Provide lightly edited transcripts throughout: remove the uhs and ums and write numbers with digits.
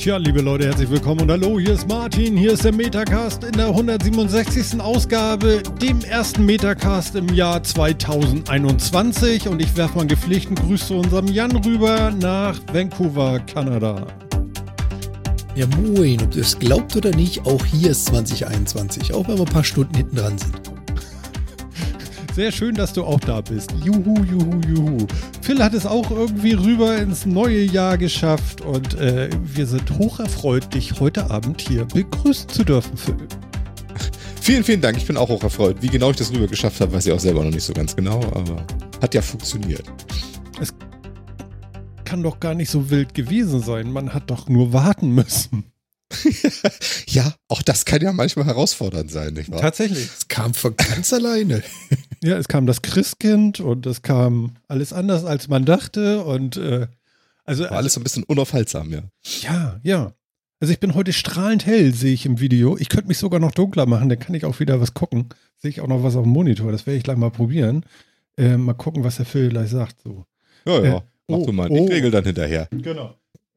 Tja, liebe Leute, herzlich willkommen und hallo, hier ist Martin, hier ist der Metacast in der 167. Ausgabe, dem ersten Metacast im Jahr 2021 und ich werfe mal einen gepflegten Gruß zu unserem Jan rüber nach Vancouver, Kanada. Ja moin, ob ihr es glaubt oder nicht, auch hier ist 2021, auch wenn wir ein paar Stunden hinten dran sind. Sehr schön, dass du auch da bist. Juhu, juhu, juhu. Phil hat es auch irgendwie rüber ins neue Jahr geschafft und wir sind hocherfreut, dich heute Abend hier begrüßen zu dürfen, Phil. Vielen, vielen Dank. Ich bin auch hocherfreut. Wie genau ich das rüber geschafft habe, weiß ich auch selber noch nicht so ganz genau, aber hat ja funktioniert. Es kann doch gar nicht so wild gewesen sein. Man hat doch nur warten müssen. Ja, auch das kann ja manchmal herausfordernd sein, nicht wahr? Tatsächlich. Es kam von ganz alleine. Ja, es kam das Christkind und es kam alles anders, als man dachte und War alles so ein bisschen unaufhaltsam, ja. Ja. Also ich bin heute strahlend hell, sehe ich im Video. Ich könnte mich sogar noch dunkler machen, dann kann ich auch wieder was gucken. Sehe ich auch noch was auf dem Monitor, das werde ich gleich mal probieren. Mal gucken, was der Phil gleich sagt. So. Ja, mach du mal. Ich regel dann hinterher. Genau.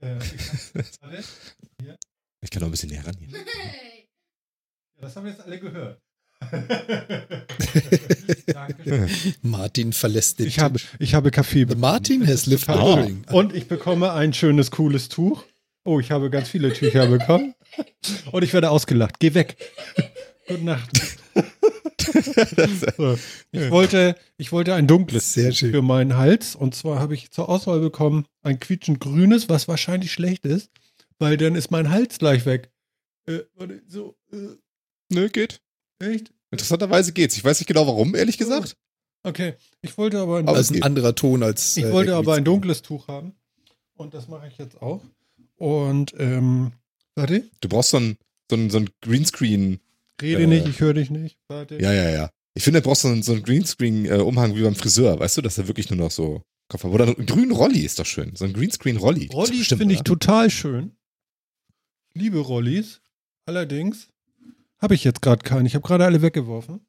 Ich kann noch ein bisschen näher ran hier. Das haben wir jetzt alle gehört. Martin verlässt den Ich habe Kaffee bekommen. Martin has lived the ring. Und ich bekomme ein schönes, cooles Tuch. Oh, ich habe ganz viele Tücher bekommen. Und ich werde ausgelacht. Geh weg. Gute Nacht. So. Ich wollte ein dunkles Sehr schön. für meinen Hals. Und zwar habe ich zur Auswahl bekommen ein quietschend grünes, was wahrscheinlich schlecht ist, weil dann ist mein Hals gleich weg. Nö, geht. Echt? Interessanterweise geht's. Ich weiß nicht genau warum, ehrlich gesagt. Okay, ich wollte aber Aber es ist ein anderer Ton als. Ich wollte aber ein dunkles Tuch haben. Und das mache ich jetzt auch. Und, warte. Du brauchst so ein Greenscreen. Rede nicht, ich höre dich nicht. Warte. Ja. Ich finde, du brauchst so einen Greenscreen-Umhang wie beim Friseur, weißt du, dass er wirklich nur noch so Kopf hat. Oder einen grünen Rolli ist doch schön. So ein Greenscreen-Rolli. Rollis finde ich total schön. Ich liebe Rollis. Allerdings habe ich jetzt gerade keinen. Ich habe gerade alle weggeworfen.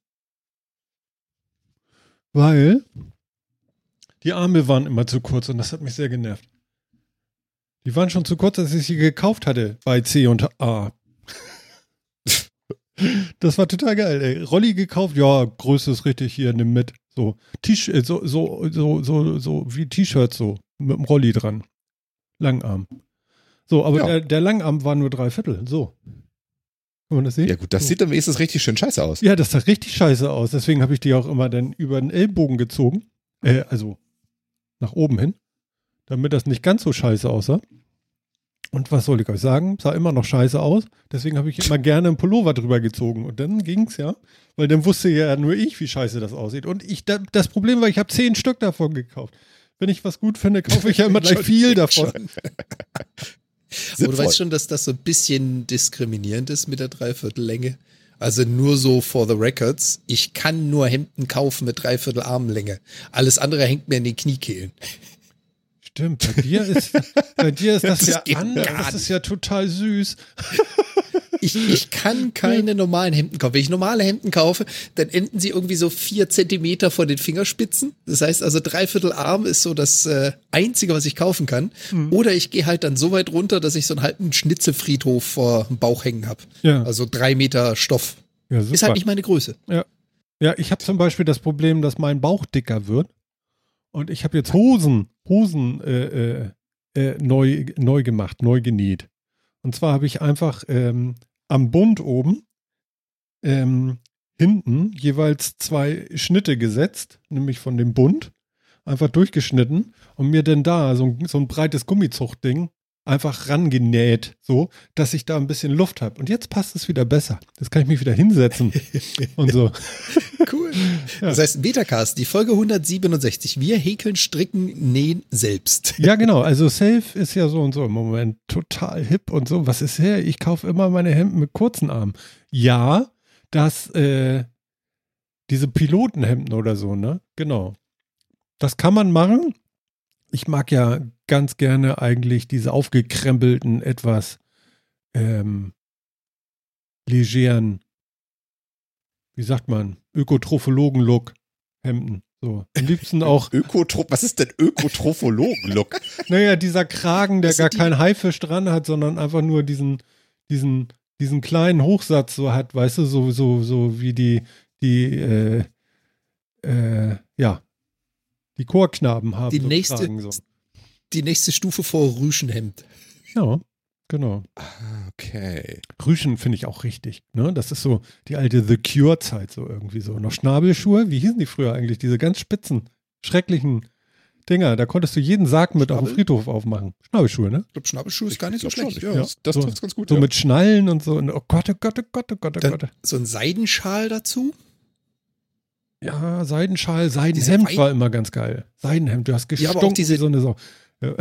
Weil die Arme waren immer zu kurz und das hat mich sehr genervt. Die waren schon zu kurz, als ich sie gekauft hatte bei C&A. Das war total geil, ey. Rolli gekauft, ja, Größe ist richtig, hier, nimm mit. So, so wie T-Shirts so, mit dem Rolli dran. Langarm. So, aber Ja. der Langarm war nur 3/4, so. Kann man das sehen? Ja gut, das so. sieht dann wenigstens richtig schön scheiße aus. Ja, das sah richtig scheiße aus. Deswegen habe ich die auch immer dann über den Ellbogen gezogen. Also nach oben hin. Damit das nicht ganz so scheiße aussah. Und was soll ich euch sagen? Sah immer noch scheiße aus. Deswegen habe ich immer gerne einen Pullover drüber gezogen. Und dann ging's ja. Weil dann wusste ja nur ich, wie scheiße das aussieht. Und das Problem war, ich habe 10 Stück davon gekauft. Wenn ich was gut finde, kaufe ich ja immer gleich viel davon. Aber du weißt schon, dass das so ein bisschen diskriminierend ist mit der Dreiviertellänge. Also nur so for the records. Ich kann nur Hemden kaufen mit 3/4 Armlänge. Alles andere hängt mir in den Kniekehlen. Stimmt, bei dir ist das Das ja geht anders. gar Das ist ja total süß. Ich kann keine normalen Hemden kaufen. Wenn ich normale Hemden kaufe, dann enden sie irgendwie so 4 Zentimeter vor den Fingerspitzen. Das heißt also 3/4 Arm ist so das Einzige, was ich kaufen kann. Oder ich gehe halt dann so weit runter, dass ich so einen halben Schnitzelfriedhof vor dem Bauch hängen habe. Ja. Also 3 Meter Stoff. Ja, super. Ist halt nicht meine Größe. Ja, ich habe zum Beispiel das Problem, dass mein Bauch dicker wird. Und ich habe jetzt Hosen neu gemacht, neu genäht. Und zwar habe ich einfach am Bund oben hinten jeweils 2 Schnitte gesetzt, nämlich von dem Bund, einfach durchgeschnitten und mir dann da so ein breites Gummizuchtding einfach rangenäht, so, dass ich da ein bisschen Luft habe. Und jetzt passt es wieder besser. Jetzt kann ich mich wieder hinsetzen und so. Cool. Ja. Das heißt, Metacast, die Folge 167. Wir häkeln, stricken, nähen selbst. Ja, genau. Also Safe ist ja so und so im Moment total hip und so. Was ist her? Ich kaufe immer meine Hemden mit kurzen Armen. Ja, diese Pilotenhemden oder so, ne? Genau. Das kann man machen. Ich mag ja ganz gerne eigentlich diese aufgekrempelten, etwas legeren, wie sagt man, Ökotrophologen-Look Hemden. So, am liebsten auch, Was ist denn Ökotrophologen-Look? naja, dieser Kragen, der Das gar sind die- keinen Haifisch dran hat, sondern einfach nur diesen kleinen Hochsatz so hat, weißt du, so wie die Chorknaben haben. Die so nächste- Kragen, so. Die nächste Stufe vor Rüschenhemd. Ja, genau. Okay. Rüschen finde ich auch richtig. Ne? Das ist so die alte The Cure-Zeit so irgendwie so. Noch Schnabelschuhe, wie hießen die früher eigentlich? Diese ganz spitzen, schrecklichen Dinger. Da konntest du jeden Sarg mit auf dem Schnabel? Friedhof aufmachen. Schnabelschuhe, ne? Ich glaube, Schnabelschuh ist gar nicht so Ich glaub schlecht. schon. Ja. Das so, trifft's ganz gut. So ja. mit Schnallen und so. Und oh Gott, oh Gott, oh Gott, oh Gott, oh Gott, oh Gott. So ein Seidenschal dazu. Ja, Seidenschal, Seidenhemd Diese war immer ganz geil. Seidenhemd, du hast Ja, gestunken aber auch diese- wie so eine Sau. Ja,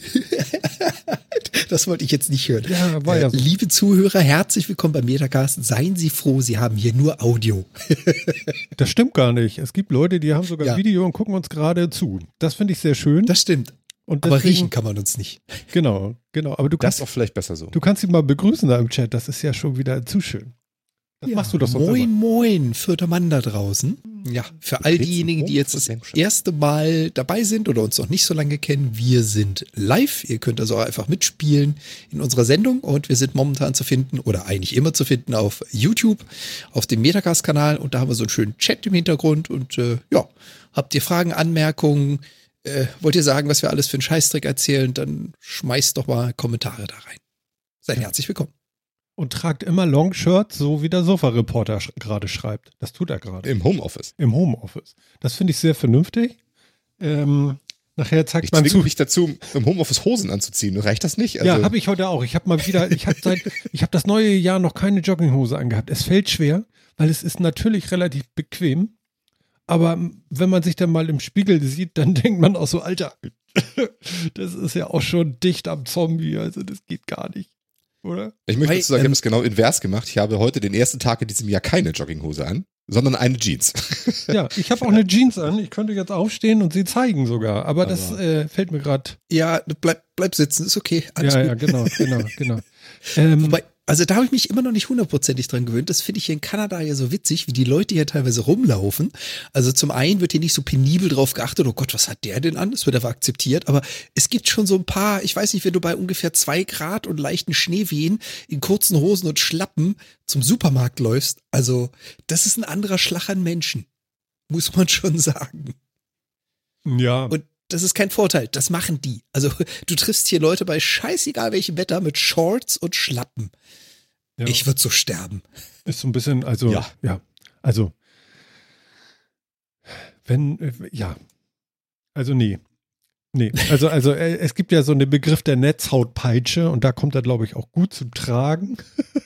Das wollte ich jetzt nicht hören. ja war ja so. Liebe Zuhörer, herzlich willkommen beim Metacast. Seien Sie froh, Sie haben hier nur Audio. Das stimmt gar nicht. Es gibt Leute, die haben sogar Ja. Video und gucken uns gerade zu. Das finde ich sehr schön. Das stimmt. Und Aber deswegen- riechen kann man uns nicht. Genau. Aber du Das ist kannst, auch vielleicht besser so. du kannst ihn mal begrüßen da im Chat. Das ist ja schon wieder zu schön. Das machst du doch sonst Moin, immer. moin, vierter Mann da draußen. Ja, für all Brezen diejenigen, die jetzt das erste Mal dabei sind oder uns noch nicht so lange kennen, wir sind live. Ihr könnt also auch einfach mitspielen in unserer Sendung und wir sind momentan zu finden oder eigentlich immer zu finden auf YouTube, auf dem Metacast-Kanal und da haben wir so einen schönen Chat im Hintergrund und ja, habt ihr Fragen, Anmerkungen, wollt ihr sagen, was wir alles für einen Scheißdreck erzählen, dann schmeißt doch mal Kommentare da rein. Seid herzlich willkommen. Und tragt immer Longshirts, so wie der Sofa-Reporter gerade schreibt. Das tut er gerade. Im Homeoffice. Im Homeoffice. Das finde ich sehr vernünftig. Nachher zeigt Ich man zwinge zu. mich dazu, im Homeoffice Hosen anzuziehen. Reicht das nicht? Ja, habe ich heute auch. Ich habe das neue Jahr noch keine Jogginghose angehabt. Es fällt schwer, weil es ist natürlich relativ bequem. Aber wenn man sich dann mal im Spiegel sieht, dann denkt man auch so, Alter, das ist ja auch schon dicht am Zombie. Also das geht gar nicht. Oder? Ich möchte Weil, dazu sagen, ich habe es genau invers gemacht. Ich habe heute den ersten Tag in diesem Jahr keine Jogginghose an, sondern eine Jeans. Ja, ich habe auch eine Jeans an. Ich könnte jetzt aufstehen und sie zeigen sogar. Aber das fällt mir gerade. Ja, bleib sitzen, ist okay. Alles Ja, gut. ja, genau. Wobei, also da habe ich mich immer noch nicht hundertprozentig dran gewöhnt. Das finde ich hier in Kanada ja so witzig, wie die Leute hier teilweise rumlaufen. Also zum einen wird hier nicht so penibel drauf geachtet, oh Gott, was hat der denn an? Das wird aber akzeptiert. Aber es gibt schon so ein paar, ich weiß nicht, wenn du bei ungefähr 2 Grad und leichten Schneewehen in kurzen Hosen und Schlappen zum Supermarkt läufst. Also das ist ein anderer Schlag an Menschen. Muss man schon sagen. Ja. Und das ist kein Vorteil, das machen die. Also du triffst hier Leute bei scheißegal welchem Wetter mit Shorts und Schlappen. Ja. Ich würde so sterben. Ist so ein bisschen, also, Ja. also, also nee. Also, es gibt ja so einen Begriff der Netzhautpeitsche und da kommt er, glaube ich, auch gut zum Tragen.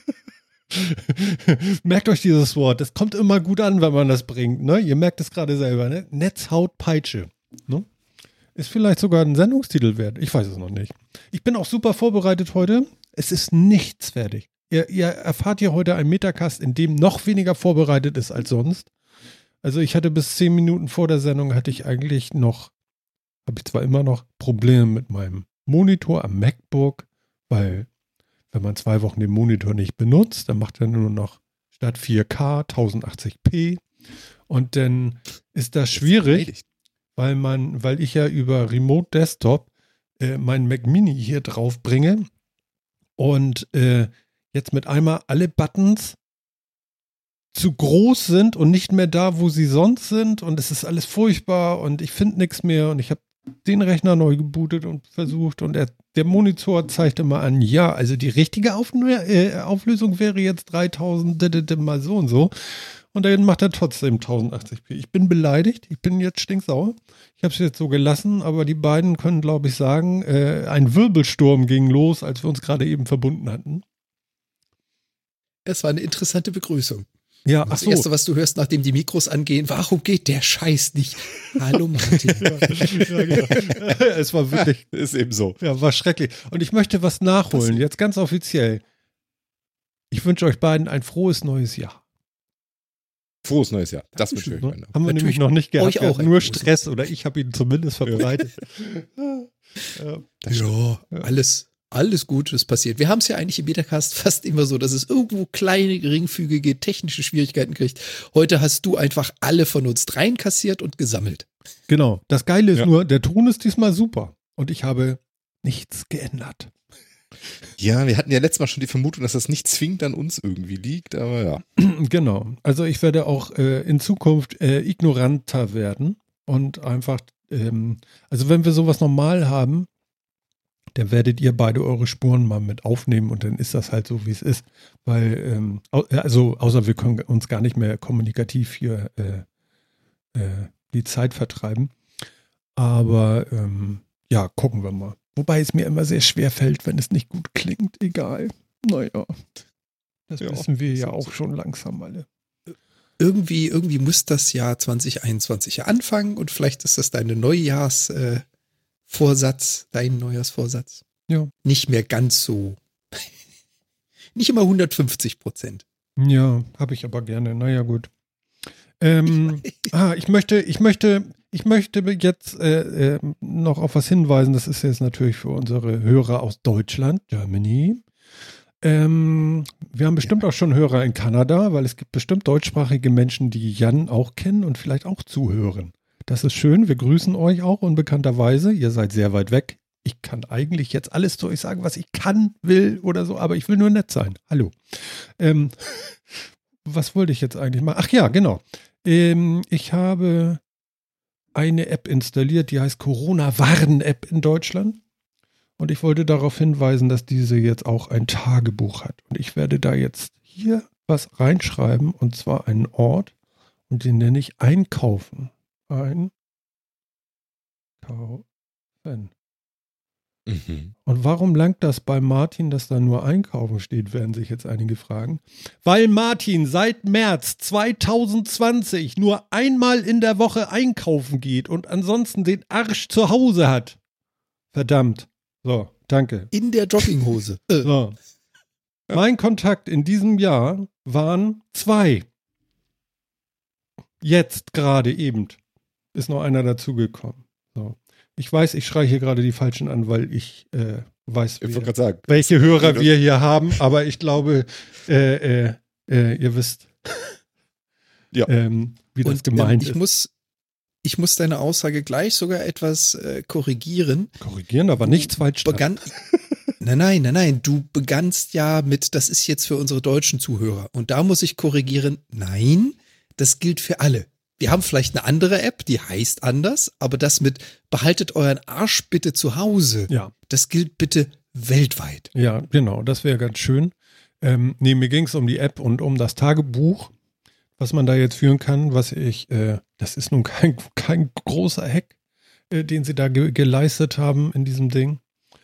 Merkt euch dieses Wort, das kommt immer gut an, wenn man das bringt, ne? Ihr merkt es gerade selber, ne? Netzhautpeitsche, ne? Ist vielleicht sogar ein Sendungstitel wert, ich weiß es noch nicht. Ich bin auch super vorbereitet heute, es ist nichts fertig. Ihr erfahrt hier heute einen Metacast, in dem noch weniger vorbereitet ist als sonst. Also ich hatte bis 10 Minuten vor der Sendung habe ich zwar immer noch Probleme mit meinem Monitor am MacBook, weil wenn man 2 Wochen den Monitor nicht benutzt, dann macht er nur noch statt 4K 1080p und dann ist das schwierig, weil ich ja über Remote Desktop meinen Mac Mini hier drauf bringe und jetzt mit einmal alle Buttons zu groß sind und nicht mehr da, wo sie sonst sind und es ist alles furchtbar und ich finde nichts mehr und ich habe den Rechner neu gebootet und versucht und der Monitor zeigt immer an, ja, also die richtige Auflösung wäre jetzt 3000 mal so und so und dann macht er trotzdem 1080p. Ich bin beleidigt, ich bin jetzt stinksauer. Ich habe es jetzt so gelassen, aber die beiden können, glaube ich, sagen, ein Wirbelsturm ging los, als wir uns gerade eben verbunden hatten. Es war eine interessante Begrüßung. Ja, ach Das so. Erste, was du hörst, nachdem die Mikros angehen, warum geht der Scheiß nicht? Hallo Martin. Ja, genau. Es war wirklich, Ist eben so. ja, war schrecklich. Und ich möchte was nachholen, jetzt ganz offiziell. Ich wünsche euch beiden ein frohes neues Jahr. Frohes neues Jahr. Das wünsche ich euch Ne? beiden. Haben wir Natürlich nämlich noch nicht gehabt. euch Wir auch hatten ein nur frohes Stress oder ich habe ihn zumindest verbreitet. Das stimmt. Ja, alles Alles gut, das passiert. Wir haben es ja eigentlich im Metacast fast immer so, dass es irgendwo kleine, geringfügige technische Schwierigkeiten kriegt. Heute hast du einfach alle von uns dreien kassiert und gesammelt. Genau. Das Geile ist Ja. nur, der Ton ist diesmal super. Und ich habe nichts geändert. Ja, wir hatten ja letztes Mal schon die Vermutung, dass das nicht zwingend an uns irgendwie liegt, aber ja. Genau. Also ich werde auch in Zukunft ignoranter werden und einfach, also wenn wir sowas normal haben, dann werdet ihr beide eure Spuren mal mit aufnehmen und dann ist das halt so, wie es ist. Weil, also außer wir können uns gar nicht mehr kommunikativ hier die Zeit vertreiben. Aber ja, gucken wir mal. Wobei es mir immer sehr schwer fällt, wenn es nicht gut klingt. Egal. Naja, das Ja, wissen wir ja so- auch schon langsam alle. Irgendwie muss das Jahr 2021 ja anfangen und vielleicht ist das dein Neujahrsvorsatz. Ja. Nicht mehr ganz so. Nicht immer 150%. Ja, habe ich aber gerne. Naja, gut. Ich möchte jetzt noch auf was hinweisen. Das ist jetzt natürlich für unsere Hörer aus Deutschland, Germany. Wir haben bestimmt auch schon Hörer in Kanada, weil es gibt bestimmt deutschsprachige Menschen, die Jan auch kennen und vielleicht auch zuhören. Das ist schön. Wir grüßen euch auch unbekannterweise. Ihr seid sehr weit weg. Ich kann eigentlich jetzt alles zu euch sagen, was ich kann, will oder so, aber ich will nur nett sein. Hallo. Was wollte ich jetzt eigentlich machen? Ach ja, genau. Ich habe eine App installiert, die heißt Corona-Warn-App in Deutschland. Und ich wollte darauf hinweisen, dass diese jetzt auch ein Tagebuch hat. Und ich werde da jetzt hier was reinschreiben, und zwar einen Ort, und den nenne ich Einkaufen. Einkaufen. Mhm. Und warum langt das bei Martin, dass da nur Einkaufen steht, werden sich jetzt einige fragen. Weil Martin seit März 2020 nur einmal in der Woche einkaufen geht und ansonsten den Arsch zu Hause hat. Verdammt. So, danke. In der Jogginghose. So. Mein Kontakt in diesem Jahr waren 2. Jetzt gerade eben ist noch einer dazugekommen. So. Ich weiß, ich schreie hier gerade die Falschen an, weil ich weiß, Ich wollte gerade sagen. welche Hörer wir hier haben, aber ich glaube, ihr wisst, Ja. wie das Und gemeint ist. ich muss deine Aussage gleich sogar etwas korrigieren. Korrigieren, aber nicht Zweitstand. Nein, du begannst ja mit, das ist jetzt für unsere deutschen Zuhörer. Und da muss ich korrigieren, nein, das gilt für alle. Wir haben vielleicht eine andere App, die heißt anders, aber das mit behaltet euren Arsch bitte zu Hause, Ja. das gilt bitte weltweit. Ja, genau, das wäre ganz schön. Nee, mir ging es um die App und um das Tagebuch, was man da jetzt führen kann, was ich, das ist nun kein großer Hack, den sie da geleistet haben in diesem Ding.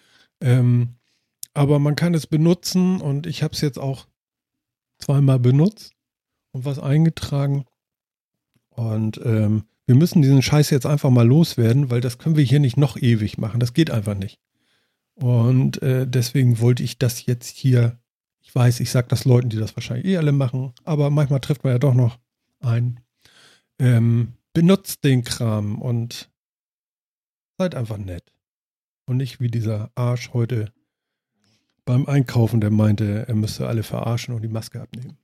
Aber man kann es benutzen und ich habe es jetzt auch zweimal benutzt und was eingetragen. Und wir müssen diesen Scheiß jetzt einfach mal loswerden, weil das können wir hier nicht noch ewig machen. Das geht einfach nicht. Und deswegen wollte ich das jetzt hier, ich weiß, ich sage das Leuten, die das wahrscheinlich alle machen, aber manchmal trifft man ja doch noch ein. Benutzt den Kram und seid einfach nett. Und nicht wie dieser Arsch heute beim Einkaufen, der meinte, er müsste alle verarschen und die Maske abnehmen.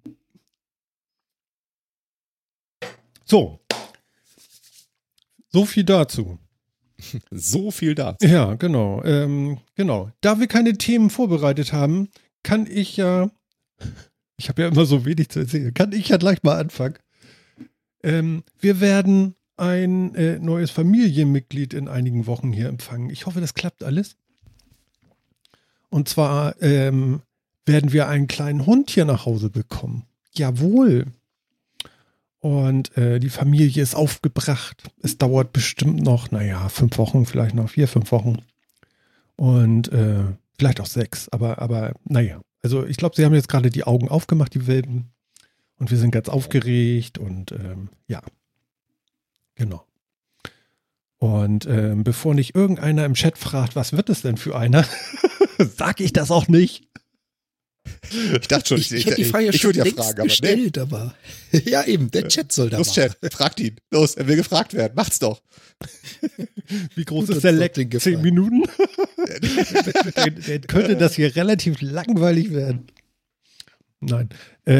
So. So viel dazu. So viel dazu. Ja, genau. Genau. Da wir keine Themen vorbereitet haben, kann ich ja, ich habe ja immer so wenig zu erzählen, kann ich ja gleich mal anfangen. Wir werden ein neues Familienmitglied in einigen Wochen hier empfangen. Ich hoffe, das klappt alles. Und zwar werden wir einen kleinen Hund hier nach Hause bekommen. Jawohl. Und die Familie ist aufgebracht. Es dauert bestimmt noch, 5 Wochen, vielleicht noch 4, 5 Wochen. Und vielleicht auch 6. Aber naja. Also ich glaube, sie haben jetzt gerade die Augen aufgemacht, die Welpen. Und wir sind ganz aufgeregt und ja. Genau. Und bevor nicht irgendeiner im Chat fragt, was wird es denn für einer, sage ich das auch nicht. Ich dachte schon, Ich hätte die Frage ja schon würde ja längst fragen, aber nee. gestellt, aber ja eben, der Chat soll da Los, machen. Chat, fragt ihn. Los, er will gefragt werden. Macht's doch. Wie groß Gut, ist der das Leck? hat ihn 10 gefallen. Minuten? Dann könnte das hier relativ langweilig werden. Nein.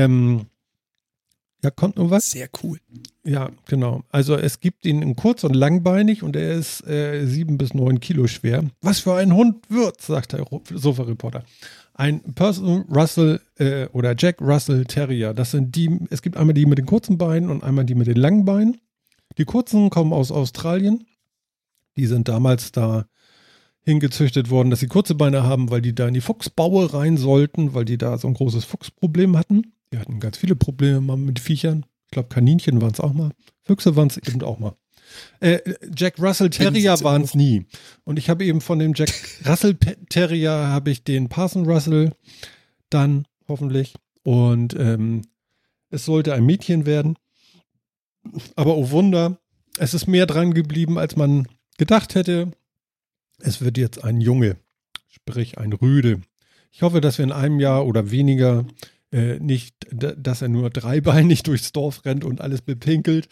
Ja, kommt noch was? Sehr cool. Ja, genau. Also es gibt ihn in kurz und langbeinig und er ist 7 bis 9 Kilo schwer. Was für ein Hund wird, sagt der Sofa-Reporter. Ein Person Russell oder Jack Russell Terrier. Das sind die, es gibt einmal die mit den kurzen Beinen und einmal die mit den langen Beinen. Die kurzen kommen aus Australien. Die sind damals da hingezüchtet worden, dass sie kurze Beine haben, weil die da in die Fuchsbaue rein sollten, weil die da so ein großes Fuchsproblem hatten. Die hatten ganz viele Probleme mal mit Viechern. Ich glaube, Kaninchen waren es auch mal. Füchse waren es eben auch mal. Jack Russell Terrier waren es nie. Und ich habe eben von dem Jack Russell Terrier habe ich den Parson Russell dann hoffentlich. Und es sollte ein Mädchen werden. Aber oh Wunder, es ist mehr dran geblieben, als man gedacht hätte. Es wird jetzt ein Junge, sprich ein Rüde. Ich hoffe, dass wir in einem Jahr oder weniger nicht, dass er nur dreibeinig durchs Dorf rennt und alles bepinkelt.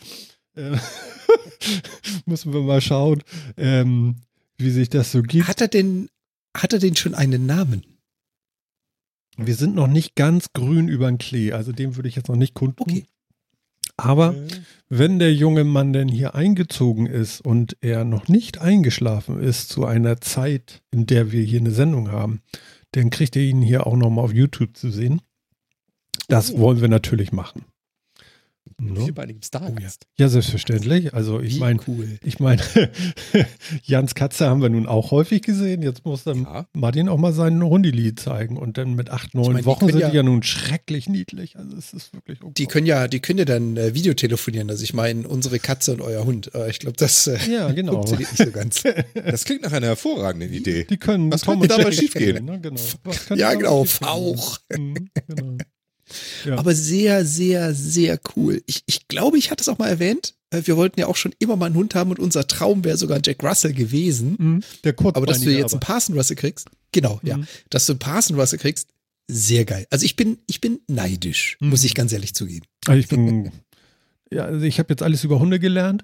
Müssen wir mal schauen, wie sich das so gibt. Hat er denn schon einen Namen? Wir sind noch nicht ganz grün über den Klee, also den würde ich jetzt noch nicht kundtun. Okay. Aber wenn der junge Mann denn hier eingezogen ist und er noch nicht eingeschlafen ist zu einer Zeit, in der wir hier eine Sendung haben, dann kriegt ihr ihn hier auch nochmal auf YouTube zu sehen. Das wollen wir natürlich machen. No? Vierbeinigem Stargast. Ja, selbstverständlich. Also ich meine, cool. Jans Katze haben wir nun auch häufig gesehen. Jetzt muss dann Martin auch mal seinen Hundili zeigen. Und dann mit 8, 9 Wochen sind die ja nun schrecklich niedlich. Also es ist wirklich die können ja dann Videotelefonieren. Also ich meine, unsere Katze und euer Hund. Ich glaube, das ja, genau. funktioniert nicht so ganz. Das klingt nach einer hervorragenden Idee. Die können was könnte da mal schief gehen? Ne? Genau. Ja, genau. Fauch. Genau. Ja. Aber sehr, sehr, sehr cool. Ich glaube, ich hatte es auch mal erwähnt. Wir wollten ja auch schon immer mal einen Hund haben und unser Traum wäre sogar Jack Russell gewesen. Der aber dass du jetzt einen Parson Russell kriegst, genau, ja. Dass du einen Parson Russell kriegst, sehr geil. Also ich bin neidisch, muss ich ganz ehrlich zugeben. Also ich habe jetzt alles über Hunde gelernt.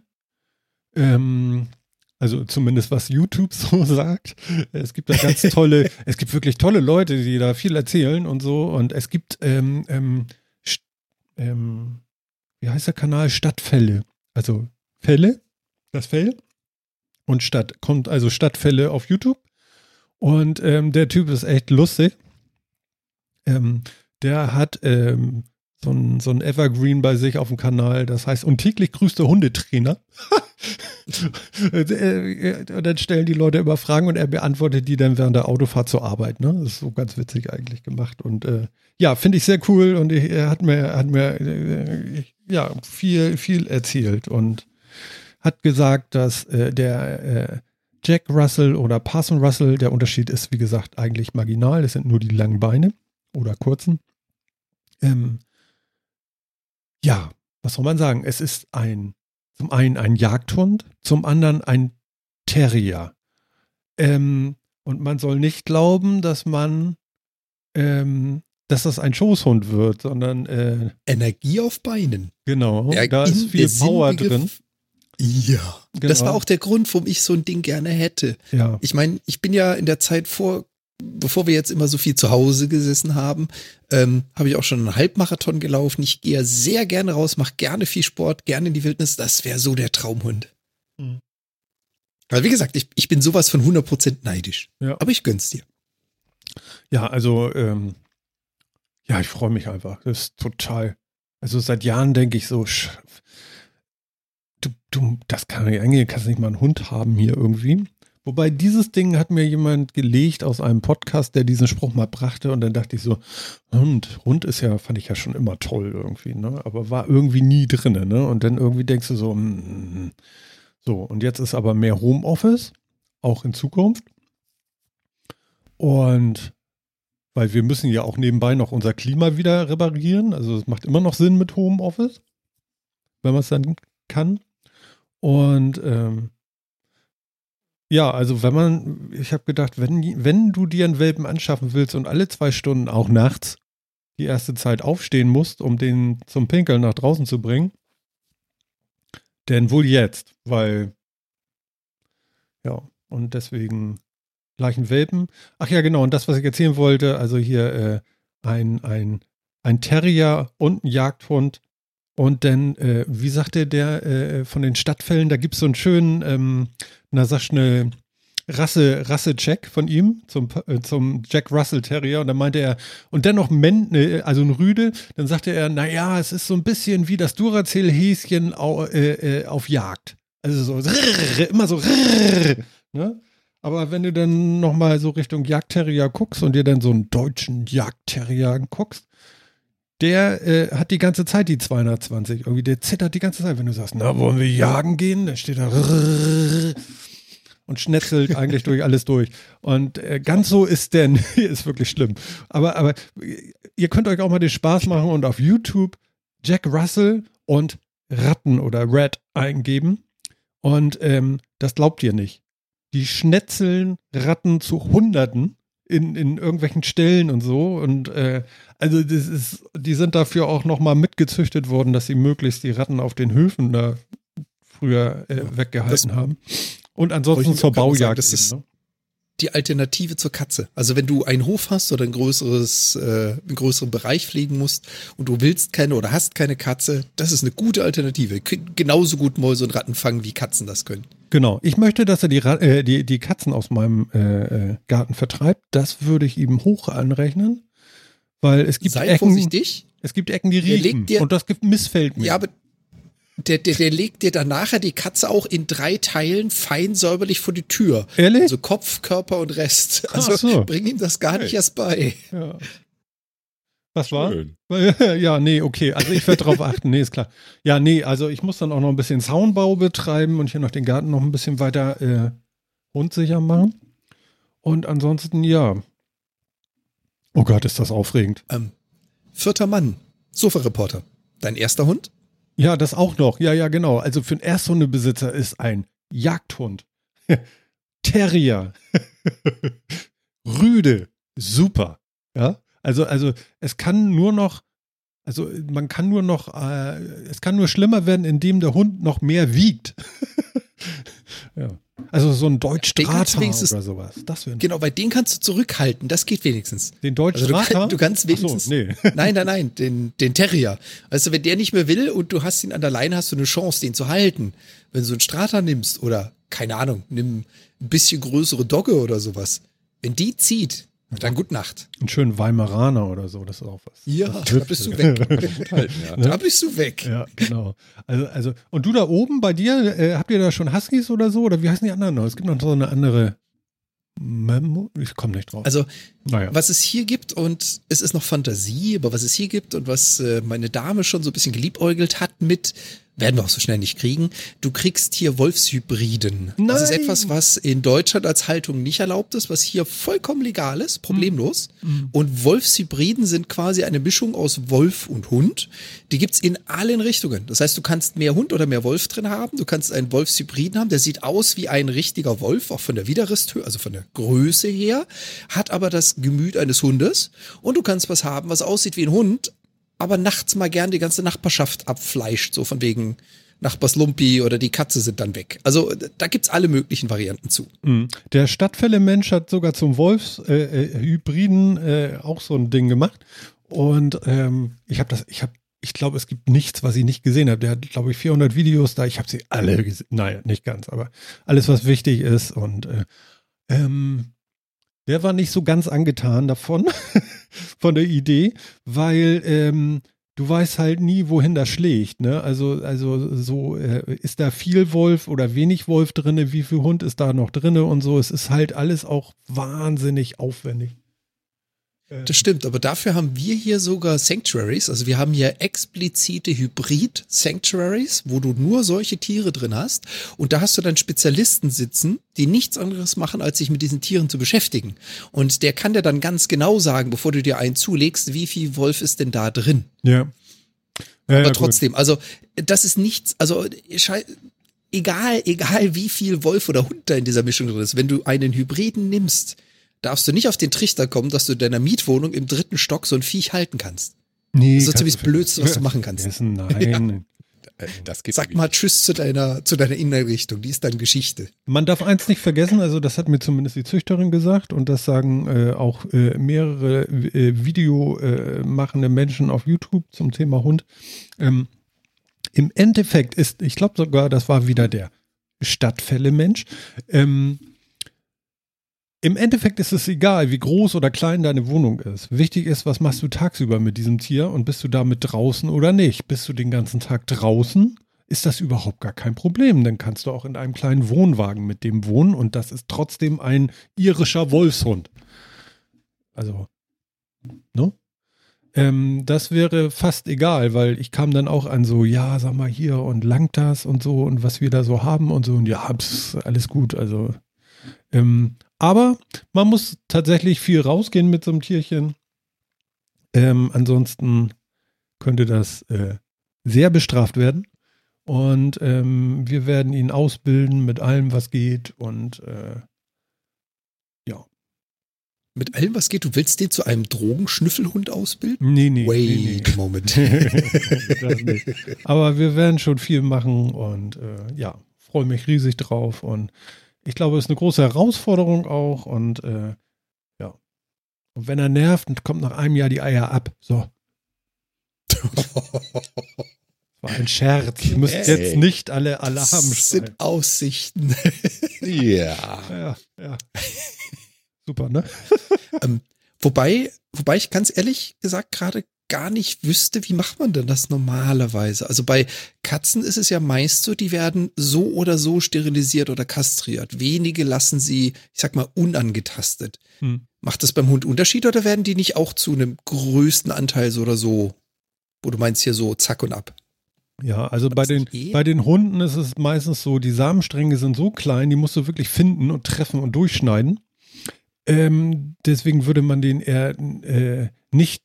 Also zumindest was YouTube so sagt. Es gibt da ganz tolle, es gibt wirklich tolle Leute, die da viel erzählen und so. Und es gibt, wie heißt der Kanal? Stadtfälle. Also Fälle, das Fell. Und kommt also Stadtfälle auf YouTube. Und der Typ ist echt lustig. Der hat so ein Evergreen bei sich auf dem Kanal, das heißt, und täglich grüßt der Hundetrainer. Und dann stellen die Leute immer Fragen und er beantwortet die dann während der Autofahrt zur Arbeit. Ne? Das ist so ganz witzig eigentlich gemacht. Und ja, finde ich sehr cool und er hat mir viel erzählt und hat gesagt, dass der Jack Russell oder Parson Russell, der Unterschied ist, wie gesagt, eigentlich marginal. Das sind nur die langen Beine oder kurzen. Ja, was soll man sagen? Es ist zum einen ein Jagdhund, zum anderen ein Terrier. Und man soll nicht glauben, dass das ein Schoßhund wird, sondern Energie auf Beinen. Genau, da ist viel Power drin. Ja, genau. Das war auch der Grund, warum ich so ein Ding gerne hätte. Ja. Ich meine, ich bin ja in der Zeit bevor wir jetzt immer so viel zu Hause gesessen haben, habe ich auch schon einen Halbmarathon gelaufen. Ich gehe ja sehr gerne raus, mache gerne viel Sport, gerne in die Wildnis. Das wäre so der Traumhund. Mhm. Also wie gesagt, ich bin sowas von 100% neidisch. Ja. Aber ich gönn's dir. Ja, also ich freue mich einfach. Das ist total, also seit Jahren denke ich so, das kannst du nicht mal einen Hund haben hier irgendwie. Wobei dieses Ding hat mir jemand gelegt aus einem Podcast, der diesen Spruch mal brachte und dann dachte ich so, Hund ist ja, fand ich ja schon immer toll irgendwie, ne? Aber war irgendwie nie drin, ne? Und dann irgendwie denkst du so, so, und jetzt ist aber mehr Homeoffice, auch in Zukunft. Und weil wir müssen ja auch nebenbei noch unser Klima wieder reparieren, also es macht immer noch Sinn mit Homeoffice, wenn man es dann kann. Und ja, also ich habe gedacht, wenn du dir einen Welpen anschaffen willst und alle 2 Stunden auch nachts die erste Zeit aufstehen musst, um den zum Pinkeln nach draußen zu bringen. Denn wohl jetzt, weil, ja, und deswegen gleich ein Welpen. Ach ja, genau, und das, was ich erzählen wollte, also hier ein Terrier und ein Jagdhund. Und dann, wie sagte der von den Stadtfällen, da gibt es so einen schönen, sag schnell, Rasse-Check von ihm zum Jack Russell Terrier. Und dann meinte er, und dennoch also ein Rüde, dann sagte er, naja, es ist so ein bisschen wie das Duracell-Häschen auf Jagd. Also so, immer so, ne? Aber wenn du dann nochmal so Richtung Jagdterrier guckst und dir dann so einen deutschen Jagdterrier anguckst, der hat die ganze Zeit die 220. Irgendwie, der zittert die ganze Zeit, wenn du sagst, na, wollen wir jagen gehen? Dann steht er und schnetzelt eigentlich durch alles durch. Und ganz so ist der, ist wirklich schlimm. Aber ihr könnt euch auch mal den Spaß machen und auf YouTube Jack Russell und Ratten oder Rat eingeben. Und das glaubt ihr nicht. Die schnetzeln Ratten zu Hunderten in irgendwelchen Stellen und so. Und also die sind dafür auch nochmal mitgezüchtet worden, dass sie möglichst die Ratten auf den Höfen da früher weggehalten haben. Und ansonsten zur Baujagd. Das ist die Alternative zur Katze. Also wenn du einen Hof hast oder einen größeren Bereich pflegen musst und du willst keine oder hast keine Katze, das ist eine gute Alternative. Genauso gut Mäuse und Ratten fangen, wie Katzen das können. Genau. Ich möchte, dass er die Katzen aus meinem Garten vertreibt. Das würde ich ihm hoch anrechnen, weil es gibt Sei Ecken, vorsichtig. Es gibt Ecken, die riechen und das missfällt mir. Ja, aber der legt dir dann nachher die Katze auch in 3 Teilen fein säuberlich vor die Tür. Ehrlich? Also Kopf, Körper und Rest. Also so. bring ihm das gar nicht erst bei. Ja. Was war? Schön. Ja, nee, okay. Also ich werde drauf achten. Nee, ist klar. Ja, nee, also ich muss dann auch noch ein bisschen Zaunbau betreiben und hier noch den Garten noch ein bisschen weiter hundsicher machen. Und ansonsten, ja. Oh Gott, ist das aufregend. 4. Mann, Sofa-Reporter. Dein erster Hund? Ja, das auch noch. Ja, genau. Also für einen Ersthundebesitzer ist ein Jagdhund, Terrier, Rüde, super. Ja, also es kann nur noch, es kann nur schlimmer werden, indem der Hund noch mehr wiegt. Ja. Also so ein Deutsch-Strata oder sowas. Das genau, weil den kannst du zurückhalten. Das geht wenigstens. Den Deutsch-Strata? Also du kannst wenigstens. Ach so, nee. Nein, den Terrier. Also wenn der nicht mehr will und du hast ihn an der Leine, hast du eine Chance, den zu halten. Wenn du so einen Strata nimmst oder, keine Ahnung, nimm ein bisschen größere Dogge oder sowas. Wenn die zieht, dann gute Nacht. Einen schönen Weimaraner oder so, das ist auch was. Ja, da bist du weg. Da bist du weg. Ja, genau. Also, und du da oben bei dir, habt ihr da schon Huskies oder so? Oder wie heißen die anderen noch? Es gibt noch so eine andere ich komme nicht drauf. Also, was es hier gibt, und es ist noch Fantasie, aber was es hier gibt und was meine Dame schon so ein bisschen geliebäugelt hat mit, werden wir auch so schnell nicht kriegen, du kriegst hier Wolfshybriden. Nein. Das ist etwas, was in Deutschland als Haltung nicht erlaubt ist, was hier vollkommen legal ist, problemlos. Und Wolfshybriden sind quasi eine Mischung aus Wolf und Hund. Die gibt's in allen Richtungen. Das heißt, du kannst mehr Hund oder mehr Wolf drin haben. Du kannst einen Wolfshybriden haben, der sieht aus wie ein richtiger Wolf, auch von der Widerristhöhe, also von der Größe her, hat aber das Gemüt eines Hundes. Und du kannst was haben, was aussieht wie ein Hund, aber nachts mal gern die ganze Nachbarschaft abfleischt, so von wegen Nachbarslumpi oder die Katze sind dann weg. Also da gibt's alle möglichen Varianten zu. Der Stadtfälle-Mensch hat sogar zum Wolfshybriden auch so ein Ding gemacht. Und ich glaube, es gibt nichts, was ich nicht gesehen habe. Der hat, glaube ich, 400 Videos da. Ich habe sie alle gesehen. Naja, nicht ganz, aber alles, was wichtig ist. Und der war nicht so ganz angetan davon, von der Idee, weil du weißt halt nie, wohin das schlägt. Ne? Also so ist da viel Wolf oder wenig Wolf drinne, wie viel Hund ist da noch drinne und so. Es ist halt alles auch wahnsinnig aufwendig. Das stimmt, aber dafür haben wir hier sogar Sanctuaries, also wir haben hier explizite Hybrid-Sanctuaries, wo du nur solche Tiere drin hast und da hast du dann Spezialisten sitzen, die nichts anderes machen, als sich mit diesen Tieren zu beschäftigen. Und der kann dir dann ganz genau sagen, bevor du dir einen zulegst, wie viel Wolf ist denn da drin. Ja. Aber trotzdem, also das ist nichts, also egal wie viel Wolf oder Hund da in dieser Mischung drin ist, wenn du einen Hybriden nimmst, darfst du nicht auf den Trichter kommen, dass du in deiner Mietwohnung im 3. Stock so ein Viech halten kannst. Nee, Das ist so ziemlich das Blödste, was du machen kannst. Essen, nein. Das geht Sag mal Tschüss zu deiner Inneneinrichtung, die ist dann Geschichte. Man darf eins nicht vergessen, also das hat mir zumindest die Züchterin gesagt und das sagen auch mehrere videomachende Menschen auf YouTube zum Thema Hund. Im Endeffekt ist, ich glaube sogar, das war wieder der Stadtfälle-Mensch, im Endeffekt ist es egal, wie groß oder klein deine Wohnung ist. Wichtig ist, was machst du tagsüber mit diesem Tier und bist du damit draußen oder nicht? Bist du den ganzen Tag draußen? Ist das überhaupt gar kein Problem. Dann kannst du auch in einem kleinen Wohnwagen mit dem wohnen und das ist trotzdem ein irischer Wolfshund. Also, ne? Das wäre fast egal, weil ich kam dann auch an so, ja, sag mal hier und langt das und so und was wir da so haben und so und ja, alles gut, also aber man muss tatsächlich viel rausgehen mit so einem Tierchen. Ansonsten könnte das sehr bestraft werden. Und wir werden ihn ausbilden mit allem, was geht. Und ja. Mit allem, was geht? Du willst den zu einem Drogenschnüffelhund ausbilden? Nee. Wait a moment. Das nicht. Aber wir werden schon viel machen und ja, freue mich riesig drauf. Und ich glaube, es ist eine große Herausforderung auch und ja. Und wenn er nervt, kommt nach einem Jahr die Eier ab. So. War ein Scherz. Ihr müsst jetzt nicht alle Alarm schreien. Das sind Aussichten. Ja. Ja. Super, ne? Wobei ich ganz ehrlich gesagt gerade gar nicht wüsste, wie macht man denn das normalerweise? Also bei Katzen ist es ja meist so, die werden so oder so sterilisiert oder kastriert. Wenige lassen sie, ich sag mal, unangetastet. Macht das beim Hund Unterschied oder werden die nicht auch zu einem größten Anteil so oder so, wo du meinst hier so zack und ab? Ja, also bei den Hunden ist es meistens so, die Samenstränge sind so klein, die musst du wirklich finden und treffen und durchschneiden. Deswegen würde man den eher nicht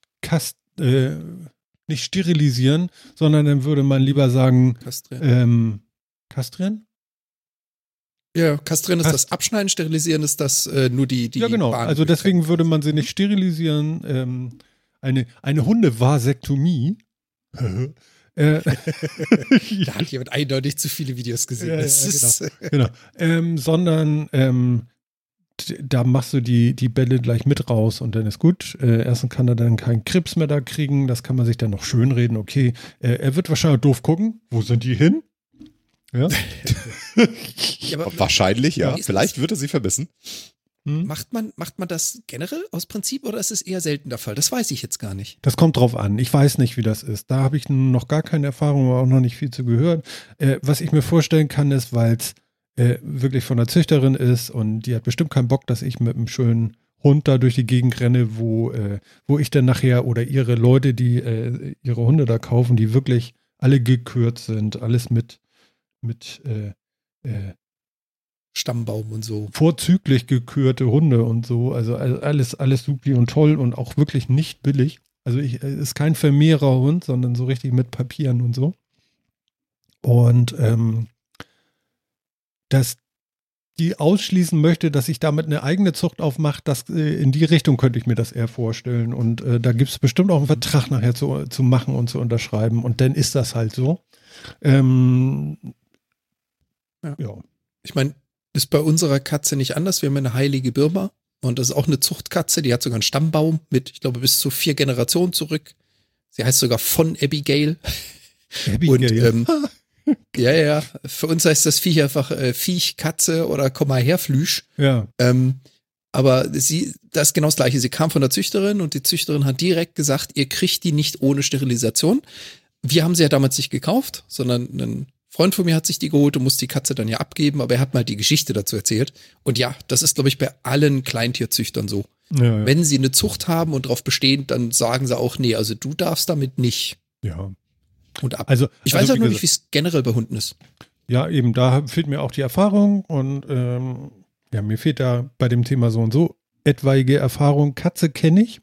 sterilisieren, sondern dann würde man lieber sagen, kastrieren? Ja, kastrieren ist das Abschneiden, sterilisieren ist das nur die ja, genau. Also deswegen würde man sie nicht sterilisieren. Eine Hundevasektomie. Da hat jemand eindeutig zu viele Videos gesehen. Genau. Sondern da machst du die Bälle gleich mit raus und dann ist gut. Erstens kann er dann keinen Krebs mehr da kriegen. Das kann man sich dann noch schönreden. Okay, er wird wahrscheinlich doof gucken. Wo sind die hin? Ja. Ja, wahrscheinlich, ja. Vielleicht wird er sie verbissen. Macht man das generell aus Prinzip oder ist es eher selten der Fall? Das weiß ich jetzt gar nicht. Das kommt drauf an. Ich weiß nicht, wie das ist. Da habe ich noch gar keine Erfahrung, aber auch noch nicht viel zu gehört. Was ich mir vorstellen kann, ist, weil es wirklich von der Züchterin ist und die hat bestimmt keinen Bock, dass ich mit einem schönen Hund da durch die Gegend renne, wo ich dann nachher oder ihre Leute, die ihre Hunde da kaufen, die wirklich alle gekürt sind, alles mit Stammbaum und so. Vorzüglich gekürte Hunde und so, also alles supi und toll und auch wirklich nicht billig. Also ist kein Vermehrerhund, sondern so richtig mit Papieren und so. Und dass die ausschließen möchte, dass ich damit eine eigene Zucht aufmache, in die Richtung könnte ich mir das eher vorstellen. Und da gibt es bestimmt auch einen Vertrag nachher zu machen und zu unterschreiben. Und dann ist das halt so. Ja. Ja. Ich meine, ist bei unserer Katze nicht anders. Wir haben eine heilige Birma und das ist auch eine Zuchtkatze. Die hat sogar einen Stammbaum mit, ich glaube, bis zu 4 Generationen zurück. Sie heißt sogar von Abigail. Abigail. Und ja. Für uns heißt das Viech einfach Viech, Katze oder komm mal her, Flüsch. Ja. Aber das ist genau das Gleiche. Sie kam von der Züchterin und die Züchterin hat direkt gesagt, ihr kriegt die nicht ohne Sterilisation. Wir haben sie ja damals nicht gekauft, sondern ein Freund von mir hat sich die geholt und muss die Katze dann ja abgeben, aber er hat mal die Geschichte dazu erzählt. Und ja, das ist, glaube ich, bei allen Kleintierzüchtern so. Ja. Wenn sie eine Zucht haben und darauf bestehen, dann sagen sie auch, nee, also du darfst damit nicht. Ja. Und ab. Also, ich weiß auch nur nicht, wie es generell bei Hunden ist. Ja, eben, da fehlt mir auch die Erfahrung und ja, mir fehlt da bei dem Thema so und so etwaige Erfahrung. Katze kenne ich.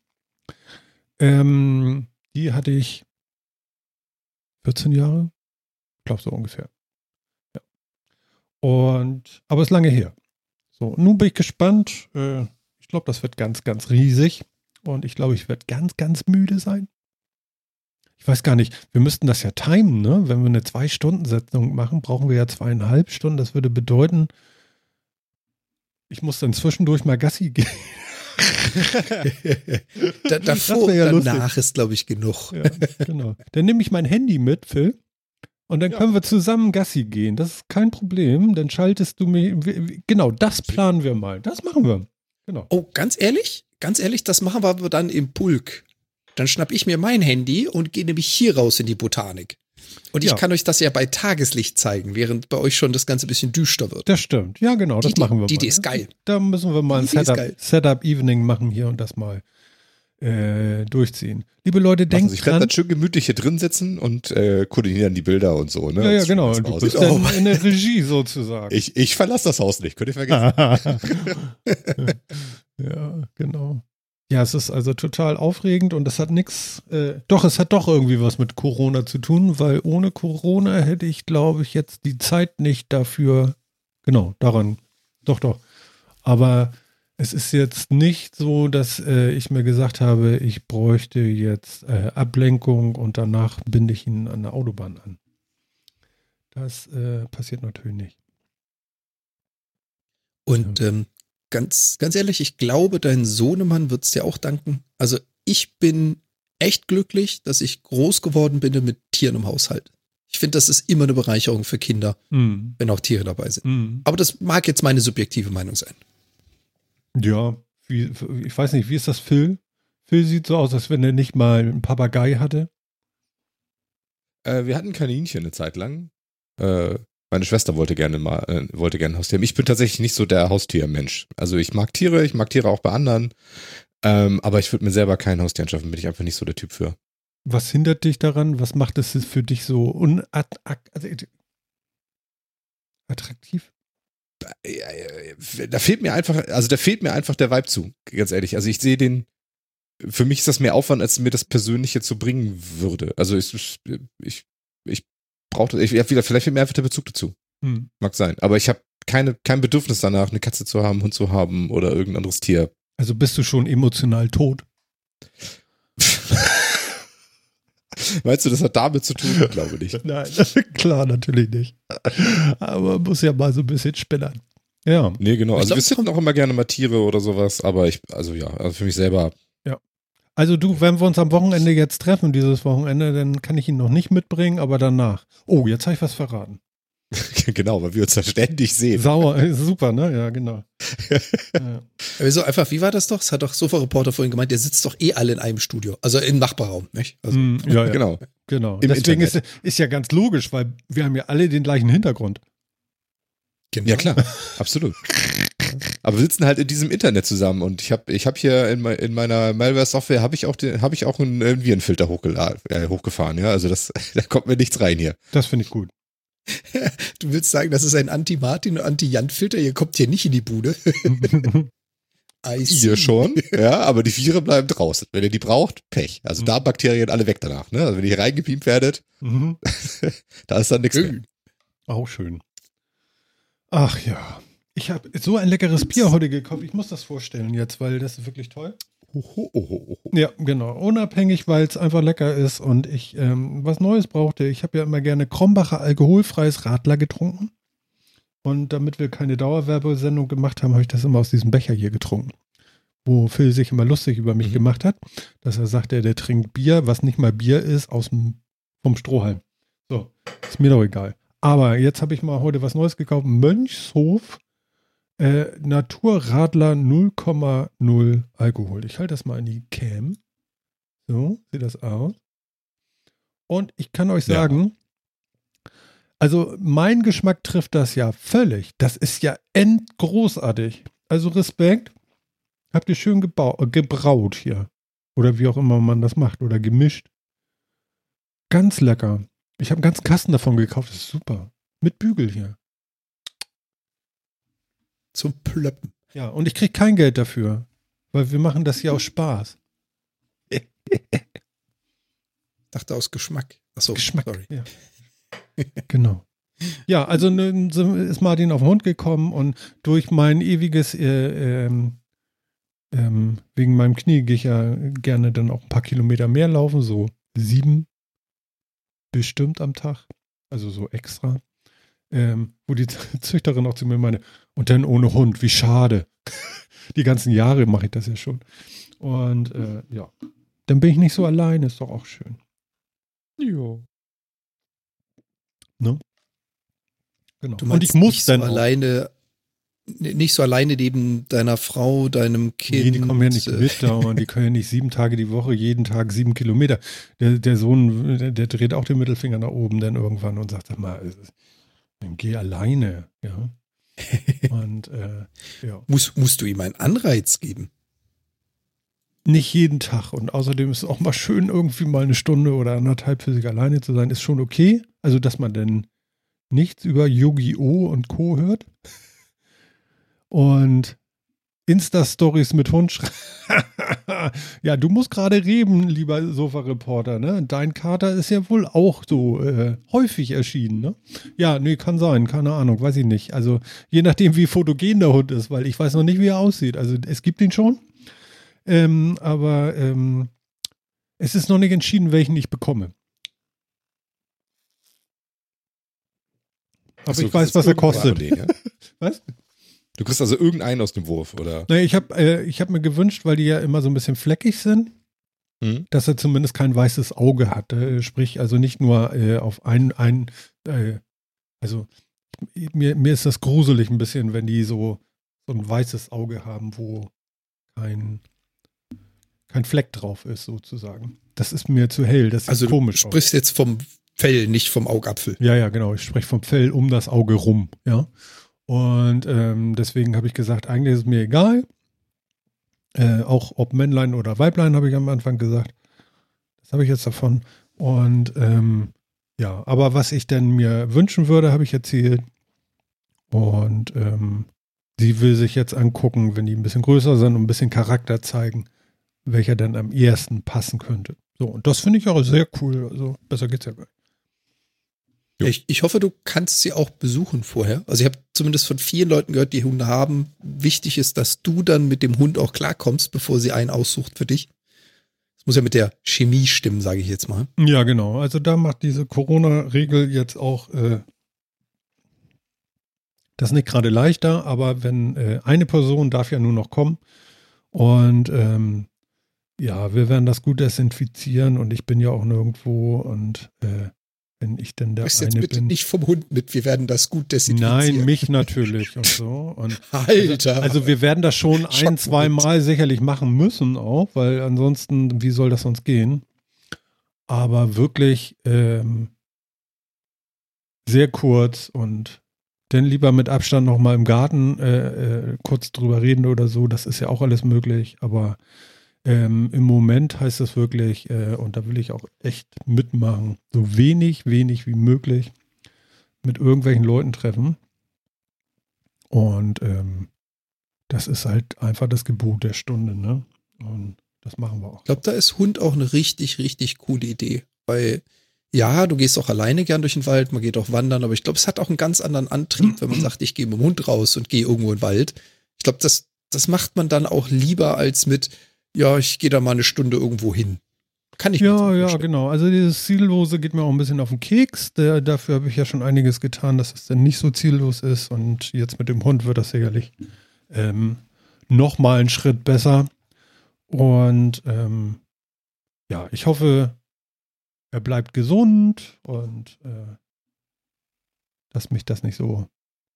Die hatte ich 14 Jahre. Ich glaube so ungefähr. Ja. Aber ist lange her. So, nun bin ich gespannt. Ich Ich glaube, das wird ganz, ganz riesig. Und ich glaube, ich werde ganz, ganz müde sein. Ich weiß gar nicht, wir müssten das ja timen, ne? Wenn wir eine 2-Stunden-Sendung machen, brauchen wir ja 2,5 Stunden. Das würde bedeuten, ich muss dann zwischendurch mal Gassi gehen. Davor, ja danach lustig. ist, glaube ich, genug. Ja, genau. Dann nehme ich mein Handy mit, Phil. Und dann können wir zusammen Gassi gehen. Das ist kein Problem. Dann schaltest du mich. Genau, das planen wir mal. Das machen wir. Genau. Oh, ganz ehrlich, das machen wir aber dann im Pulk. Dann schnapp ich mir mein Handy und gehe nämlich hier raus in die Botanik. Und ich kann euch das ja bei Tageslicht zeigen, während bei euch schon das Ganze ein bisschen düster wird. Das stimmt. Ja, genau, das machen wir mal. Die Idee ist geil. Da müssen wir mal ein Setup-Evening machen hier und das mal durchziehen. Liebe Leute, denkt ich werde dran. dann schön gemütlich hier drin sitzen und koordinieren die Bilder und so. Ne? Ja, Das genau. sieht Du aus. bist dann in der Regie sozusagen. Ich verlasse das Haus nicht, könnt ihr vergessen. Ja, genau. Ja, es ist also total aufregend und das hat nichts, es hat doch irgendwie was mit Corona zu tun, weil ohne Corona hätte ich, glaube ich, jetzt die Zeit nicht dafür, genau, daran, doch. Aber es ist jetzt nicht so, dass ich mir gesagt habe, ich bräuchte jetzt Ablenkung und danach binde ich ihn an der Autobahn an. Das passiert natürlich nicht. Und ganz ehrlich, ich glaube, dein Sohnemann wird es dir auch danken. Also ich bin echt glücklich, dass ich groß geworden bin mit Tieren im Haushalt. Ich finde, das ist immer eine Bereicherung für Kinder, wenn auch Tiere dabei sind. Aber das mag jetzt meine subjektive Meinung sein. Ja, ich weiß nicht, wie ist das Phil? Phil sieht so aus, als wenn er nicht mal einen Papagei hatte. Wir hatten Kaninchen eine Zeit lang. Meine Schwester wollte gerne ein Haustier haben. Ich bin tatsächlich nicht so der Haustiermensch. Also ich mag Tiere auch bei anderen. Aber ich würde mir selber kein Haustier anschaffen, bin ich einfach nicht so der Typ für. Was hindert dich daran? Was macht es für dich so attraktiv? Da fehlt mir einfach der Vibe zu, ganz ehrlich. Also ich sehe für mich ist das mehr Aufwand, als mir das Persönliche zu bringen würde. Also ich brauche, vielleicht fehlt mir einfach der Bezug dazu. Mag sein. Aber ich habe kein Bedürfnis danach, eine Katze zu haben, einen Hund zu haben oder irgendein anderes Tier. Also bist du schon emotional tot? Meinst du, das hat damit zu tun? Ich glaube nicht. Nein, klar, natürlich nicht. Aber man muss ja mal so ein bisschen spinnern. Ja. Nee, genau. Also wir sitten auch immer gerne mal Tiere oder sowas, aber also für mich selber. Ja. Also du, wenn wir uns am Wochenende jetzt treffen, dieses Wochenende, dann kann ich ihn noch nicht mitbringen, aber danach. Oh, jetzt habe ich was verraten. Genau, weil wir uns da ständig sehen. Sauer, super, ne? Ja, genau. Ja. Also einfach, wie war das doch? Das hat doch Sofa-Reporter vorhin gemeint, der sitzt doch alle in einem Studio, also im Nachbarraum, nicht? Also, ja. Genau. Deswegen ist ja ganz logisch, weil wir haben ja alle den gleichen Hintergrund. Genau. Ja, klar, absolut. Aber wir sitzen halt in diesem Internet zusammen und ich hab hier in meiner Malware-Software habe ich auch einen Virenfilter hochgefahren, ja. Also da kommt mir nichts rein hier. Das finde ich gut. Du willst sagen, das ist ein Anti-Martin und Anti-Jan-Filter, ihr kommt hier nicht in die Bude. Ihr schon, ja, aber die Viren bleiben draußen. Wenn ihr die braucht, Pech. Also Darmbakterien alle weg danach, ne? Also wenn ihr hier reingebeamt werdet, da ist dann nichts mehr. Auch schön. Ach ja. Ich habe so ein leckeres Bier heute gekauft. Ich muss das vorstellen jetzt, weil das ist wirklich toll. Ja, genau. Unabhängig, weil es einfach lecker ist und ich was Neues brauchte. Ich habe ja immer gerne Krombacher alkoholfreies Radler getrunken. Und damit wir keine Dauerwerbesendung gemacht haben, habe ich das immer aus diesem Becher hier getrunken. Wo Phil sich immer lustig über mich gemacht hat, dass er sagte, der trinkt Bier, was nicht mal Bier ist, vom Strohhalm. So, ist mir doch egal. Aber jetzt habe ich mal heute was Neues gekauft. Mönchshof Naturradler 0,0 Alkohol. Ich halte das mal in die Cam. So, sieht das aus. Und ich kann euch sagen, also mein Geschmack trifft das ja völlig. Das ist ja endgroßartig. Also Respekt. Habt ihr schön gebraut hier. Oder wie auch immer man das macht. Oder gemischt. Ganz lecker. Ich habe einen ganzen Kasten davon gekauft. Das ist super. Mit Bügel hier. Zum Plöppen. Ja, und ich kriege kein Geld dafür. Weil wir machen das hier aus Spaß. Dachte aus Geschmack. Achso, Geschmack. sorry. Ja. Genau. Ja, also ist Martin auf den Hund gekommen und durch mein ewiges wegen meinem Knie gehe ich ja gerne dann auch ein paar Kilometer mehr laufen, so 7 bestimmt am Tag, also so extra. Wo die Züchterin auch zu mir meine, und dann ohne Hund, wie schade. Die ganzen Jahre mache ich das ja schon. Und ja, dann bin ich nicht so alleine, ist doch auch schön. Jo. Ne? Genau. Du meinst Und ich muss nicht dann so auch. nicht so alleine neben deiner Frau, deinem Kind. Nee, die kommen ja nicht mit da und die können ja nicht 7 Tage die Woche, jeden Tag 7 Kilometer. Der Sohn, der dreht auch den Mittelfinger nach oben dann irgendwann und sagt, sag mal, dann geh alleine, ja. Und ja. Musst du ihm einen Anreiz geben? Nicht jeden Tag. Und außerdem ist es auch mal schön, irgendwie mal eine Stunde oder 1,5 für sich alleine zu sein, ist schon okay. Also, dass man dann nichts über Yu-Gi-Oh! Und Co. hört. Und Insta-Stories mit Hund schreiben. Ja, du musst gerade reden, lieber Sofa-Reporter, ne? Dein Kater ist ja wohl auch so häufig erschienen, ne? Ja, nee, kann sein, keine Ahnung, weiß ich nicht. Also, je nachdem, wie fotogen der Hund ist, weil ich weiß noch nicht, wie er aussieht. Also, es gibt ihn schon. Aber es ist noch nicht entschieden, welchen ich bekomme. Aber Also, ich weiß, was er kostet. Den, ja? Was? Du kriegst also irgendeinen aus dem Wurf, oder? Naja, ich hab mir gewünscht, weil die ja immer so ein bisschen fleckig sind, dass er zumindest kein weißes Auge hat. Sprich, also nicht nur auf also mir ist das gruselig ein bisschen, wenn die so ein weißes Auge haben, wo kein Fleck drauf ist, sozusagen. Das ist mir zu hell, das Also ist komisch. du sprichst jetzt vom Fell, nicht vom Augapfel. Ja, genau. Ich spreche vom Fell um das Auge rum, ja. Und deswegen habe ich gesagt, eigentlich ist es mir egal. Auch ob Männlein oder Weiblein, habe ich am Anfang gesagt. Das habe ich jetzt davon. Und ja, aber was ich denn mir wünschen würde, habe ich erzählt. Und sie will sich jetzt angucken, wenn die ein bisschen größer sind und ein bisschen Charakter zeigen, welcher dann am ehesten passen könnte. So, und das finde ich auch sehr cool. Also besser geht's ja gar nicht. Ich hoffe, du kannst sie auch besuchen vorher. Also ich habe zumindest von vielen Leuten gehört, die Hunde haben. Wichtig ist, dass du dann mit dem Hund auch klarkommst, bevor sie einen aussucht für dich. Das muss ja mit der Chemie stimmen, sage ich jetzt mal. Ja, genau. Also da macht diese Corona-Regel jetzt auch das nicht gerade leichter, aber wenn eine Person darf ja nur noch kommen und ja, wir werden das gut desinfizieren und ich bin ja auch nirgendwo und wenn ich denn der Bist eine jetzt bitte bin. nicht vom Hund mit, wir werden das gut desinfizieren. Nein, mich natürlich und so. Und Alter. also wir werden das schon ein, Schockmoment. 2 Mal sicherlich machen müssen auch, weil ansonsten, wie soll das sonst gehen? Aber wirklich sehr kurz und dann lieber mit Abstand noch mal im Garten kurz drüber reden oder so, das ist ja auch alles möglich, aber im Moment heißt es wirklich, und da will ich auch echt mitmachen, so wenig wie möglich mit irgendwelchen Leuten treffen. Und das ist halt einfach das Gebot der Stunde, ne? Und das machen wir auch. Ich glaube, da ist Hund auch eine richtig, richtig coole Idee. Weil, ja, du gehst auch alleine gern durch den Wald, man geht auch wandern, aber ich glaube, es hat auch einen ganz anderen Antrieb, wenn man sagt, ich gehe mit dem Hund raus und gehe irgendwo in den Wald. Ich glaube, das macht man dann auch lieber als mit, ja, ich gehe da mal eine Stunde irgendwo hin. Kann ich mir Ja, so ja, vorstellen. genau. Also dieses Ziellose geht mir auch ein bisschen auf den Keks. Dafür habe ich ja schon einiges getan, dass es dann nicht so ziellos ist. Und jetzt mit dem Hund wird das sicherlich noch mal einen Schritt besser. Und ja, ich hoffe, er bleibt gesund und dass mich das nicht so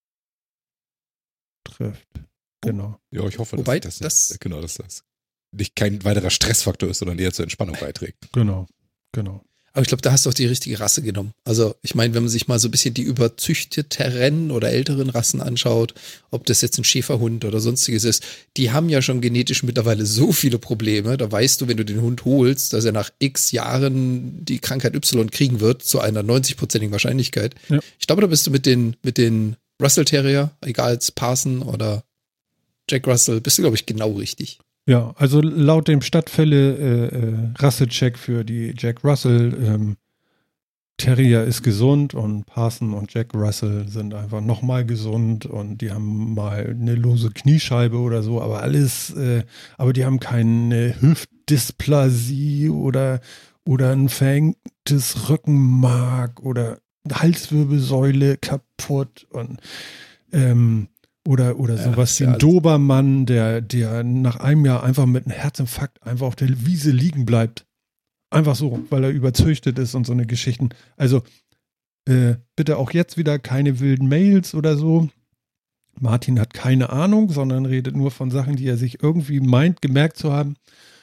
trifft. Genau. Ja, ich hoffe, Wobei dass das- das nicht kein weiterer Stressfaktor ist, sondern eher zur Entspannung beiträgt. Genau. Aber ich glaube, da hast du auch die richtige Rasse genommen. Also ich meine, wenn man sich mal so ein bisschen die überzüchteteren oder älteren Rassen anschaut, ob das jetzt ein Schäferhund oder sonstiges ist, die haben ja schon genetisch mittlerweile so viele Probleme. Da weißt du, wenn du den Hund holst, dass er nach x Jahren die Krankheit Y kriegen wird, zu einer 90%igen Wahrscheinlichkeit. Ja. Ich glaube, da bist du mit den Russell Terrier, egal ob Parson oder Jack Russell, bist du, glaube ich, genau richtig. Ja, also laut dem Stadtfälle Rassecheck für die Jack Russell Terrier ist gesund und Parson und Jack Russell sind einfach nochmal gesund und die haben mal eine lose Kniescheibe oder so, aber aber die haben keine Hüftdysplasie oder ein verengtes Rückenmark oder Halswirbelsäule kaputt und oder sowas wie ein Dobermann, der nach einem Jahr einfach mit einem Herzinfarkt einfach auf der Wiese liegen bleibt. Einfach so, weil er überzüchtet ist und so eine Geschichten. Also bitte auch jetzt wieder keine wilden Mails oder so. Martin hat keine Ahnung, sondern redet nur von Sachen, die er sich irgendwie meint, gemerkt zu haben.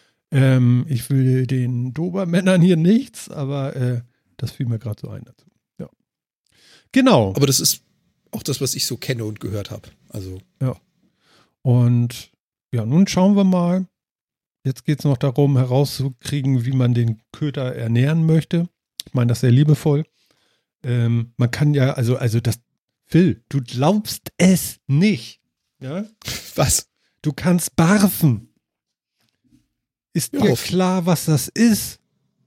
Ich will den Dobermännern hier nichts, aber das fiel mir gerade so ein dazu. Ja. Genau. Aber das ist auch das, was ich so kenne und gehört habe. Also. Ja. Und ja, nun schauen wir mal. Jetzt geht es noch darum, herauszukriegen, wie man den Köter ernähren möchte. Ich meine das sehr liebevoll. Man kann ja, also das, Phil, du glaubst es nicht. Ja? Was? Du kannst barfen. Ist dir auf. klar, was das ist?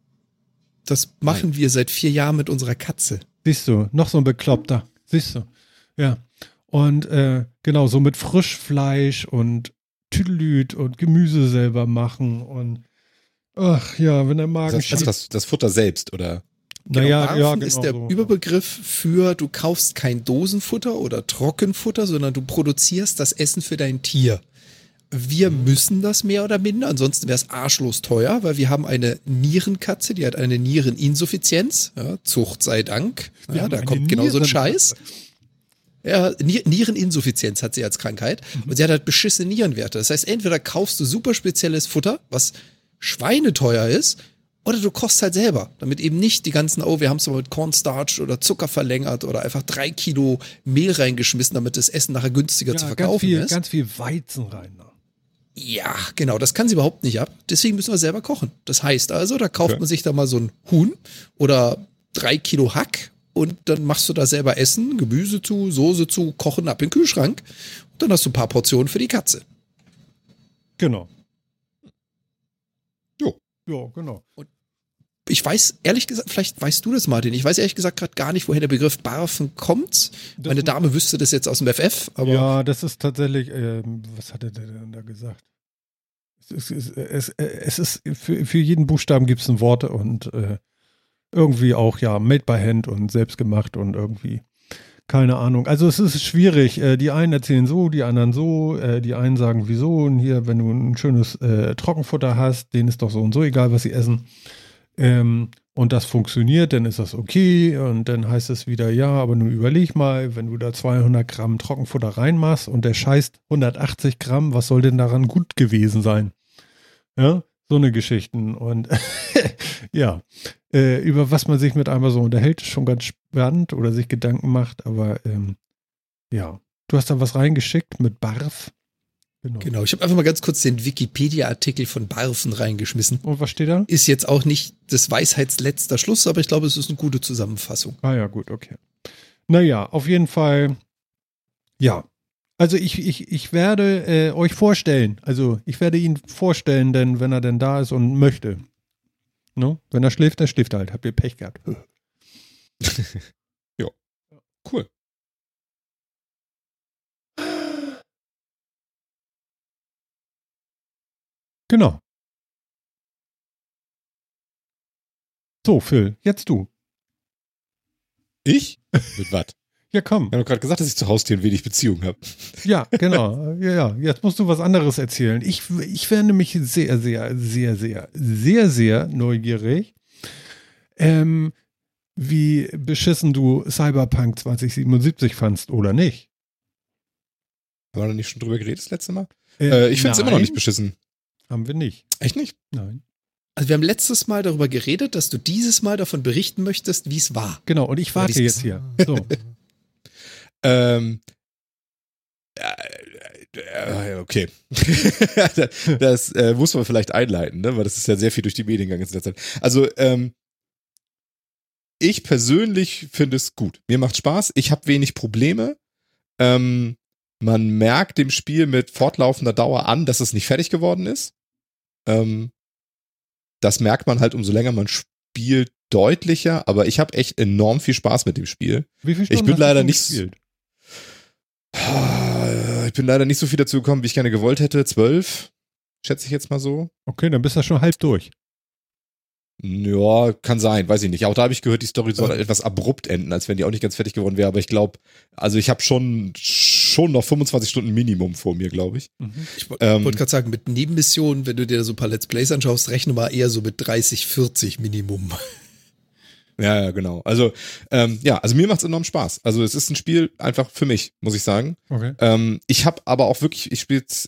Das machen wir seit 4 Jahren mit unserer Katze. Siehst du, noch so ein Bekloppter. Siehst du. Ja. Und genau, so mit Frischfleisch und Tüdelüt und Gemüse selber machen und ach ja, wenn der Magen das Futter selbst, oder? Naja, Barfen ja, genau ist der so. Überbegriff für, du kaufst kein Dosenfutter oder Trockenfutter, sondern du produzierst das Essen für dein Tier. Wir müssen das mehr oder minder, ansonsten wäre es arschlos teuer, weil wir haben eine Nierenkatze, die hat eine Niereninsuffizienz, ja, Zucht sei Dank, ja, da kommt genau so ein Scheiß. Ja, Niereninsuffizienz hat sie als Krankheit und sie hat halt beschissene Nierenwerte. Das heißt, entweder kaufst du super spezielles Futter, was schweineteuer ist, oder du kochst halt selber, damit eben nicht die ganzen, wir haben es mal mit Cornstarch oder Zucker verlängert oder einfach 3 Kilo Mehl reingeschmissen, damit das Essen nachher günstiger zu verkaufen ist. Ganz viel Weizen rein. Ja, genau, das kann sie überhaupt nicht ab. Deswegen müssen wir selber kochen. Das heißt also, da kauft man sich da mal so ein Huhn oder 3 Kilo Hack und dann machst du da selber Essen, Gemüse zu, Soße zu, kochen ab in den Kühlschrank und dann hast du ein paar Portionen für die Katze. Genau. Jo. Ja, genau. Und ich weiß, ehrlich gesagt, vielleicht weißt du das, Martin, ich weiß ehrlich gesagt gerade gar nicht, woher der Begriff Barfen kommt. Meine Dame wüsste das jetzt aus dem FF, aber. Ja, das ist tatsächlich, was hat er denn da gesagt? Es ist für jeden Buchstaben gibt es ein Wort und irgendwie auch, ja, made by hand und selbst gemacht und irgendwie, keine Ahnung. Also es ist schwierig. Die einen erzählen so, die anderen so, die einen sagen wieso und hier, wenn du ein schönes Trockenfutter hast, denen ist doch so und so egal, was sie essen. Und das funktioniert, dann ist das okay und dann heißt es wieder, ja, aber nun überleg mal, wenn du da 200 Gramm Trockenfutter reinmachst und der scheißt 180 Gramm, was soll denn daran gut gewesen sein? Ja, so eine Geschichten und ja, über was man sich mit einmal so unterhält, ist schon ganz spannend oder sich Gedanken macht, aber ja, du hast da was reingeschickt mit Barf. Genau, ich habe einfach mal ganz kurz den Wikipedia-Artikel von Barfen reingeschmissen. Und was steht da? Ist jetzt auch nicht das Weisheitsletzter Schluss, aber ich glaube, es ist eine gute Zusammenfassung. Ah ja, gut, okay. Naja, auf jeden Fall, ja. Also ich werde euch vorstellen, also ich werde ihn vorstellen, denn wenn er denn da ist und möchte. No? Wenn er schläft, dann schläft er halt. Habt ihr Pech gehabt. Ja, cool. Genau. So, Phil, jetzt du. Ich? Mit was? Ja, komm. Ich habe gerade gesagt, dass ich zu Haustieren wenig Beziehung habe. Ja, genau. Ja, jetzt musst du was anderes erzählen. Ich wäre nämlich sehr, sehr, sehr, sehr, sehr, sehr neugierig, wie beschissen du Cyberpunk 2077 fandst oder nicht. Haben wir da nicht schon drüber geredet das letzte Mal? Ich finde es immer noch nicht beschissen. Haben wir nicht. Echt nicht? Nein. Also wir haben letztes Mal darüber geredet, dass du dieses Mal davon berichten möchtest, wie es war. Genau, und ich warte jetzt hier. So. Okay. Das muss man vielleicht einleiten, ne? Weil das ist ja sehr viel durch die Medien gegangen in letzter Zeit. Also, ich persönlich finde es gut. Mir macht Spaß. Ich habe wenig Probleme. Man merkt dem Spiel mit fortlaufender Dauer an, dass es nicht fertig geworden ist. Das merkt man halt, umso länger man spielt, deutlicher, aber ich habe echt enorm viel Spaß mit dem Spiel. Wie viele Stunden Ich bin hast leider du nicht gespielt? Ich bin leider nicht so viel dazu gekommen, wie ich gerne gewollt hätte. 12, schätze ich jetzt mal so. Okay, dann bist du schon halb durch. Ja, kann sein, weiß ich nicht. Auch da habe ich gehört, die Story soll etwas abrupt enden, als wenn die auch nicht ganz fertig geworden wäre. Aber ich glaube, also ich habe schon noch 25 Stunden Minimum vor mir, glaube ich. Ich wollte gerade sagen, mit Nebenmissionen, wenn du dir so ein paar Let's Plays anschaust, rechne mal eher so mit 30, 40 Minimum. Ja, genau. Also, also mir macht's enorm Spaß. Also es ist ein Spiel einfach für mich, muss ich sagen. Okay. Ich habe aber auch wirklich, ich spiel's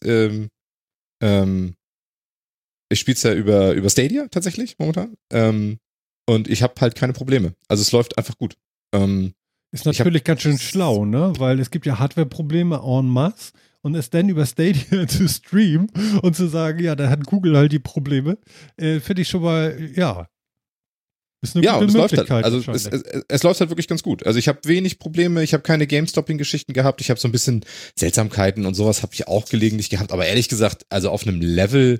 ja über Stadia tatsächlich momentan. Und ich habe halt keine Probleme. Also es läuft einfach gut. Ist natürlich ganz schön schlau, ne? Weil es gibt ja Hardware-Probleme en masse und es dann über Stadia zu streamen und zu sagen, ja, da hat Google halt die Probleme, finde ich schon mal, ja, ist eine gute es läuft Möglichkeit. halt. Also es läuft halt wirklich ganz gut. Also ich habe wenig Probleme, ich habe keine Game-Stopping-Geschichten gehabt, ich habe so ein bisschen Seltsamkeiten und sowas habe ich auch gelegentlich gehabt, aber ehrlich gesagt, also auf einem Level,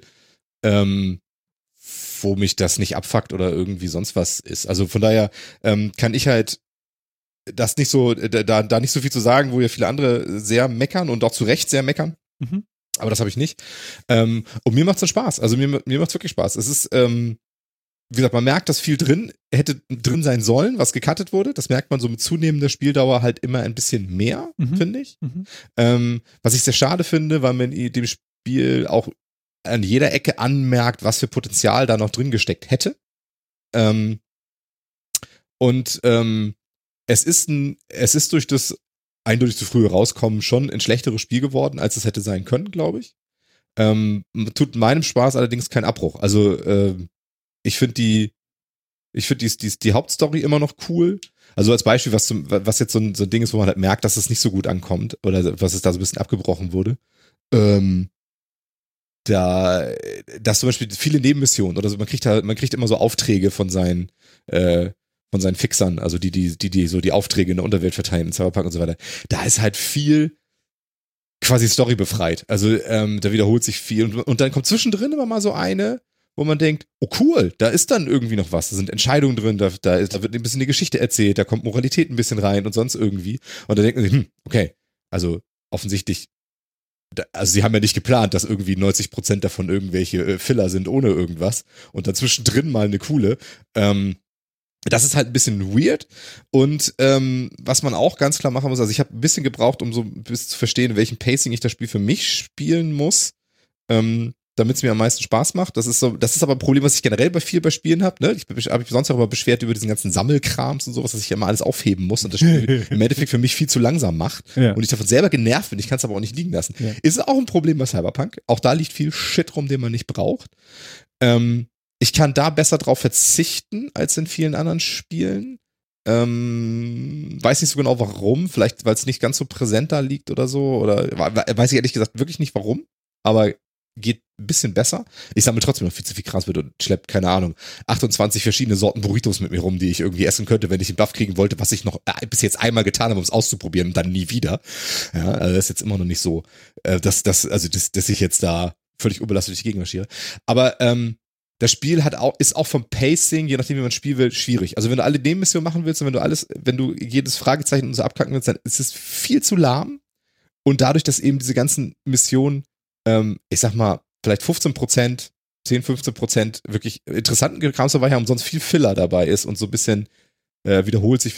wo mich das nicht abfuckt oder irgendwie sonst was ist. Also von daher kann ich halt das nicht so, da nicht so viel zu sagen, wo ja viele andere sehr meckern und auch zu Recht sehr meckern. Mhm. Aber das habe ich nicht. Und mir macht's dann Spaß. Also mir macht's wirklich Spaß. Es ist, wie gesagt, man merkt, dass viel hätte drin sein sollen, was gecuttet wurde. Das merkt man so mit zunehmender Spieldauer halt immer ein bisschen mehr, finde ich. Was ich sehr schade finde, weil man dem Spiel auch an jeder Ecke anmerkt, was für Potenzial da noch drin gesteckt hätte. Es ist durch das eindeutig zu früh rauskommen schon ein schlechteres Spiel geworden, als es hätte sein können, glaube ich. Tut meinem Spaß allerdings keinen Abbruch. Also ich finde die Hauptstory immer noch cool. Also als Beispiel, was jetzt so ein Ding ist, wo man halt merkt, dass es nicht so gut ankommt oder was es da so ein bisschen abgebrochen wurde. Dass zum Beispiel viele Nebenmissionen oder so, man kriegt immer so Aufträge von seinen Fixern, also die so die Aufträge in der Unterwelt verteilen in Cyberpunk und so weiter. Da ist halt viel quasi Story befreit. Also da wiederholt sich viel und dann kommt zwischendrin immer mal so eine, wo man denkt, oh cool, da ist dann irgendwie noch was, da sind Entscheidungen drin, da wird ein bisschen die Geschichte erzählt, da kommt Moralität ein bisschen rein und sonst irgendwie. Und da denkt man sich, okay, also offensichtlich, also sie haben ja nicht geplant, dass irgendwie 90% davon irgendwelche Filler sind ohne irgendwas und dann zwischendrin mal eine coole. Das ist halt ein bisschen weird und was man auch ganz klar machen muss, also ich habe ein bisschen gebraucht, um so ein bisschen zu verstehen, welchen Pacing ich das Spiel für mich spielen muss, damit es mir am meisten Spaß macht. Das ist aber ein Problem, was ich generell bei Spielen habe. Ne? Ich habe mich sonst auch immer beschwert über diesen ganzen Sammelkrams und sowas, dass ich immer alles aufheben muss und das Spiel im Endeffekt für mich viel zu langsam macht und ich davon selber genervt bin. Ich kann es aber auch nicht liegen lassen. Ja. Ist auch ein Problem bei Cyberpunk. Auch da liegt viel Shit rum, den man nicht braucht. Ich kann da besser drauf verzichten als in vielen anderen Spielen. Weiß nicht so genau warum. Vielleicht, weil es nicht ganz so präsent da liegt oder so. Oder weiß ich ehrlich gesagt wirklich nicht warum. Aber geht ein bisschen besser. Ich sammle trotzdem noch viel zu viel Kram mit und schleppe, keine Ahnung, 28 verschiedene Sorten Burritos mit mir rum, die ich irgendwie essen könnte, wenn ich einen Buff kriegen wollte, was ich noch bis jetzt einmal getan habe, um es auszuprobieren und dann nie wieder. Ja, also das ist jetzt immer noch nicht so, dass ich jetzt da völlig unbelastet durch die Gegend marschiere. Aber das Spiel ist auch vom Pacing, je nachdem wie man spielen will, schwierig. Also wenn du alle Nebenmissionen machen willst und wenn du jedes Fragezeichen und so abkacken willst, dann ist es viel zu lahm. Und dadurch, dass eben diese ganzen Missionen, ich sag mal, vielleicht 15%, 10-15% wirklich interessanten Krams dabei haben und sonst viel Filler dabei ist und so ein bisschen wiederholt sich,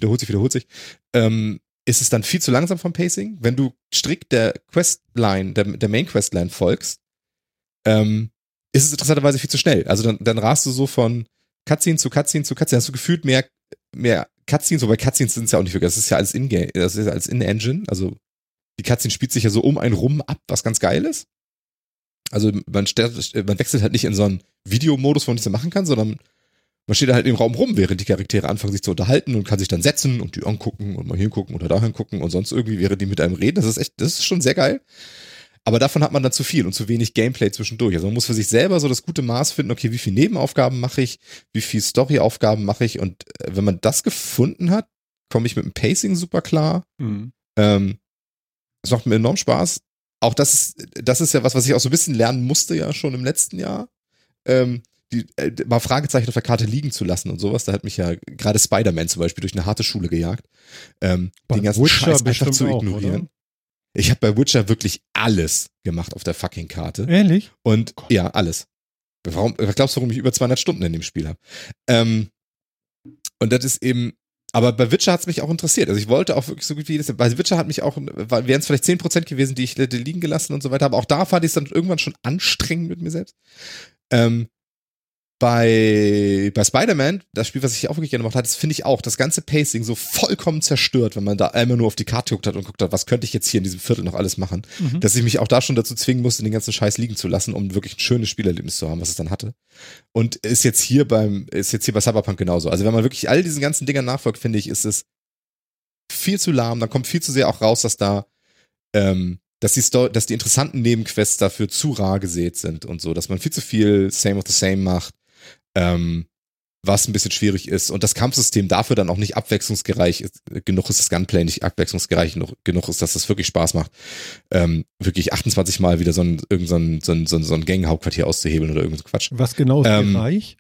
ist es dann viel zu langsam vom Pacing. Wenn du strikt der Questline, der Main-Questline folgst, ist es interessanterweise viel zu schnell. Also dann rast du so von Cutscene zu Cutscene zu Cutscene, hast du gefühlt mehr Cutscenes, wobei Cutscenes sind es ja auch nicht wirklich, das ist ja alles in-game, das ist ja alles in-Engine, also die Cutscene spielt sich ja so um einen rum ab, was ganz geil ist. Also man wechselt halt nicht in so einen Videomodus, wo man nichts mehr machen kann, sondern man steht halt im Raum rum, während die Charaktere anfangen sich zu unterhalten und kann sich dann setzen und die angucken und mal hingucken oder dahin gucken und sonst irgendwie, während die mit einem reden. Das ist schon sehr geil. Aber davon hat man dann zu viel und zu wenig Gameplay zwischendurch. Also man muss für sich selber so das gute Maß finden, okay, wie viel Nebenaufgaben mache ich, wie viel Storyaufgaben mache ich und wenn man das gefunden hat, komme ich mit dem Pacing super klar. Es macht mir enorm Spaß. Auch das ist ja was ich auch so ein bisschen lernen musste ja schon im letzten Jahr. mal Fragezeichen auf der Karte liegen zu lassen und sowas. Da hat mich ja gerade Spider-Man zum Beispiel durch eine harte Schule gejagt. Den ganzen Witcher Scheiß einfach zu bestimmt auch, ignorieren. oder? Ich habe bei Witcher wirklich alles gemacht auf der fucking Karte. Ehrlich? Und ja, alles. Was glaubst du, warum ich über 200 Stunden in dem Spiel habe? Und das ist eben, aber bei Witcher hat es mich auch interessiert. Also ich wollte auch wirklich so gut wie jedes, bei Witcher hat mich auch, wären es vielleicht 10% gewesen, die ich hätte liegen gelassen und so weiter, aber auch da fand ich es dann irgendwann schon anstrengend mit mir selbst. Bei Spider-Man, das Spiel, was ich auch wirklich gerne gemacht habe, das finde ich auch, das ganze Pacing so vollkommen zerstört, wenn man da einmal nur auf die Karte geguckt hat und geguckt hat, was könnte ich jetzt hier in diesem Viertel noch alles machen, dass ich mich auch da schon dazu zwingen musste, den ganzen Scheiß liegen zu lassen, um wirklich ein schönes Spielerlebnis zu haben, was es dann hatte. Und ist jetzt hier bei Cyberpunk genauso. Also wenn man wirklich all diesen ganzen Dingern nachfolgt, finde ich, ist es viel zu lahm, dann kommt viel zu sehr auch raus, dass da dass die interessanten Nebenquests dafür zu rar gesät sind und so, dass man viel zu viel Same of the Same macht, was ein bisschen schwierig ist und das Kampfsystem dafür dann auch nicht abwechslungsreich ist, genug ist, das Gunplay nicht abwechslungsreich genug ist, dass das wirklich Spaß macht, wirklich 28 Mal wieder so ein Gang-Hauptquartier auszuhebeln oder irgend so Quatsch. Was genau ist Gereich?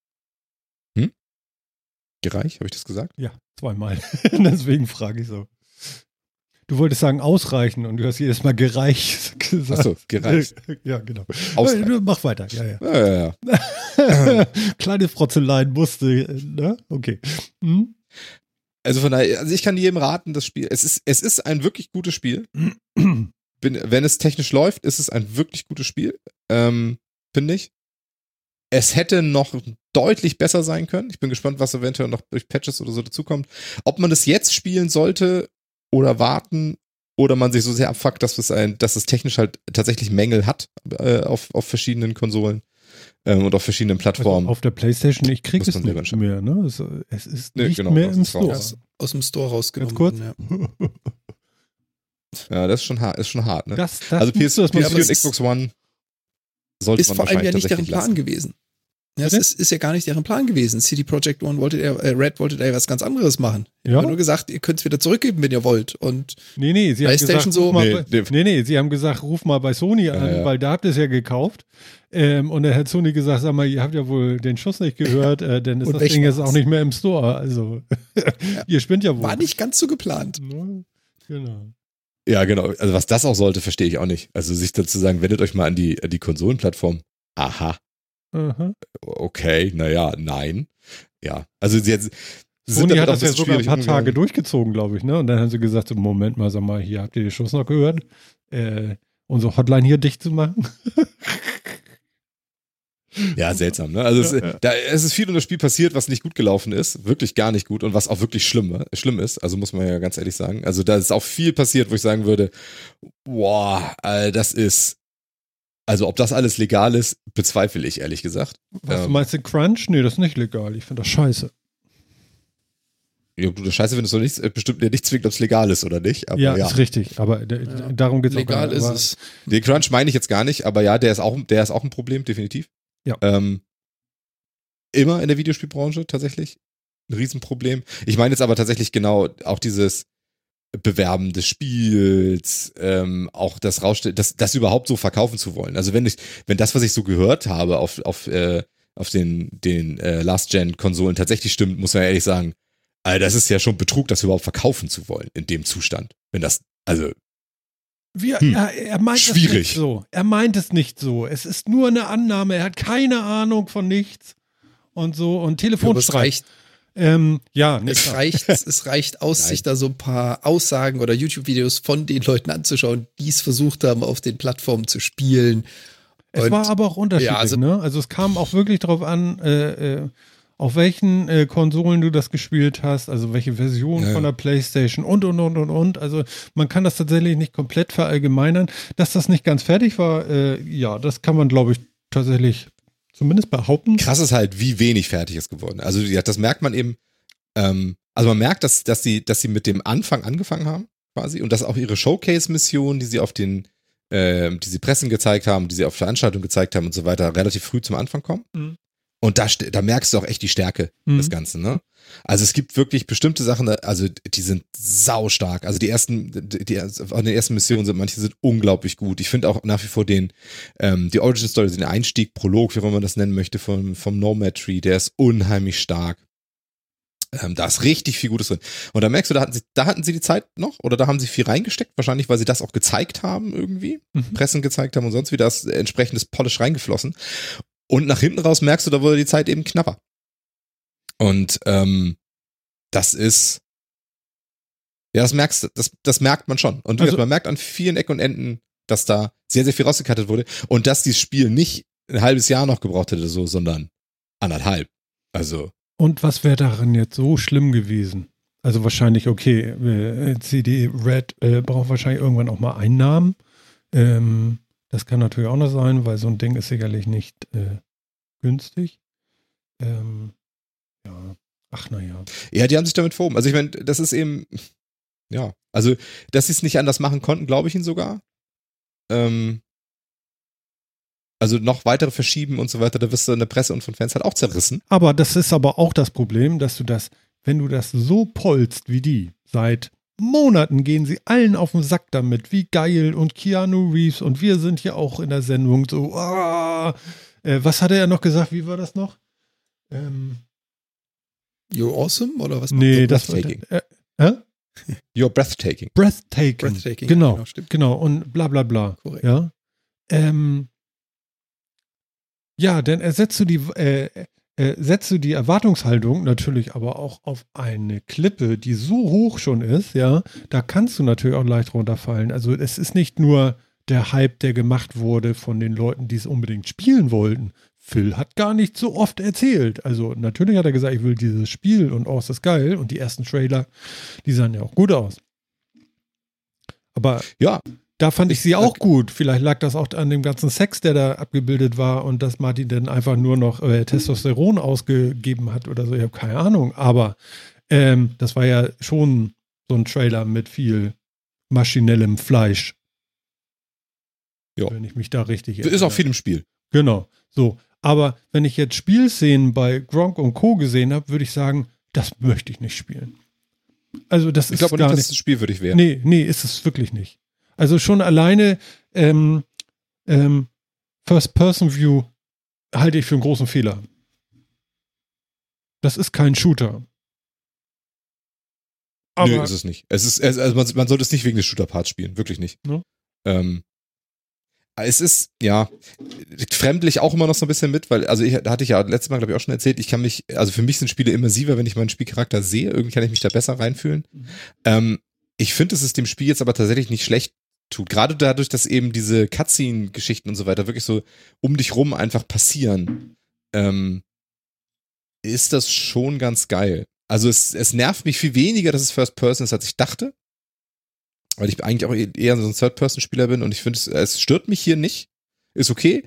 Gereich, habe ich das gesagt? Ja, 2-mal. Deswegen frage ich so. Du wolltest sagen ausreichen und du hast jedes Mal gereich gesagt. Achso, gereich. Ja, genau. Ausreichen. Mach weiter, ja. Ja. Kleine Frotzeleien musste, ne? Okay. Also von daher, also ich kann jedem raten, das Spiel, es ist ein wirklich gutes Spiel. Wenn es technisch läuft, ist es ein wirklich gutes Spiel, finde ich. Es hätte noch deutlich besser sein können. Ich bin gespannt, was eventuell noch durch Patches oder so dazukommt. Ob man das jetzt spielen sollte oder warten oder man sich so sehr abfuckt, dass es technisch halt tatsächlich Mängel hat auf verschiedenen Konsolen und auf verschiedenen Plattformen. Also auf der PlayStation, ich kriege es nicht mehr. Ne? Es ist nicht mehr im Store. Aus dem Store rausgenommen. Ganz kurz. Ja. Ja, das ist schon hart, ne? Das also PS4 und ist, Xbox One sollte ist man vor allem ja wahrscheinlich nicht deren Plan lassen. gewesen. Ja, es ist ja gar nicht deren Plan gewesen. CD Projekt Red wollte da ja was ganz anderes machen. Ja? Die haben nur gesagt, ihr könnt es wieder zurückgeben, wenn ihr wollt. Und nee, sie haben gesagt, sie haben gesagt, ruf mal bei Sony an, weil da habt ihr es ja gekauft. Und dann hat Sony gesagt, sag mal, ihr habt ja wohl den Schuss nicht gehört, denn ist das Ding jetzt auch nicht mehr im Store. Also, ihr spinnt ja wohl. War nicht ganz so geplant. Genau. Ja, genau. Also was das auch sollte, verstehe ich auch nicht. Also sich dazu sagen, wendet euch mal an die Konsolenplattform. Aha. Okay, naja, nein. Ja, also jetzt Sony hat das ja sogar ein paar Tage durchgezogen, glaube ich, ne? Und dann haben sie gesagt, so, Moment mal, sag mal, hier habt ihr den Schuss noch gehört? Unsere Hotline hier dicht zu machen? Ja, seltsam, ne? Also es ist viel in das Spiel passiert, was nicht gut gelaufen ist, wirklich gar nicht gut und was auch wirklich schlimm ist, also muss man ja ganz ehrlich sagen. Also da ist auch viel passiert, wo ich sagen würde, boah, das ist, also ob das alles legal ist, bezweifle ich, ehrlich gesagt. Was du meinst, den Crunch? Nee, das ist nicht legal, ich finde das scheiße. Ja, du das scheiße findest du nicht, bestimmt nicht zwingend, ob es legal ist oder nicht. Aber ja, ist richtig, aber darum geht es auch gar nicht. Legal ist es. Den Crunch meine ich jetzt gar nicht, aber ja, der ist auch ein Problem, definitiv. Ja. Immer in der Videospielbranche tatsächlich ein Riesenproblem. Ich meine jetzt aber tatsächlich genau auch dieses Bewerben des Spiels, auch das Rausstellen, das überhaupt so verkaufen zu wollen. Also wenn das, was ich so gehört habe auf den Last-Gen-Konsolen tatsächlich stimmt, muss man ja ehrlich sagen, also das ist ja schon Betrug, das überhaupt verkaufen zu wollen in dem Zustand. Wenn das, also er meint schwierig. Es nicht so. Er meint es nicht so. Es ist nur eine Annahme. Er hat keine Ahnung von nichts und so und Telefonstreich. Es reicht aus, sich da so ein paar Aussagen oder YouTube-Videos von den Leuten anzuschauen, die es versucht haben, auf den Plattformen zu spielen. Es war aber auch unterschiedlich, ne? Also es kam auch wirklich drauf an, auf welchen Konsolen du das gespielt hast, also welche Version von der PlayStation und. Also man kann das tatsächlich nicht komplett verallgemeinern. Dass das nicht ganz fertig war, das kann man, glaube ich, tatsächlich zumindest behaupten. Krass ist halt, wie wenig fertig ist geworden. Also das merkt man eben, also man merkt, dass sie mit dem Anfang angefangen haben, quasi, und dass auch ihre Showcase-Missionen, die sie auf die sie Pressen gezeigt haben, die sie auf Veranstaltungen gezeigt haben und so weiter, relativ früh zum Anfang kommen. Mhm. Und da merkst du auch echt die Stärke des Ganzen, ne? Also es gibt wirklich bestimmte Sachen, also die sind saustark. Also von den ersten Missionen manche sind unglaublich gut. Ich finde auch nach wie vor die Origin Story, den Einstieg, Prolog, wie auch immer man das nennen möchte, vom Nomad Tree, der ist unheimlich stark. Da ist richtig viel Gutes drin. Und da merkst du, da hatten sie die Zeit noch oder da haben sie viel reingesteckt, wahrscheinlich, weil sie das auch gezeigt haben irgendwie, Pressen gezeigt haben und sonst wie, da ist entsprechendes Polish reingeflossen. Und nach hinten raus merkst du, da wurde die Zeit eben knapper. Und das ist, ja, das merkt man schon. Und man merkt an vielen Ecken und Enden, dass da sehr, sehr viel rausgekattet wurde und dass dieses Spiel nicht ein halbes Jahr noch gebraucht hätte, so, sondern 1,5. Also. Und was wäre daran jetzt so schlimm gewesen? Also wahrscheinlich, okay, CD Red braucht wahrscheinlich irgendwann auch mal Einnahmen. Das kann natürlich auch noch sein, weil so ein Ding ist sicherlich nicht günstig. Ja, ach naja. Ja, die haben sich damit verhoben. Also ich meine, das ist eben, ja, also dass sie es nicht anders machen konnten, glaube ich ihnen sogar. Also noch weitere verschieben und so weiter, da wirst du in der Presse und von Fans halt auch zerrissen. Aber das ist aber auch das Problem, dass du das, wenn du das so polst wie die, seit Monaten gehen sie allen auf den Sack damit, wie geil und Keanu Reeves und wir sind hier auch in der Sendung so, was hatte er noch gesagt, wie war das noch? You're awesome oder was? Nee, das war You're breathtaking. Breathtaking. Genau, und bla bla bla. Korrekt. Ja. Ja, dann setzt du die Erwartungshaltung natürlich aber auch auf eine Klippe, die so hoch schon ist, ja, da kannst du natürlich auch leicht runterfallen. Also es ist nicht nur der Hype, der gemacht wurde von den Leuten, die es unbedingt spielen wollten. Phil hat gar nicht so oft erzählt. Also natürlich hat er gesagt, ich will dieses Spiel und ist das geil. Und die ersten Trailer, die sahen ja auch gut aus. Aber ja, da fand ich sie auch gut. Vielleicht lag das auch an dem ganzen Sex, der da abgebildet war und dass Martin dann einfach nur noch Testosteron ausgegeben hat oder so. Ich habe keine Ahnung. Aber das war ja schon so ein Trailer mit viel maschinellem Fleisch. Ja. Wenn ich mich da richtig erinnere. Ist auch viel im Spiel. Genau. So. Aber wenn ich jetzt Spielszenen bei Gronk und Co. gesehen habe, würde ich sagen, das möchte ich nicht spielen. Also das ist gar nicht. Ich glaube nicht, dass das Spiel würdig wäre. Nee, ist es wirklich nicht. Also schon alleine First-Person-View halte ich für einen großen Fehler. Das ist kein Shooter. Aber nö, ist es nicht. Also man sollte es nicht wegen des Shooter-Parts spielen. Wirklich nicht. No? Es ist, ja, fremdlich auch immer noch so ein bisschen mit, weil, da hatte ich ja letztes Mal, glaube ich, auch schon erzählt, also für mich sind Spiele immersiver, wenn ich meinen Spielcharakter sehe. Irgendwie kann ich mich da besser reinfühlen. Ich finde, dass es dem Spiel jetzt aber tatsächlich nicht schlecht tut. Gerade dadurch, dass eben diese Cutscene-Geschichten und so weiter wirklich so um dich rum einfach passieren, ist das schon ganz geil. Also es nervt mich viel weniger, dass es First Person ist, als ich dachte. Weil ich eigentlich auch eher so ein Third-Person-Spieler bin und ich finde, es stört mich hier nicht. Ist okay.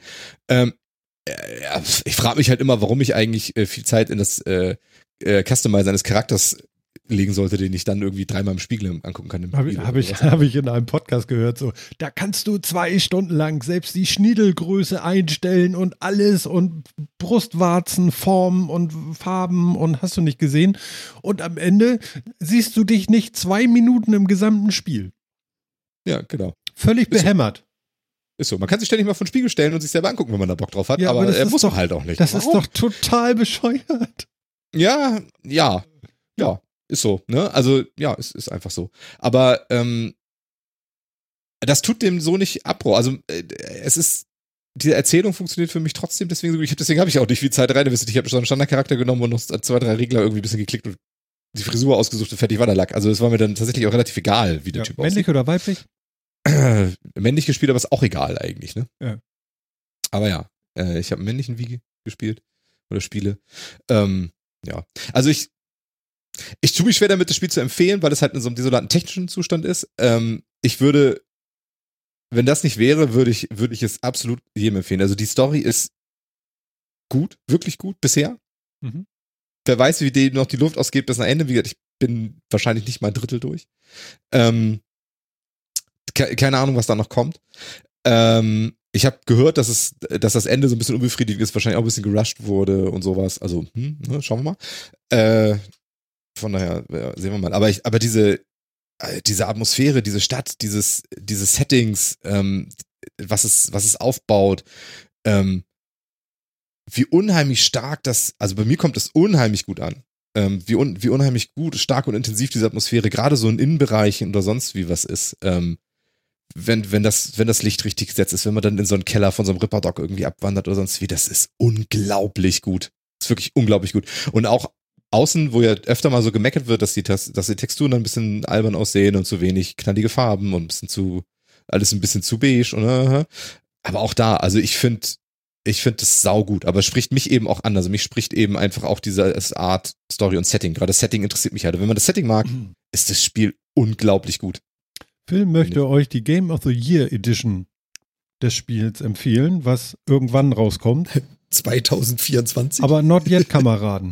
Ich frage mich halt immer, warum ich eigentlich viel Zeit in das Customizen eines Charakters legen sollte, den ich dann irgendwie 3-mal im Spiegel angucken kann. Hab ich in einem Podcast gehört, so, da kannst du 2 Stunden lang selbst die Schniedelgröße einstellen und alles und Brustwarzen, Formen und Farben und hast du nicht gesehen. Und am Ende siehst du dich nicht 2 Minuten im gesamten Spiel. Ja, genau. Völlig behämmert. Ist so. Man kann sich ständig mal vor den Spiegel stellen und sich selber angucken, wenn man da Bock drauf hat, ja, aber er muss doch halt auch nicht. Das ist doch total bescheuert. Ja. Ist so, ne? Also, ja, es ist einfach so. Aber das tut dem so nicht Abbruch. Also, diese Erzählung funktioniert für mich trotzdem deswegen so gut. Deswegen habe ich auch nicht viel Zeit rein. Ich habe so einen Standardcharakter genommen und noch 2, 3 Regler irgendwie ein bisschen geklickt und die Frisur ausgesucht und fertig war der Lack. Also, es war mir dann tatsächlich auch relativ egal, wie der Typ aussieht. Männlich oder weiblich? Männlich gespielt, aber ist auch egal eigentlich, ne? Ja. Aber ja, ich habe einen männlichen Wie gespielt oder spiele. Ja, also ich tue mich schwer damit, das Spiel zu empfehlen, weil es halt in so einem desolaten technischen Zustand ist. Ich würde, wenn das nicht wäre, würde ich es absolut jedem empfehlen. Also die Story ist gut, wirklich gut bisher. Mhm. Wer weiß, wie dem noch die Luft ausgeht bis zum Ende. Wie gesagt, ich bin wahrscheinlich nicht mal ein Drittel durch. Keine Ahnung, was da noch kommt. Ich Ich habe gehört, dass das Ende so ein bisschen unbefriedigend ist, wahrscheinlich auch ein bisschen gerusht wurde und sowas. Also, schauen wir mal. Von daher, ja, sehen wir mal. Aber diese Atmosphäre, diese Stadt, diese Settings, was es aufbaut, wie unheimlich stark also bei mir kommt das unheimlich gut an. Wie unheimlich gut, stark und intensiv diese Atmosphäre, gerade so in Innenbereichen oder sonst wie was ist, wenn das Licht richtig gesetzt ist, wenn man dann in so einen Keller von so einem Ripperdog irgendwie abwandert oder sonst wie, das ist unglaublich gut. Das ist wirklich unglaublich gut. Und auch außen, wo ja öfter mal so gemeckert wird, dass die Texturen dann ein bisschen albern aussehen und zu wenig knallige Farben und alles ein bisschen zu beige. Aber auch da, also ich finde das saugut, aber es spricht mich eben auch an. Also mich spricht eben einfach auch diese Art, Story und Setting. Gerade das Setting interessiert mich halt. Und wenn man das Setting mag, ist das Spiel unglaublich gut. Phil möchte euch die Game of the Year Edition des Spiels empfehlen, was irgendwann rauskommt. 2024. Aber not yet, Kameraden.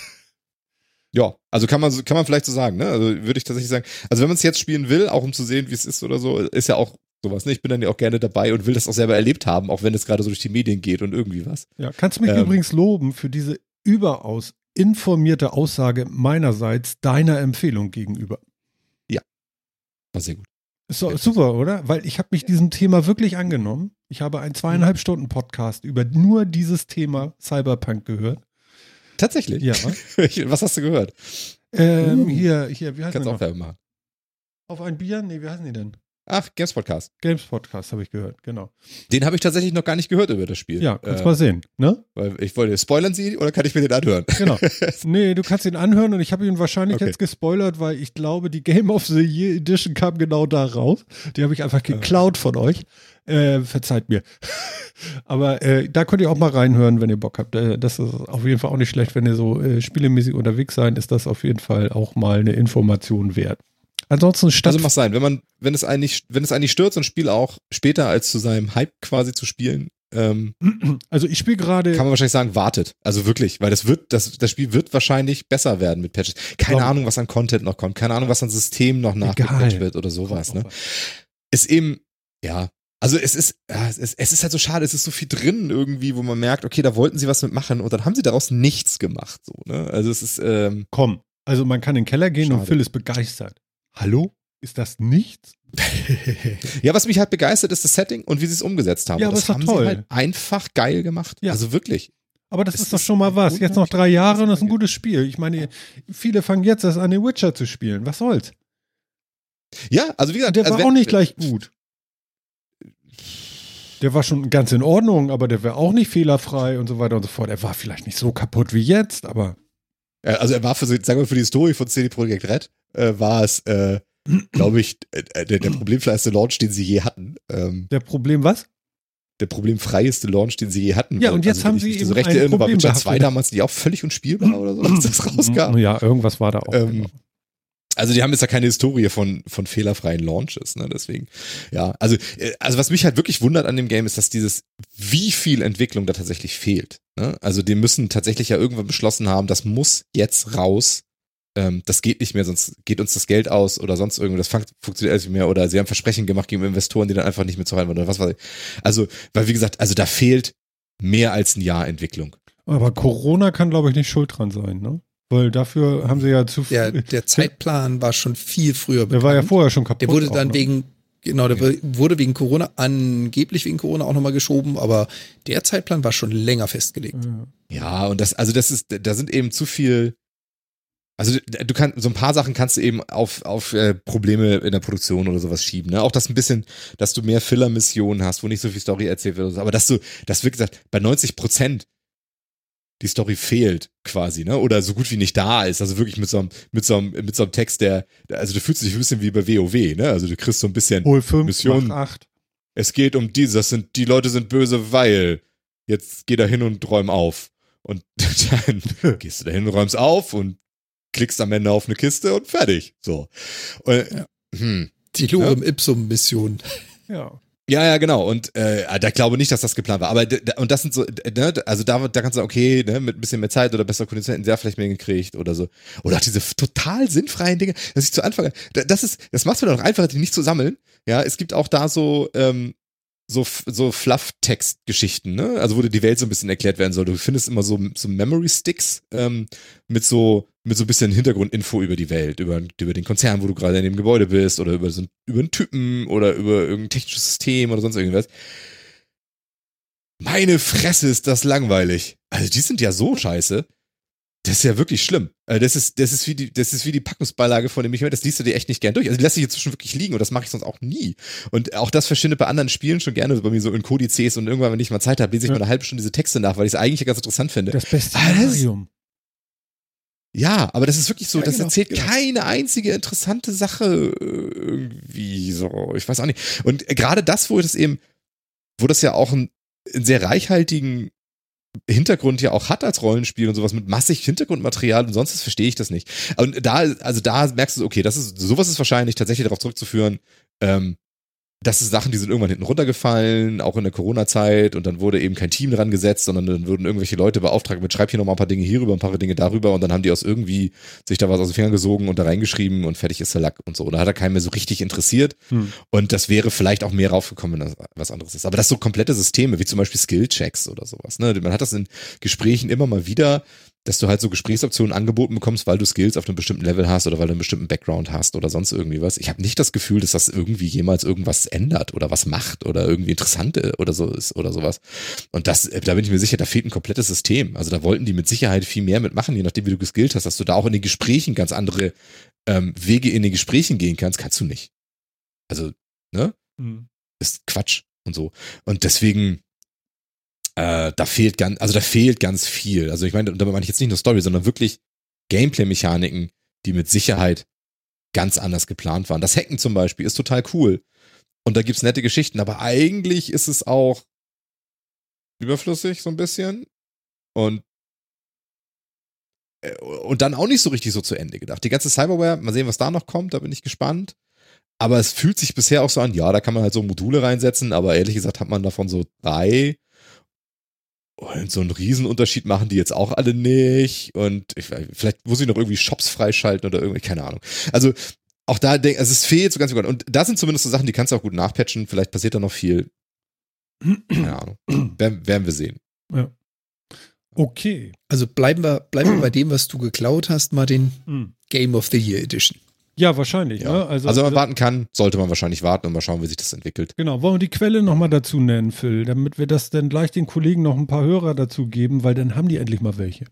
Ja, also kann man vielleicht so sagen, ne? Also würde ich tatsächlich sagen, also wenn man es jetzt spielen will, auch um zu sehen, wie es ist oder so, ist ja auch sowas, ne? Ich bin dann ja auch gerne dabei und will das auch selber erlebt haben, auch wenn es gerade so durch die Medien geht und irgendwie was. Ja, kannst mich übrigens loben für diese überaus informierte Aussage meinerseits deiner Empfehlung gegenüber. Ja, war sehr gut. Ist doch super, oder? Weil ich habe mich diesem Thema wirklich angenommen. Ich habe einen 2,5 Stunden Podcast über nur dieses Thema Cyberpunk gehört. Tatsächlich? Ja. Was hast du gehört? Hier, wie heißt Kannst der auch Werbung machen. Auf ein Bier? Nee, wie heißen die denn? Ach, Games Podcast. Games Podcast habe ich gehört, genau. Den habe ich tatsächlich noch gar nicht gehört über das Spiel. Ja, kannst mal sehen, ne? Weil ich wollte, spoilern Sie oder kann ich mir den anhören? Genau. Nee, du kannst ihn anhören und ich habe ihn wahrscheinlich jetzt gespoilert, weil ich glaube, die Game of the Year Edition kam genau da raus. Die habe ich einfach geklaut von euch. Verzeiht mir. Aber da könnt ihr auch mal reinhören, wenn ihr Bock habt. Das ist auf jeden Fall auch nicht schlecht, wenn ihr so spielemäßig unterwegs seid, ist das auf jeden Fall auch mal eine Information wert. Ansonsten also mach sein, wenn es einen nicht stört, so ein Spiel auch später als zu seinem Hype quasi zu spielen. Also ich spiele gerade. Kann man wahrscheinlich sagen, wartet. Also wirklich, weil das Spiel wird wahrscheinlich besser werden mit Patches. Keine Ahnung, was an Content noch kommt, keine Ahnung, was an System noch nachgepatcht wird oder sowas. Ne? Ist eben, ja. Also es ist halt so schade, es ist so viel drin irgendwie, wo man merkt, okay, da wollten sie was mitmachen und dann haben sie daraus nichts gemacht. So, ne? Also es ist. Komm, also man kann in den Keller gehen und Phil ist begeistert. Hallo? Ist das nichts? Ja, was mich halt begeistert, ist das Setting und wie sie es umgesetzt haben. Ja, aber das ist doch haben toll. sie halt einfach geil gemacht. Ja. Also wirklich. Aber das ist doch schon mal was. Jetzt noch 3 Jahre und das ist ein gutes Spiel. Ich meine, viele fangen jetzt erst an, den Witcher zu spielen. Was soll's? Ja, also wie gesagt. Der war auch nicht gleich gut. Der war schon ganz in Ordnung, aber der war auch nicht fehlerfrei und so weiter und so fort. Er war vielleicht nicht so kaputt wie jetzt, aber. Also er war für die Historie von CD Projekt Red, war es, glaube ich, der problemfreieste Launch, den sie je hatten. Der Problem was? Der problemfreieste Launch, den sie je hatten. Ja, und jetzt haben sie eben so recht erinnere, war Witcher 2 damals die auch völlig unspielbar oder so, als das rauskam. Ja, irgendwas war da auch. Also die haben jetzt ja keine Historie von fehlerfreien Launches, ne, deswegen, ja, also was mich halt wirklich wundert an dem Game ist, dass wie viel Entwicklung da tatsächlich fehlt, ne, also die müssen tatsächlich ja irgendwann beschlossen haben, das muss jetzt raus, das geht nicht mehr, sonst geht uns das Geld aus oder sonst irgendwas, das funktioniert alles nicht mehr oder sie haben Versprechen gemacht gegen Investoren, die dann einfach nicht mehr zu halten waren oder was weiß ich. Also, weil wie gesagt, also da fehlt mehr als ein Jahr Entwicklung. Aber Corona kann, glaube ich, nicht schuld dran sein, ne? Weil dafür haben sie ja zu viel. Der Zeitplan war schon viel früher bekannt. Der war ja vorher schon kaputt. Der wurde dann wurde wegen Corona, angeblich wegen Corona auch nochmal geschoben, aber der Zeitplan war schon länger festgelegt. Ja, und da sind eben zu viel. Also du kannst, so ein paar Sachen kannst du eben auf Probleme in der Produktion oder sowas schieben, ne? Auch das ein bisschen, dass du mehr Filler-Missionen hast, wo nicht so viel Story erzählt wird, aber dass wie gesagt, bei 90% die Story fehlt quasi, ne? Oder so gut wie nicht da ist. Also wirklich mit so einem Text, also du fühlst dich ein bisschen wie bei WoW, ne? Also du kriegst so ein bisschen Hol 5, Missionen. mach 8. Es geht um die Leute sind böse, weil jetzt geh da hin und räum auf. Und dann gehst du da hin, räumst auf und klickst am Ende auf eine Kiste und fertig. So. Und, die Lorem Ipsum-Mission. Ja. Ja, genau. Und da glaube nicht, dass das geplant war. Aber und das sind so, ne, also da kannst du sagen, okay, ne, mit ein bisschen mehr Zeit oder besserer Kondition hätten sie ja vielleicht mehr gekriegt oder so. Oder auch diese total sinnfreien Dinge, dass ich zu Anfang, das macht es mir doch einfacher, die nicht zu sammeln. Ja, es gibt auch da so so Fluff-Text-Geschichten, ne? Also wo dir die Welt so ein bisschen erklärt werden soll. Du findest immer so Memory-Sticks mit so ein bisschen Hintergrundinfo über die Welt, über den Konzern, wo du gerade in dem Gebäude bist oder über einen Typen oder über irgendein technisches System oder sonst irgendwas. Meine Fresse, ist das langweilig. Also die sind ja so scheiße. Das ist ja wirklich schlimm. Das ist wie die Packungsbeilage von dem Michael, das liest du dir echt nicht gern durch. Also die lässt sich inzwischen wirklich liegen und das mache ich sonst auch nie. Und auch das verschwindet bei anderen Spielen schon gerne, bei mir so in Kodizes und irgendwann, wenn ich mal Zeit habe, lese ich mal eine halbe Stunde diese Texte nach, weil ich es eigentlich ganz interessant finde. Das Bestiarium. Ja, aber das ist wirklich so, Ja, das genau, erzählt genau. keine einzige interessante Sache irgendwie so. Ich weiß auch nicht. Und gerade das, wo das ja auch einen sehr reichhaltigen Hintergrund ja auch hat als Rollenspiel und sowas mit massig Hintergrundmaterial und sonst verstehe ich das nicht. Und da merkst du, okay, sowas ist wahrscheinlich tatsächlich darauf zurückzuführen, das sind Sachen, die sind irgendwann hinten runtergefallen, auch in der Corona-Zeit und dann wurde eben kein Team dran gesetzt, sondern dann wurden irgendwelche Leute beauftragt mit schreib hier nochmal ein paar Dinge hierüber, ein paar Dinge darüber und dann haben die irgendwie sich da was aus den Fingern gesogen und da reingeschrieben und fertig ist der Lack und so. Und da hat er keinen mehr so richtig interessiert und das wäre vielleicht auch mehr raufgekommen, wenn das was anderes ist. Aber das so komplette Systeme, wie zum Beispiel Skill-Checks oder sowas, ne? Man hat das in Gesprächen immer mal wieder, dass du halt so Gesprächsoptionen angeboten bekommst, weil du Skills auf einem bestimmten Level hast oder weil du einen bestimmten Background hast oder sonst irgendwie was. Ich habe nicht das Gefühl, dass das irgendwie jemals irgendwas ändert oder was macht oder irgendwie interessant oder so ist oder sowas. Und da bin ich mir sicher, da fehlt ein komplettes System. Also da wollten die mit Sicherheit viel mehr mitmachen, je nachdem, wie du geskillt hast, dass du da auch in den Gesprächen ganz andere Wege in den Gesprächen gehen kannst du nicht. Also, ne? Ist Quatsch und so. Und deswegen da fehlt ganz viel. Also ich meine, damit meine ich jetzt nicht nur Story, sondern wirklich Gameplay-Mechaniken, die mit Sicherheit ganz anders geplant waren. Das Hacken zum Beispiel ist total cool. Und da gibt's nette Geschichten, aber eigentlich ist es auch überflüssig so ein bisschen. Und dann auch nicht so richtig so zu Ende gedacht. Die ganze Cyberware, mal sehen, was da noch kommt, da bin ich gespannt. Aber es fühlt sich bisher auch so an, ja, da kann man halt so Module reinsetzen, aber ehrlich gesagt hat man davon so 3. Und so einen Riesenunterschied machen die jetzt auch alle nicht. Und vielleicht muss ich noch irgendwie Shops freischalten oder irgendwie, keine Ahnung. Also auch da, also es fehlt so ganz gut. Und da sind zumindest so Sachen, die kannst du auch gut nachpatchen. Vielleicht passiert da noch viel. Keine Ahnung. Werden wir sehen. Ja. Okay. Also bleiben wir bei dem, was du geklaut hast, Martin. Game of the Year Edition. Ja, wahrscheinlich. Ja. Ne? Also wenn man warten kann, sollte man wahrscheinlich warten und mal schauen, wie sich das entwickelt. Genau, wollen wir die Quelle nochmal dazu nennen, Phil, damit wir das dann gleich den Kollegen noch ein paar Hörer dazu geben, weil dann haben die endlich mal welche.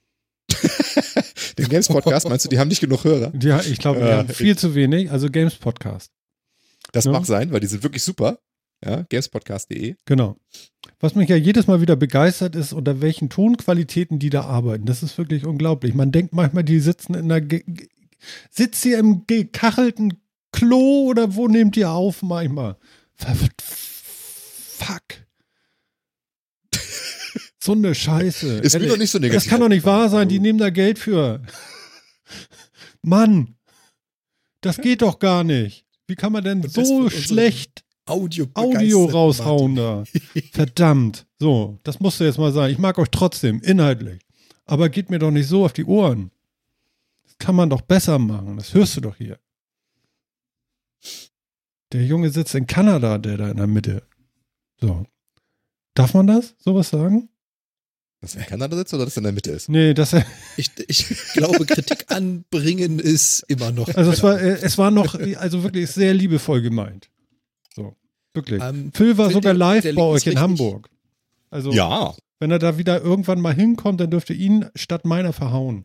Den Games Podcast, meinst du, die haben nicht genug Hörer? Ja, ich glaube, wir haben viel zu wenig, also Games Podcast. Das Ja. mag sein, weil die sind wirklich super. Ja, gamespodcast.de. Genau. Was mich ja jedes Mal wieder begeistert ist, unter welchen Tonqualitäten die da arbeiten. Das ist wirklich unglaublich. Man denkt manchmal, die sitzen in der sitzt ihr im gekachelten Klo oder wo nehmt ihr auf manchmal? Fuck. So eine Scheiße. Ist mir doch nicht so negativ. Das kann doch nicht wahr sein, die nehmen da Geld für. Mann, das geht doch gar nicht. Wie kann man denn so schlecht Audio raushauen da? Verdammt. So, das musst du jetzt mal sagen. Ich mag euch trotzdem, inhaltlich. Aber geht mir doch nicht so auf die Ohren. Kann man doch besser machen. Das hörst du doch hier. Der Junge sitzt in Kanada, der da in der Mitte. So. Darf man das? Sowas sagen? Dass er in Kanada sitzt oder dass er in der Mitte ist? Nee, dass er. Ich glaube, Kritik anbringen ist immer noch. Also es war noch, also wirklich sehr liebevoll gemeint. So. Wirklich. Phil war sogar live bei euch in Hamburg. Also, ja. Wenn er da wieder irgendwann mal hinkommt, dann dürft ihr ihn statt meiner verhauen.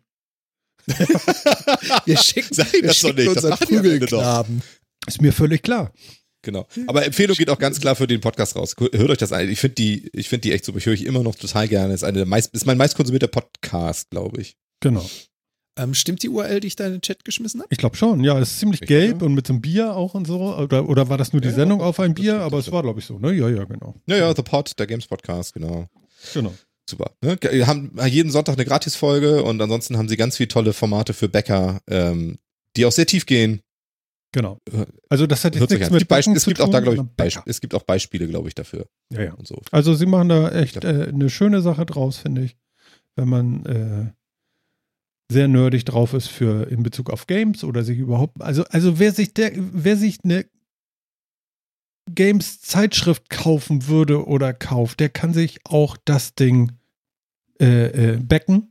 Wir schicken unseren Prügelknaben. Ist mir völlig klar. Genau. Aber Empfehlung geht auch ganz klar für den Podcast raus. Hört euch das an. Ich finde die echt super. Ich höre ich immer noch total gerne. Ist mein meistkonsumierter Podcast, glaube ich. Genau. Stimmt die URL, die ich da in den Chat geschmissen habe? Ich glaube schon. Ja, es ist ziemlich gelb und mit so einem Bier auch und so. Oder war das nur die Sendung auf ein Bier? Aber es war, glaube ich, so. Ne? Ja, genau. Ja, The Pod, der Games Podcast, genau. Genau. Super. Ne? Wir haben jeden Sonntag eine Gratisfolge und ansonsten haben sie ganz viele tolle Formate für Bäcker, die auch sehr tief gehen. Genau. Also das hat jetzt nichts mit Backen zu tun. Es gibt auch Beispiele, glaube ich, dafür. Ja. Und so. Also sie machen da echt eine schöne Sache draus, finde ich. Wenn man sehr nerdig drauf ist in Bezug auf Games oder sich überhaupt, also wer sich eine Games Zeitschrift kaufen würde oder kauft, der kann sich auch das Ding backen.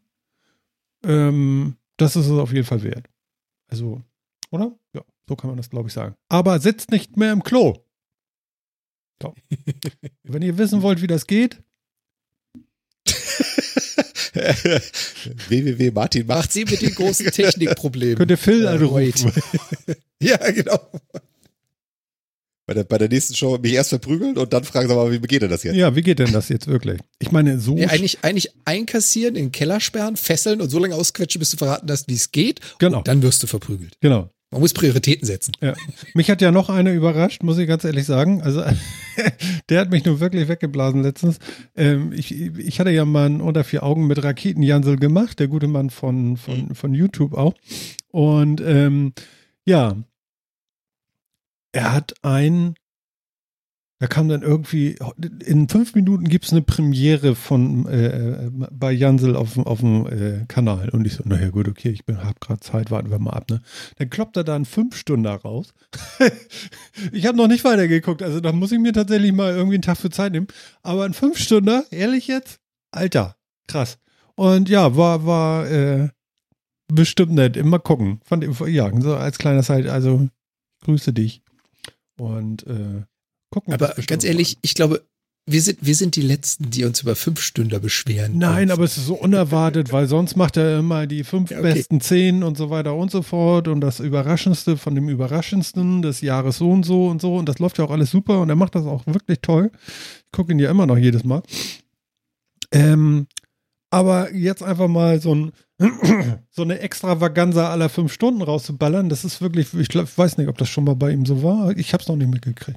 Das ist es auf jeden Fall wert. Also, oder? Ja, so kann man das, glaube ich, sagen. Aber sitzt nicht mehr im Klo. So. Wenn ihr wissen wollt, wie das geht, www.Martin Macht sie mit den großen Technikproblemen. könnt ihr Phil anrufen. Ja, genau. Bei der nächsten Show mich erst verprügeln und dann fragen sie mal, wie geht denn das jetzt? Ja, wie geht denn das jetzt wirklich? Ich meine, so. Ja, eigentlich einkassieren, in den Keller sperren, fesseln und so lange ausquetschen, bis du verraten hast, wie es geht. Genau. Und dann wirst du verprügelt. Genau. Man muss Prioritäten setzen. Ja. Mich hat ja noch einer überrascht, muss ich ganz ehrlich sagen. Also, der hat mich nur wirklich weggeblasen letztens. Ich hatte ja mal einen Unter 4 Augen mit Raketenjansel gemacht, der gute Mann von YouTube auch. Und ja, er hat da kam dann irgendwie, in 5 Minuten gibt es eine Premiere bei Jansel auf dem Kanal. Und ich so, naja gut, okay, ich habe gerade Zeit, warten wir mal ab. Ne? Dann kloppt er da einen 5-Stunder raus. Ich habe noch nicht weitergeguckt, also da muss ich mir tatsächlich mal irgendwie einen Tag für Zeit nehmen. Aber ein 5-Stunder, ehrlich jetzt? Alter, krass. Und ja, war bestimmt nett. Immer gucken. Ja, so als kleiner Zeit, also grüße dich. Und gucken. Aber ganz ehrlich, ich glaube, wir sind die Letzten, die uns über 5-Stünder beschweren. Nein, aber es ist so unerwartet, weil sonst macht er immer die 5 besten 10 und so weiter und so fort und das Überraschendste von dem Überraschendsten des Jahres so und so und so und das läuft ja auch alles super und er macht das auch wirklich toll. Ich gucke ihn ja immer noch jedes Mal. Aber jetzt einfach mal so eine Extravaganza aller 5 Stunden rauszuballern, das ist wirklich, ich weiß nicht, ob das schon mal bei ihm so war. Ich habe es noch nicht mitgekriegt.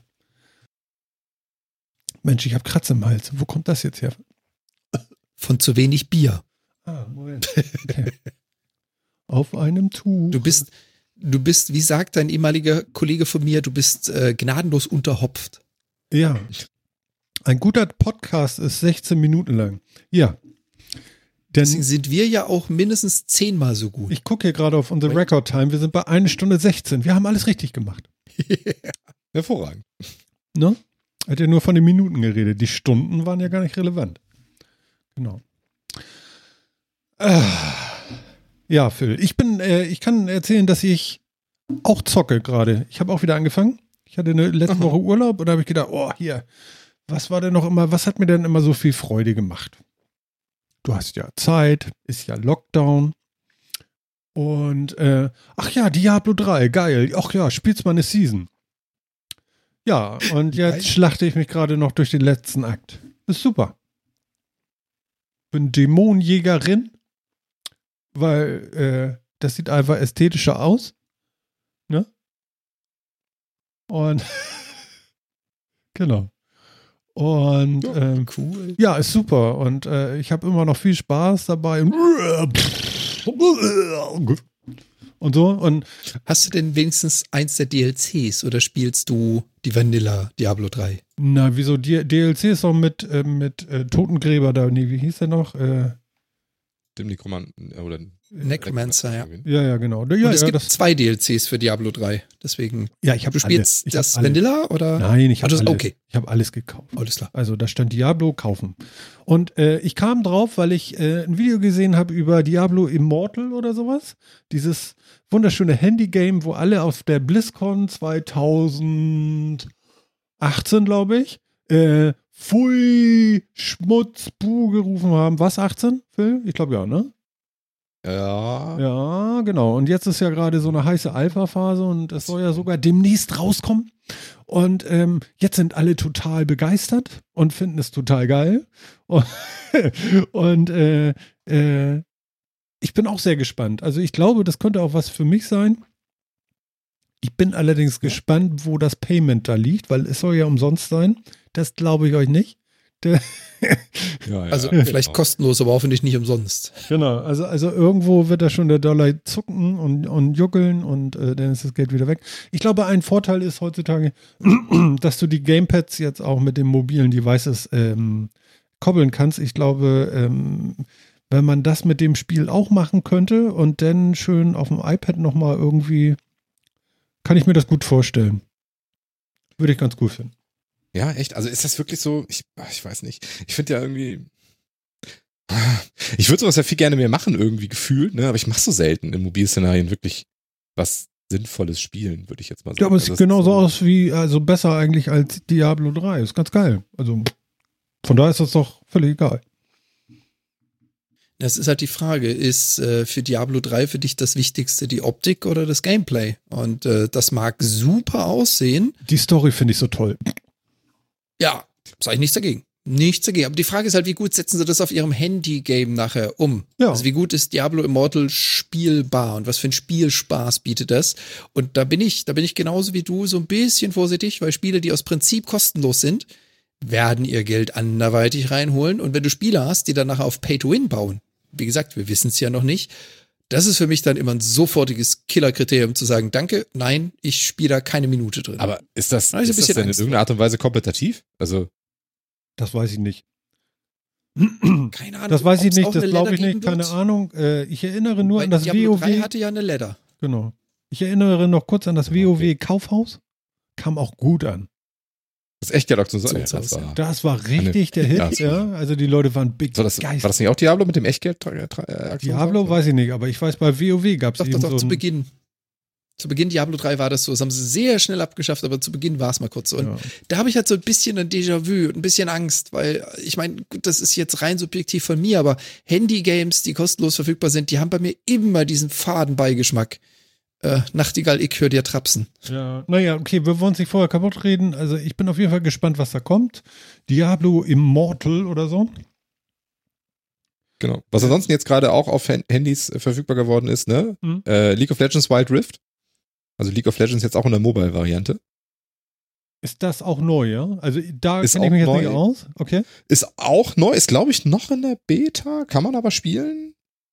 Mensch, ich habe Kratz im Hals. Wo kommt das jetzt her? Von zu wenig Bier. Moment. Okay. Auf einem Tuch. Du bist, wie sagt ein ehemaliger Kollege von mir, du bist gnadenlos unterhopft. Ja. Ein guter Podcast ist 16 Minuten lang. Ja. Deswegen sind wir ja auch mindestens 10-mal so gut. Ich gucke hier gerade auf unsere Record Time. Wir sind bei 1 Stunde 16. Wir haben alles richtig gemacht. Hervorragend. Ne? Hat ja nur von den Minuten geredet. Die Stunden waren ja gar nicht relevant. Genau. Ja, Phil. Ich kann erzählen, dass ich auch zocke gerade. Ich habe auch wieder angefangen. Ich hatte eine letzte Woche Urlaub und da habe ich gedacht, oh, hier, was hat mir denn immer so viel Freude gemacht? Du hast ja Zeit, ist ja Lockdown. Und, ach ja, Diablo 3, geil. Ach ja, spielst mal eine Season. Ja, und jetzt schlachte ich mich gerade noch durch den letzten Akt. Ist super. Bin Dämonenjägerin, weil das sieht einfach ästhetischer aus. Ne? Und genau. Und cool. Ja, ist super. Und ich habe immer noch viel Spaß dabei. Und so. Und hast du denn wenigstens eins der DLCs oder spielst du die Vanilla Diablo 3? Na, wieso? DLC ist doch mit Totengräber da. Nee, wie hieß der noch? Dem Nekromanten oder Necromancer, ja. Ja, genau. Ja, und es gibt 2 DLCs für Diablo 3. Deswegen. Ja, ich habe Du spielst das Vanilla oder? Nein, ich habe alles. Okay. Ich habe alles gekauft. Alles klar. Also da stand Diablo kaufen. Und ich kam drauf, weil ich ein Video gesehen habe über Diablo Immortal oder sowas. Dieses wunderschöne Handy-Game, wo alle auf der BlizzCon 2018, glaube ich, Pfui, Schmutz, Buh gerufen haben. Was, 18, Phil? Ich glaube ja, ne? Ja. Ja, genau. Und jetzt ist ja gerade so eine heiße Alpha-Phase und es soll ja sogar demnächst rauskommen. Und jetzt sind alle total begeistert und finden es total geil. Und ich bin auch sehr gespannt. Also ich glaube, das könnte auch was für mich sein. Ich bin allerdings gespannt, wo das Payment da liegt, weil es soll ja umsonst sein. Das glaube ich euch nicht. Also vielleicht kostenlos, aber hoffentlich nicht umsonst. Genau, also irgendwo wird da schon der Dollar zucken und juckeln und dann ist das Geld wieder weg. Ich glaube, ein Vorteil ist heutzutage, dass du die Gamepads jetzt auch mit den mobilen Devices koppeln kannst. Ich glaube, wenn man das mit dem Spiel auch machen könnte und dann schön auf dem iPad nochmal irgendwie, kann ich mir das gut vorstellen. Würde ich ganz gut finden. Ja, echt? Also ist das wirklich so? Ich weiß nicht. Ich finde ja irgendwie, ich würde sowas ja viel gerne mehr machen irgendwie gefühlt, ne? Aber ich mache so selten in Mobilszenarien wirklich was Sinnvolles spielen, würde ich jetzt mal sagen. Ja, aber es Also sieht genauso aus wie, also besser eigentlich als Diablo 3. Ist ganz geil. Also von daher ist das doch völlig egal. Das ist halt die Frage, ist für Diablo 3 für dich das Wichtigste die Optik oder das Gameplay? Und das mag super aussehen. Die Story finde ich so toll. Ja, sage ich nichts dagegen. Nichts dagegen. Aber die Frage ist halt, wie gut setzen sie das auf ihrem Handy-Game nachher um? Ja. Also wie gut ist Diablo Immortal spielbar und was für ein Spielspaß bietet das? Und da bin ich genauso wie du so ein bisschen vorsichtig, weil Spiele, die aus Prinzip kostenlos sind, werden ihr Geld anderweitig reinholen. Und wenn du Spiele hast, die dann nachher auf Pay-to-Win bauen, wie gesagt, wir wissen es ja noch nicht, das ist für mich dann immer ein sofortiges Killerkriterium zu sagen, danke, nein, ich spiele da keine Minute drin. Aber ist das Da hab ich ein denn bisschen in Angst irgendeiner Art und Weise kompetitiv? Also Das weiß ich nicht. Keine Ahnung. Das weiß ich ob's nicht, auch das eine glaube ich Ladder nicht, geben keine wird. Ahnung. Ich erinnere nur Weil an das Diablo 3 WoW. hatte ja eine Ladder. Genau. Ich erinnere noch kurz an das WoW-Kaufhaus. Kam auch gut an. das Echtgeld-Auktion So ja, sieht's aus, ja. Das war richtig der Hit, ja. Also die Leute waren war das begeistert. nicht auch Diablo mit dem Echtgeld? Diablo weiß ich nicht, aber ich weiß, bei WoW gab es Doch, eben doch, so zu ein, Beginn. Zu Beginn Diablo 3 war das so. Das haben sie sehr schnell abgeschafft, aber zu Beginn war es mal kurz so. Und Ja. da habe ich halt so ein bisschen ein Déjà-vu und ein bisschen Angst, weil ich meine, gut, das ist jetzt rein subjektiv von mir, aber Handy-Games, die kostenlos verfügbar sind, die haben bei mir immer diesen faden Beigeschmack. Nachtigall, ich höre dir trapsen. Ja, naja, okay, wir wollen es nicht vorher kaputt reden. Also ich bin auf jeden Fall gespannt, was da kommt. Diablo Immortal oder so. Genau. Was ansonsten jetzt gerade auch auf Handys verfügbar geworden ist, ne? Mhm. League of Legends Wild Rift. Also League of Legends jetzt auch in der Mobile-Variante. Ist das auch neu, ja? Also da Ist kenne ich mich jetzt auch nicht neu. aus. Okay. Ist auch neu, ist glaube ich noch in der Beta, kann man aber spielen.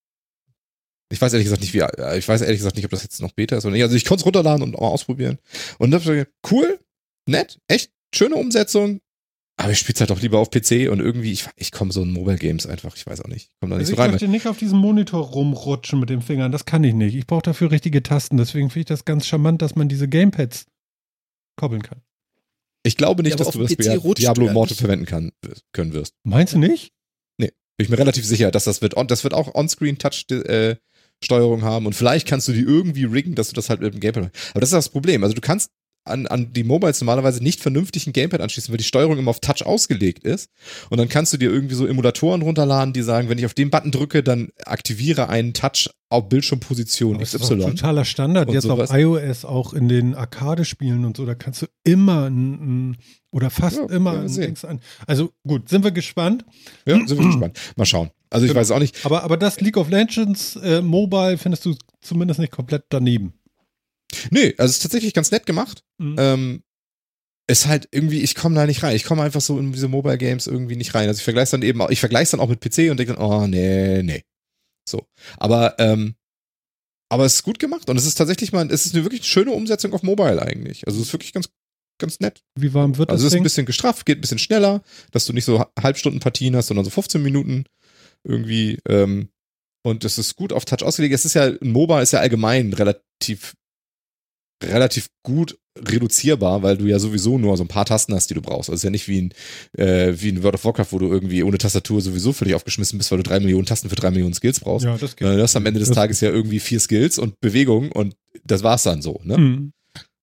Ich weiß ehrlich gesagt nicht, ob das jetzt noch Beta ist oder nicht. Also ich konnte es runterladen und mal ausprobieren. Und dann hab ich gesagt, cool, nett, echt, schöne Umsetzung. Aber ich spiele es halt doch lieber auf PC und irgendwie, ich komme so in Mobile Games einfach, ich weiß auch nicht. Ich komme da nicht Also so ich rein. möchte nicht auf diesem Monitor rumrutschen mit den Fingern. Das kann ich nicht. Ich brauche dafür richtige Tasten. Deswegen finde ich das ganz charmant, dass man diese Gamepads koppeln kann. Ich glaube nicht, Ja, aber dass du auf das dem PC bei rutscht Diablo du ja Immortal nicht. verwenden können wirst. Meinst du nicht? Bin ich mir relativ sicher, dass das wird auch On-Screen-Touch-Steuerung haben und vielleicht kannst du die irgendwie riggen, dass du das halt mit dem Gamepad machst. Aber das ist das Problem. Also du kannst an die Mobiles normalerweise nicht vernünftig ein Gamepad anschließen, weil die Steuerung immer auf Touch ausgelegt ist. Und dann kannst du dir irgendwie so Emulatoren runterladen, die sagen, wenn ich auf den Button drücke, dann aktiviere einen Touch auf Bildschirmposition Das ist doch XY. totaler Standard. Und Jetzt sowas. auf iOS, auch in den Arcade-Spielen und so, da kannst du immer oder fast Ja, immer ja, ein sehen. Dings an. Also gut, sind wir gespannt. Ja, sind wir gespannt. Mal schauen. Also ich Genau. weiß auch nicht. Aber das League of Legends Mobile findest du zumindest nicht komplett daneben. Nee, also es ist tatsächlich ganz nett gemacht. Mhm. Ist halt irgendwie, ich komme da nicht rein. Ich komme einfach so in diese Mobile Games irgendwie nicht rein. Also ich vergleiche es dann auch mit PC und denke dann, oh, nee. So. Aber es ist gut gemacht und es ist tatsächlich es ist eine wirklich schöne Umsetzung auf Mobile eigentlich. Also es ist wirklich ganz, ganz nett. Wie warm wird Also es das ist ein Ding? bisschen gestrafft, geht ein bisschen schneller, dass du nicht so Halbstundenpartien hast, sondern so 15 Minuten irgendwie. Und es ist gut auf Touch ausgelegt. Es ist ja, ein MOBA ist ja allgemein relativ gut reduzierbar, weil du ja sowieso nur so ein paar Tasten hast, die du brauchst. Also es ist ja nicht wie ein World of Warcraft, wo du irgendwie ohne Tastatur sowieso völlig aufgeschmissen bist, weil du 3 Millionen Tasten für 3 Millionen Skills brauchst. Ja, das geht. Du hast am Ende des Das- Tages ja irgendwie 4 Skills und Bewegung und das war's dann so, ne? Mhm.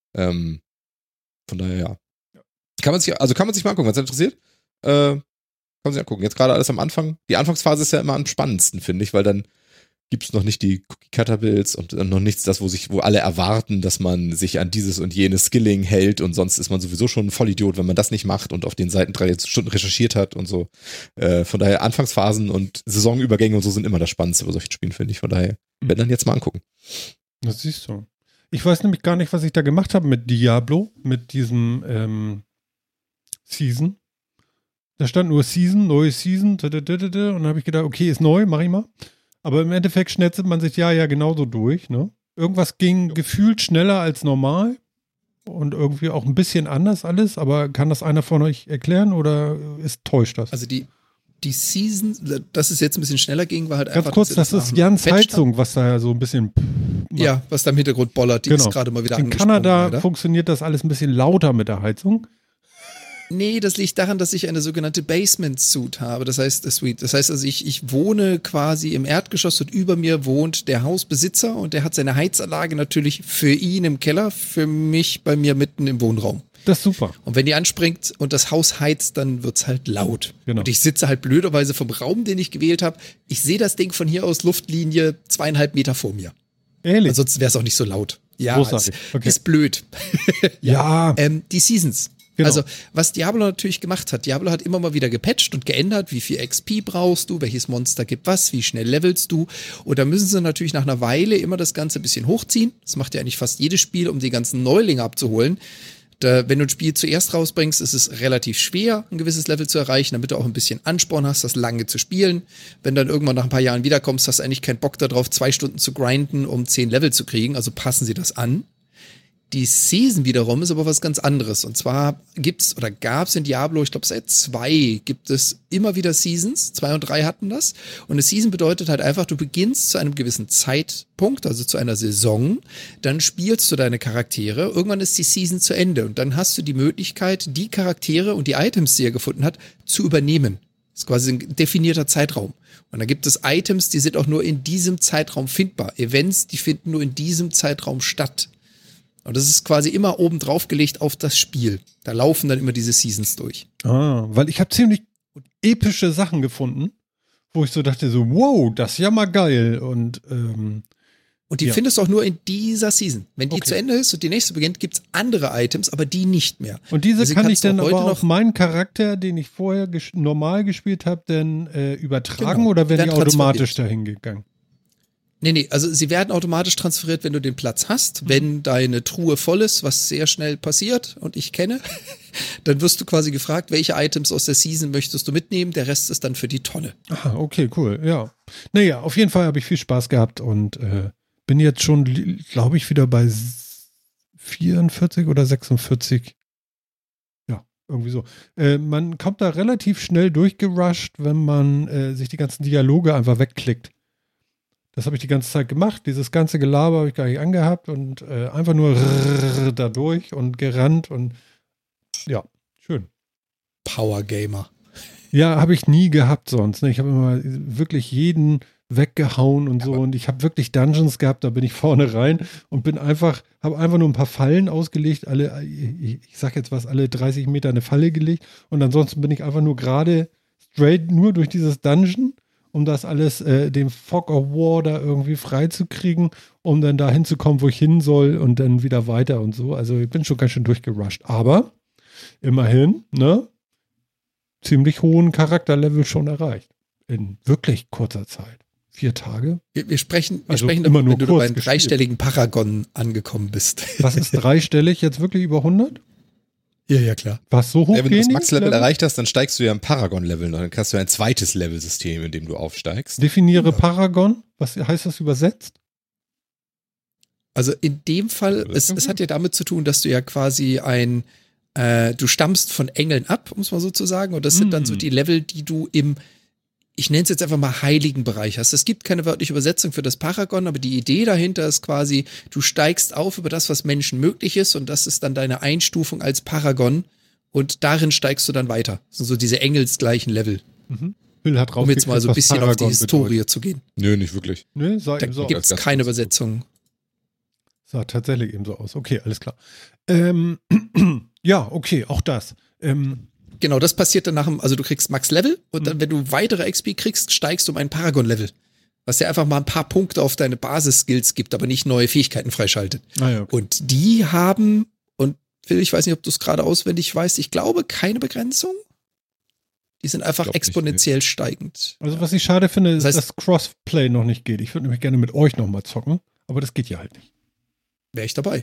Von daher, ja. Kann man sich mal angucken, wenn es interessiert. Kann man sich angucken. Jetzt gerade alles am Anfang. Die Anfangsphase ist ja immer am spannendsten, finde ich, weil dann gibt's noch nicht die Cookie-Cutter-Builds und noch nichts, wo alle erwarten, dass man sich an dieses und jenes Skilling hält und sonst ist man sowieso schon ein Vollidiot, wenn man das nicht macht und auf den Seiten 3 Stunden recherchiert hat und so. Von daher Anfangsphasen und Saisonübergänge und so sind immer das Spannendste bei solchen Spielen, finde ich. Von daher, werden dann jetzt mal angucken. Das siehst du. Ich weiß nämlich gar nicht, was ich da gemacht habe mit Diablo, mit diesem Season. Da stand nur Season, neue Season, und dann habe ich gedacht, okay, ist neu, mach ich mal. Aber im Endeffekt schnetzelt man sich ja genauso durch, ne? Irgendwas ging gefühlt schneller als normal und irgendwie auch ein bisschen anders alles, aber kann das einer von euch erklären oder täuscht das? Also die Season, dass es jetzt ein bisschen schneller ging, war halt Ganz einfach. kurz, dass das nach ist dem Jans Patch Heizung, was da so ein bisschen macht. Ja, was da im Hintergrund bollert, die Genau. ist gerade mal wieder In angesprungen, Kanada leider. funktioniert das alles ein bisschen lauter mit der Heizung. Nee, das liegt daran, dass ich eine sogenannte Basement Suite habe. Das heißt, also ich wohne quasi im Erdgeschoss und über mir wohnt der Hausbesitzer und der hat seine Heizanlage natürlich für ihn im Keller, für mich bei mir mitten im Wohnraum. Das ist super. Und wenn die anspringt und das Haus heizt, dann wird's halt laut. Genau. Und ich sitze halt blöderweise vom Raum, den ich gewählt habe. Ich sehe das Ding von hier aus Luftlinie 2,5 Meter vor mir. Ehrlich? Ansonsten wäre es auch nicht so laut. Ja, Großartig. Okay. ist blöd. Ja. Die Seasons. Genau. Also, was Diablo natürlich gemacht hat, Diablo hat immer mal wieder gepatcht und geändert, wie viel XP brauchst du, welches Monster gibt was, wie schnell levelst du. Und da müssen sie natürlich nach einer Weile immer das Ganze ein bisschen hochziehen. Das macht ja eigentlich fast jedes Spiel, um die ganzen Neulinge abzuholen. Wenn du ein Spiel zuerst rausbringst, ist es relativ schwer, ein gewisses Level zu erreichen, damit du auch ein bisschen Ansporn hast, das lange zu spielen. Wenn dann irgendwann nach ein paar Jahren wiederkommst, hast du eigentlich keinen Bock darauf, 2 Stunden zu grinden, um 10 Level zu kriegen. Also passen sie das an. Die Season wiederum ist aber was ganz anderes. Und zwar gab es in Diablo, ich glaube seit 2 gibt es immer wieder Seasons. 2 und 3 hatten das. Und eine Season bedeutet halt einfach, du beginnst zu einem gewissen Zeitpunkt, also zu einer Saison. Dann spielst du deine Charaktere. Irgendwann ist die Season zu Ende. Und dann hast du die Möglichkeit, die Charaktere und die Items, die er gefunden hat, zu übernehmen. Das ist quasi ein definierter Zeitraum. Und dann gibt es Items, die sind auch nur in diesem Zeitraum findbar. Events, die finden nur in diesem Zeitraum statt. Und das ist quasi immer oben drauf gelegt auf das Spiel. Da laufen dann immer diese Seasons durch. Weil ich habe ziemlich epische Sachen gefunden, wo ich so dachte so, wow, das ist ja mal geil. Und die findest du auch nur in dieser Season. Wenn die zu Ende ist und die nächste beginnt, gibt's andere Items, aber die nicht mehr. Und diese kann ich dann aber noch auf meinen Charakter, den ich vorher normal gespielt habe, dann übertragen oder werden die automatisch dahin gegangen? Nee, also sie werden automatisch transferiert, wenn du den Platz hast. Wenn deine Truhe voll ist, was sehr schnell passiert und ich kenne, dann wirst du quasi gefragt, welche Items aus der Season möchtest du mitnehmen. Der Rest ist dann für die Tonne. Ah, okay, cool, ja. Naja, auf jeden Fall habe ich viel Spaß gehabt und bin jetzt schon, glaube ich, wieder bei 44 oder 46. Ja, irgendwie so. Man kommt da relativ schnell durchgerusht, wenn man sich die ganzen Dialoge einfach wegklickt. Das habe ich die ganze Zeit gemacht. Dieses ganze Gelaber habe ich gar nicht angehabt und einfach nur da durch und gerannt und ja, schön. Power Gamer. Ja, habe ich nie gehabt sonst. Ne? Ich habe immer wirklich jeden weggehauen und so und ich habe wirklich Dungeons gehabt, da bin ich vorne rein und habe einfach nur ein paar Fallen ausgelegt, ich sag jetzt was, alle 30 Meter eine Falle gelegt und ansonsten bin ich einfach nur gerade straight nur durch dieses Dungeon, um das alles, den Fog of War da irgendwie freizukriegen, um dann da hinzukommen, wo ich hin soll und dann wieder weiter und so. Also ich bin schon ganz schön durchgerusht. Aber immerhin, ne, ziemlich hohen Charakterlevel schon erreicht. In wirklich kurzer Zeit. 4 Tage. Wir sprechen also davon, immer nur wenn du beim gespielt. dreistelligen Paragon angekommen bist. Was ist dreistellig? Jetzt wirklich über 100? Ja, klar. Was so hoch wenn du das gehen? Max-Level erreicht hast, dann steigst du ja im Paragon-Level und dann hast du ein zweites Level-System, in dem du aufsteigst. Definiere Paragon. Was heißt das übersetzt? Also in dem Fall, es hat ja damit zu tun, dass du ja quasi du stammst von Engeln ab, um es mal so zu sagen. Und das sind dann so die Level, die du ich nenne es jetzt einfach mal heiligen Bereich hast. Es gibt keine wörtliche Übersetzung für das Paragon, aber die Idee dahinter ist quasi, du steigst auf über das, was Menschen möglich ist und das ist dann deine Einstufung als Paragon und darin steigst du dann weiter. Das sind so diese engelsgleichen Level. Bill hat Um jetzt mal so ein bisschen auf die Paragon Historie bedeutet. zu gehen. Nö, nicht wirklich. Ne, Da gibt es keine Übersetzung. Sah tatsächlich eben so aus. Okay, alles klar. Ja, okay, auch das. Genau, das passiert dann also du kriegst Max-Level und dann, wenn du weitere XP kriegst, steigst du um ein Paragon-Level. Was dir einfach mal ein paar Punkte auf deine Basis-Skills gibt, aber nicht neue Fähigkeiten freischaltet. Ja. Und die haben, und Phil, ich weiß nicht, ob du es gerade auswendig weißt, ich glaube, keine Begrenzung. Die sind einfach exponentiell steigend. Also was ich schade finde, ist, Das heißt- dass Crossplay noch nicht geht. Ich würde nämlich gerne mit euch nochmal zocken, aber das geht ja halt nicht. Wäre ich dabei.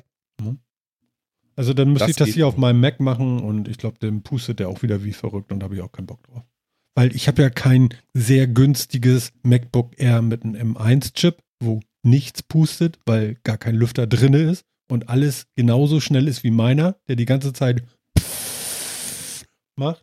Also dann müsste Das ich das geht hier auf meinem Mac machen und ich glaube, dann pustet der auch wieder wie verrückt und da habe ich auch keinen Bock drauf. Weil ich habe ja kein sehr günstiges MacBook Air mit einem M1-Chip, wo nichts pustet, weil gar kein Lüfter drin ist und alles genauso schnell ist wie meiner, der die ganze Zeit macht.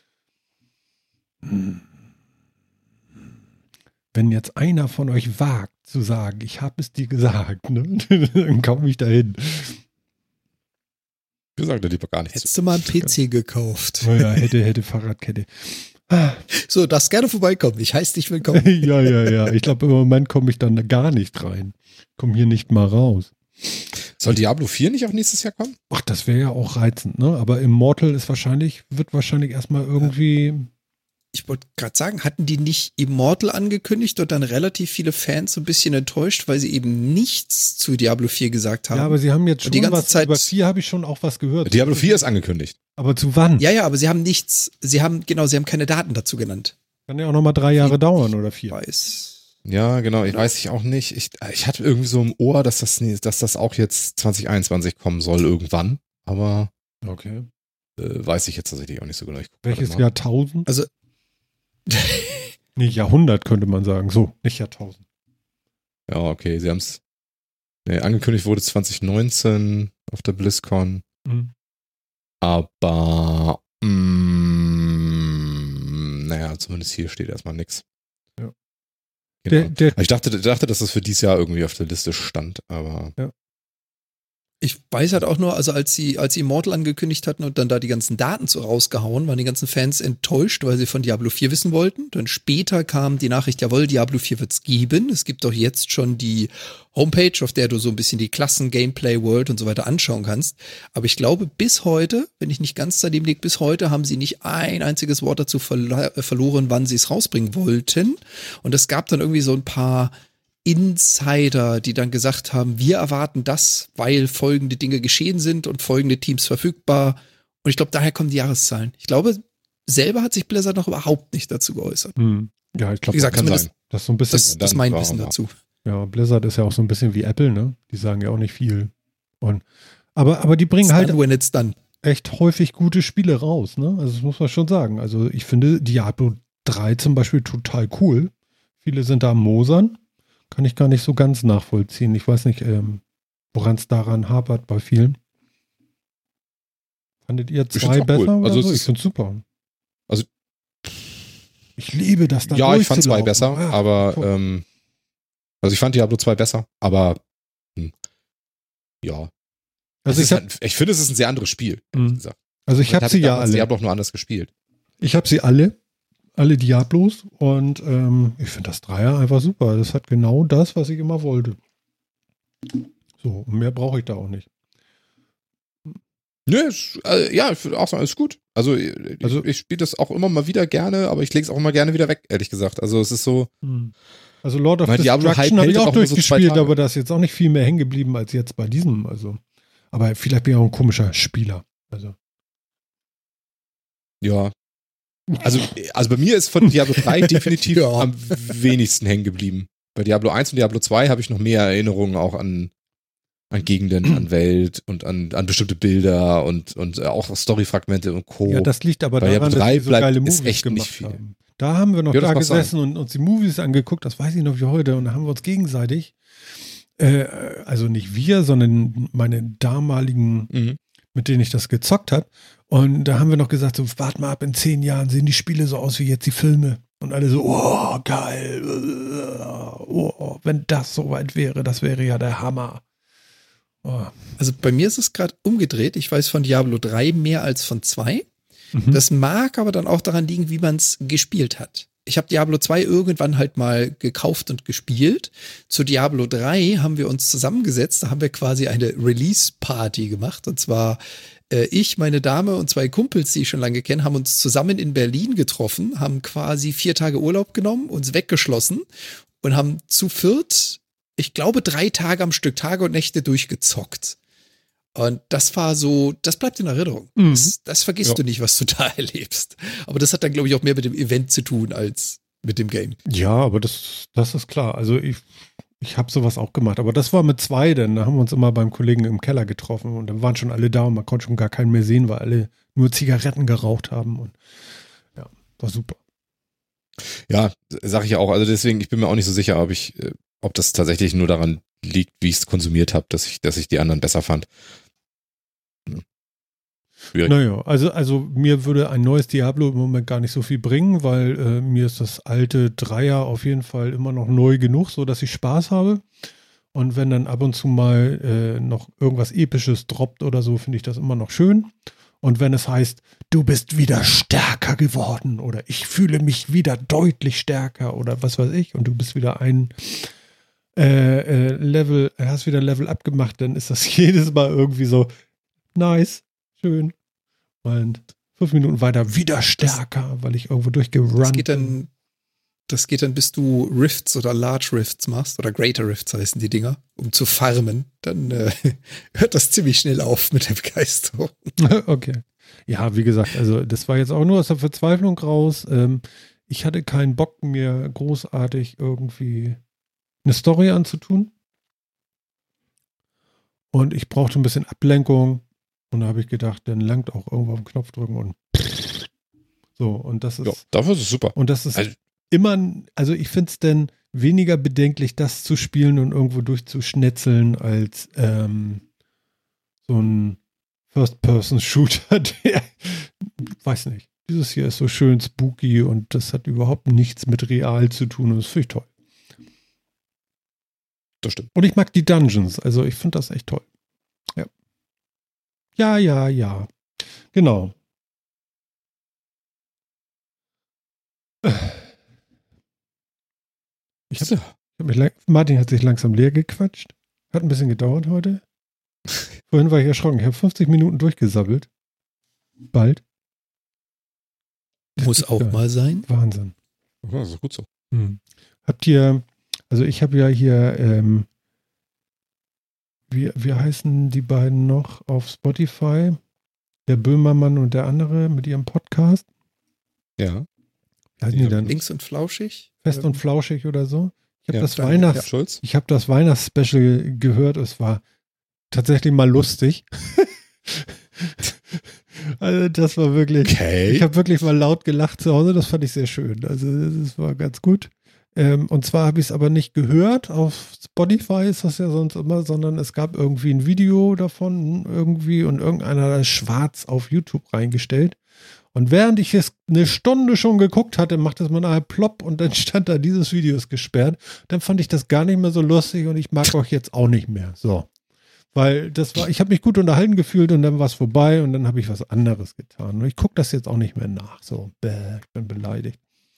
Wenn jetzt einer von euch wagt zu sagen, ich habe es dir gesagt, ne, dann komme ich dahin. Wir sagen da lieber gar nichts. Hättest du mal einen PC gekauft. Naja, hätte Fahrradkette. So, darfst gerne vorbeikommen. Ich heiße dich willkommen. Ja. Ich glaube, im Moment komme ich dann gar nicht rein. Komme hier nicht mal raus. Soll Diablo 4 nicht auch nächstes Jahr kommen? Ach, das wäre ja auch reizend, ne? Aber Immortal wird wahrscheinlich erstmal irgendwie. Ich wollte gerade sagen, hatten die nicht Immortal angekündigt und dann relativ viele Fans so ein bisschen enttäuscht, weil sie eben nichts zu Diablo 4 gesagt haben? Ja, aber sie haben jetzt schon die ganze was, Zeit, über 4 habe ich schon auch was gehört. Diablo 4 ist angekündigt. Aber zu wann? Ja, aber sie haben nichts, sie haben keine Daten dazu genannt. Kann ja auch nochmal 3 Jahre dauern oder 4. Ja, genau, weiß ich auch nicht. Ich hatte irgendwie so im Ohr, dass das auch jetzt 2021 kommen soll irgendwann, aber okay. Weiß ich jetzt tatsächlich auch nicht so genau. Welches Jahrtausend? Also nee, Jahrhundert könnte man sagen. So, nicht Jahrtausend. Ja, okay, sie haben es angekündigt wurde 2019 auf der BlizzCon, aber naja, zumindest hier steht erstmal nichts. Ja. Genau. Ich dachte, dass das für dieses Jahr irgendwie auf der Liste stand, aber ja. Ich weiß halt auch nur, also als sie Immortal angekündigt hatten und dann da die ganzen Daten so rausgehauen, waren die ganzen Fans enttäuscht, weil sie von Diablo 4 wissen wollten. Dann später kam die Nachricht, jawohl, Diablo 4 wird's geben. Es gibt doch jetzt schon die Homepage, auf der du so ein bisschen die Klassen, Gameplay, World und so weiter anschauen kannst. Aber ich glaube, bis heute, wenn ich nicht ganz daneben liege, bis heute haben sie nicht ein einziges Wort dazu verloren, wann sie es rausbringen wollten. Und es gab dann irgendwie so ein paar Insider, die dann gesagt haben, wir erwarten das, weil folgende Dinge geschehen sind und folgende Teams verfügbar. Und ich glaube, daher kommen die Jahreszahlen. Ich glaube, selber hat sich Blizzard noch überhaupt nicht dazu geäußert. Ja, ich glaube, wie gesagt, kann sein. Das ist so ein bisschen. Das ist mein Wissen dazu. Ja, Blizzard ist ja auch so ein bisschen wie Apple, ne? Die sagen ja auch nicht viel. Aber die bringen halt echt häufig gute Spiele raus, ne? Also das muss man schon sagen. Also ich finde Diablo 3 zum Beispiel total cool. Viele sind da am Mosern. Kann ich gar nicht so ganz nachvollziehen. Ich weiß nicht, woran es daran hapert bei vielen. Fandet ihr 2 besser? Cool. Also so? Ich finde es super. Also ich liebe das da. Ja, ich fand 2 besser, ja, aber also ich fand Diablo 2 besser, aber ja. Also ich finde, es ist ein sehr anderes Spiel, ehrlich gesagt. Also ich habe sie ja alle. Diablo auch nur anders gespielt. Ich habe sie alle Diablos und ich finde das Dreier einfach super. Das hat genau das, was ich immer wollte. So, mehr brauche ich da auch nicht. Nö, ja, ich würde auch sagen, ist gut. Also ich spiele das auch immer mal wieder gerne, aber ich lege es auch immer gerne wieder weg, ehrlich gesagt. Also es ist so. Also Lord of Destruction habe ich auch durchgespielt, aber da ist jetzt auch nicht viel mehr hängen geblieben als jetzt bei diesem. Also, aber vielleicht bin ich auch ein komischer Spieler. Also. Ja. Also bei mir ist von Diablo 3 definitiv am wenigsten hängen geblieben. Bei Diablo 1 und Diablo 2 habe ich noch mehr Erinnerungen auch an Gegenden, an Welt und an bestimmte Bilder und auch Storyfragmente und Co. Ja, das liegt aber daran, dass wir so geile Movies gemacht haben. Da haben wir noch da gesessen und uns die Movies angeguckt, das weiß ich noch wie heute, und da haben wir uns gegenseitig, also nicht wir, sondern meine damaligen, mit denen ich das gezockt habe, und da haben wir noch gesagt, so, warte mal ab, in 10 Jahren sehen die Spiele so aus wie jetzt die Filme. Und alle so, oh, geil, oh, wenn das soweit wäre, das wäre ja der Hammer. Oh. Also bei mir ist es gerade umgedreht. Ich weiß von Diablo 3 mehr als von 2. Das mag aber dann auch daran liegen, wie man es gespielt hat. Ich habe Diablo 2 irgendwann halt mal gekauft und gespielt. Zu Diablo 3 haben wir uns zusammengesetzt, da haben wir quasi eine Release-Party gemacht. Und zwar ich, meine Dame und 2 Kumpels, die ich schon lange kenne, haben uns zusammen in Berlin getroffen, haben quasi 4 Tage Urlaub genommen, uns weggeschlossen und haben zu viert, ich glaube 3 Tage am Stück, Tage und Nächte durchgezockt. Und das war so, das bleibt in Erinnerung. Das vergisst du nicht, was du da erlebst. Aber das hat dann, glaube ich, auch mehr mit dem Event zu tun als mit dem Game. Ja, aber das ist klar. Also ich habe sowas auch gemacht. Aber das war mit 2, denn da haben wir uns immer beim Kollegen im Keller getroffen und dann waren schon alle da und man konnte schon gar keinen mehr sehen, weil alle nur Zigaretten geraucht haben. Und ja, war super. Ja, sag ich ja auch. Also deswegen, ich bin mir auch nicht so sicher, ob das tatsächlich nur daran liegt, wie ich es konsumiert habe, dass ich die anderen besser fand. Schwierig. Naja, also mir würde ein neues Diablo im Moment gar nicht so viel bringen, weil mir ist das alte Dreier auf jeden Fall immer noch neu genug, so dass ich Spaß habe. Und wenn dann ab und zu mal noch irgendwas Episches droppt oder so, finde ich das immer noch schön. Und wenn es heißt, du bist wieder stärker geworden oder ich fühle mich wieder deutlich stärker oder was weiß ich und du bist wieder ein hast wieder Level abgemacht, dann ist das jedes Mal irgendwie so nice, schön. Und 5 Minuten weiter wieder stärker, weil ich irgendwo durchgerunnt bin. Das geht dann, bis du Rifts oder Large Rifts machst, oder Greater Rifts heißen die Dinger, um zu farmen. Dann hört das ziemlich schnell auf mit der Begeisterung. Okay. Ja, wie gesagt, also das war jetzt auch nur aus der Verzweiflung raus. Ich hatte keinen Bock, mir großartig irgendwie eine Story anzutun. Und ich brauchte ein bisschen Ablenkung. Und da habe ich gedacht, dann langt auch irgendwo auf den Knopf drücken und so. Und das ist. Ja, dafür ist es super. Und das ist immer, also ich finde es denn weniger bedenklich, das zu spielen und irgendwo durchzuschnetzeln, als so ein First-Person-Shooter, der, weiß nicht, dieses hier ist so schön spooky und das hat überhaupt nichts mit real zu tun und das finde ich toll. Das stimmt. Und ich mag die Dungeons, also ich finde das echt toll. Ja. Ja. Genau. Martin hat sich langsam leer gequatscht. Hat ein bisschen gedauert heute. Vorhin war ich erschrocken. Ich habe 50 Minuten durchgesabbelt. Bald. Das muss auch mal sein. Wahnsinn. Ja, das ist gut so. Habt ihr, also ich habe ja hier, wie heißen die beiden noch auf Spotify? Der Böhmermann und der andere mit ihrem Podcast. Ja. Wie heißen die dann? Links und flauschig. Fest und flauschig oder so. Ich habe das Ich habe das Weihnachtsspecial gehört. Es war tatsächlich mal lustig. Also das war wirklich, ich habe wirklich mal laut gelacht zu Hause. Das fand ich sehr schön. Also das war ganz gut. Und zwar habe ich es aber nicht gehört. Auf Spotify ist das ja sonst immer, sondern es gab irgendwie ein Video davon irgendwie und irgendeiner hat das schwarz auf YouTube reingestellt. Und während ich es eine Stunde schon geguckt hatte, macht es mal nachher plopp und dann stand da, dieses Video ist gesperrt. Dann fand ich das gar nicht mehr so lustig und ich mag euch jetzt auch nicht mehr. So. Weil ich habe mich gut unterhalten gefühlt und dann war es vorbei und dann habe ich was anderes getan. Und ich gucke das jetzt auch nicht mehr nach. So, ich bin beleidigt.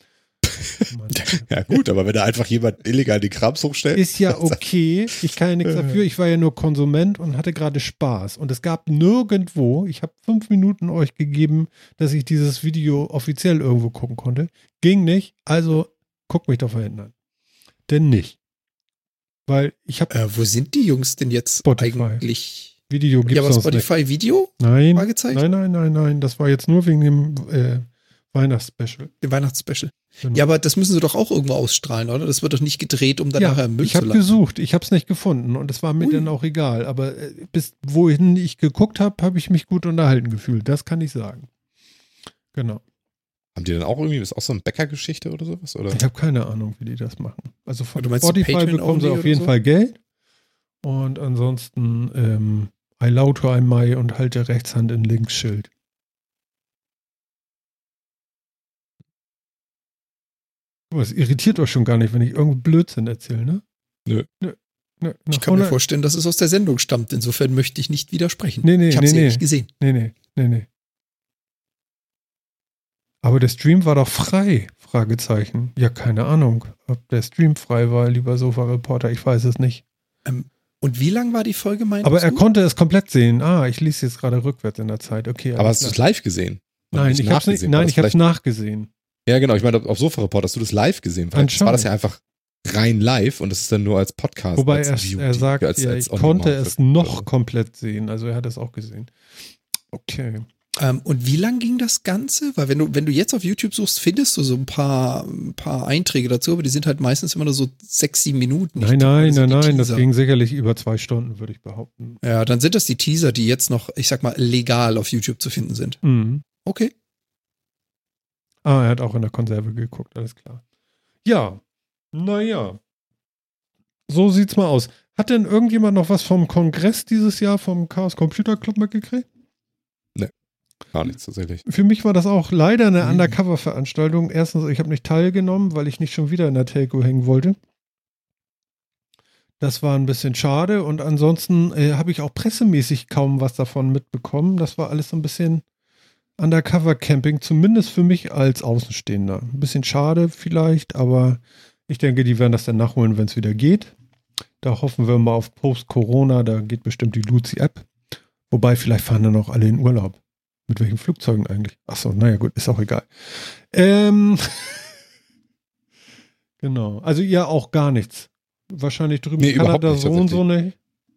Ja gut, aber wenn da einfach jemand illegal die Krams hochstellt. Ist ja okay. Ich kann ja nichts dafür. Ich war ja nur Konsument und hatte gerade Spaß. Und es gab nirgendwo, ich habe 5 Minuten euch gegeben, dass ich dieses Video offiziell irgendwo gucken konnte. Ging nicht. Also guck mich doch vorhin an. Denn nicht. Weil ich habe. Wo sind die Jungs denn jetzt Spotify. Eigentlich? Video gibt's aber sonst Spotify nicht. Video? Nein. Fragezeichen? Nein. Das war jetzt nur wegen dem Weihnachtsspecial. Dem Weihnachtsspecial. Genau. Ja, aber das müssen sie doch auch irgendwo ausstrahlen, oder? Das wird doch nicht gedreht, um dann nachher Müll ich zu habe landen. gesucht, ich habe es nicht gefunden und es war mir dann auch egal. Aber bis wohin ich geguckt habe, habe ich mich gut unterhalten gefühlt. Das kann ich sagen. Genau. Haben die dann auch irgendwie, ist auch so eine Bäckergeschichte oder sowas? Oder? Ich habe keine Ahnung, wie die das machen. Also von meinst Spotify bekommen sie auf jeden Fall Geld. Und ansonsten I laute einmal und halte Rechtshand in Linksschild. Aber es irritiert euch schon gar nicht, wenn ich irgendeinen Blödsinn erzähle, ne? Nö. Ich kann mir vorstellen, dass es aus der Sendung stammt. Insofern möchte ich nicht widersprechen. Nee, ich habe sie nicht gesehen. Nee. Aber der Stream war doch frei? Fragezeichen. Ja, keine Ahnung, ob der Stream frei war, lieber Sofa-Reporter. Ich weiß es nicht. Und wie lang war die Folge, meinst Aber du? er konnte es komplett sehen. Ich lese jetzt gerade rückwärts in der Zeit. Okay. Aber hast du es live gesehen? Nein, ich habe es nachgesehen. Ja, genau. Ich meine, auf Sofa-Report hast du das live gesehen. Vielleicht war das ja einfach rein live und es ist dann nur als Podcast. Wobei er sagt, ich konnte es noch komplett sehen. Also er hat es auch gesehen. Okay. Und wie lang ging das Ganze? Weil wenn du jetzt auf YouTube suchst, findest du so ein paar Einträge dazu, aber die sind halt meistens immer nur so 6-7 Minuten. Nein, das ging sicherlich über 2 Stunden, würde ich behaupten. Ja, dann sind das die Teaser, die jetzt noch, ich sag mal, legal auf YouTube zu finden sind. Mhm. Okay. Er hat auch in der Konserve geguckt, alles klar. Ja, naja. So sieht's mal aus. Hat denn irgendjemand noch was vom Kongress dieses Jahr, vom Chaos Computer Club mitgekriegt? Nee, gar nichts tatsächlich. Für mich war das auch leider eine Undercover-Veranstaltung. Erstens, ich habe nicht teilgenommen, weil ich nicht schon wieder in der Telco hängen wollte. Das war ein bisschen schade und ansonsten habe ich auch pressemäßig kaum was davon mitbekommen. Das war alles so ein bisschen Undercover-Camping, zumindest für mich als Außenstehender. Ein bisschen schade vielleicht, aber ich denke, die werden das dann nachholen, wenn es wieder geht. Da hoffen wir mal auf Post-Corona, da geht bestimmt die Luzi-App. Wobei, vielleicht fahren dann auch alle in Urlaub. Mit welchen Flugzeugen eigentlich? Achso, naja gut, ist auch egal. Genau, also ihr auch gar nichts. Wahrscheinlich drüben in Kanada so und so nicht.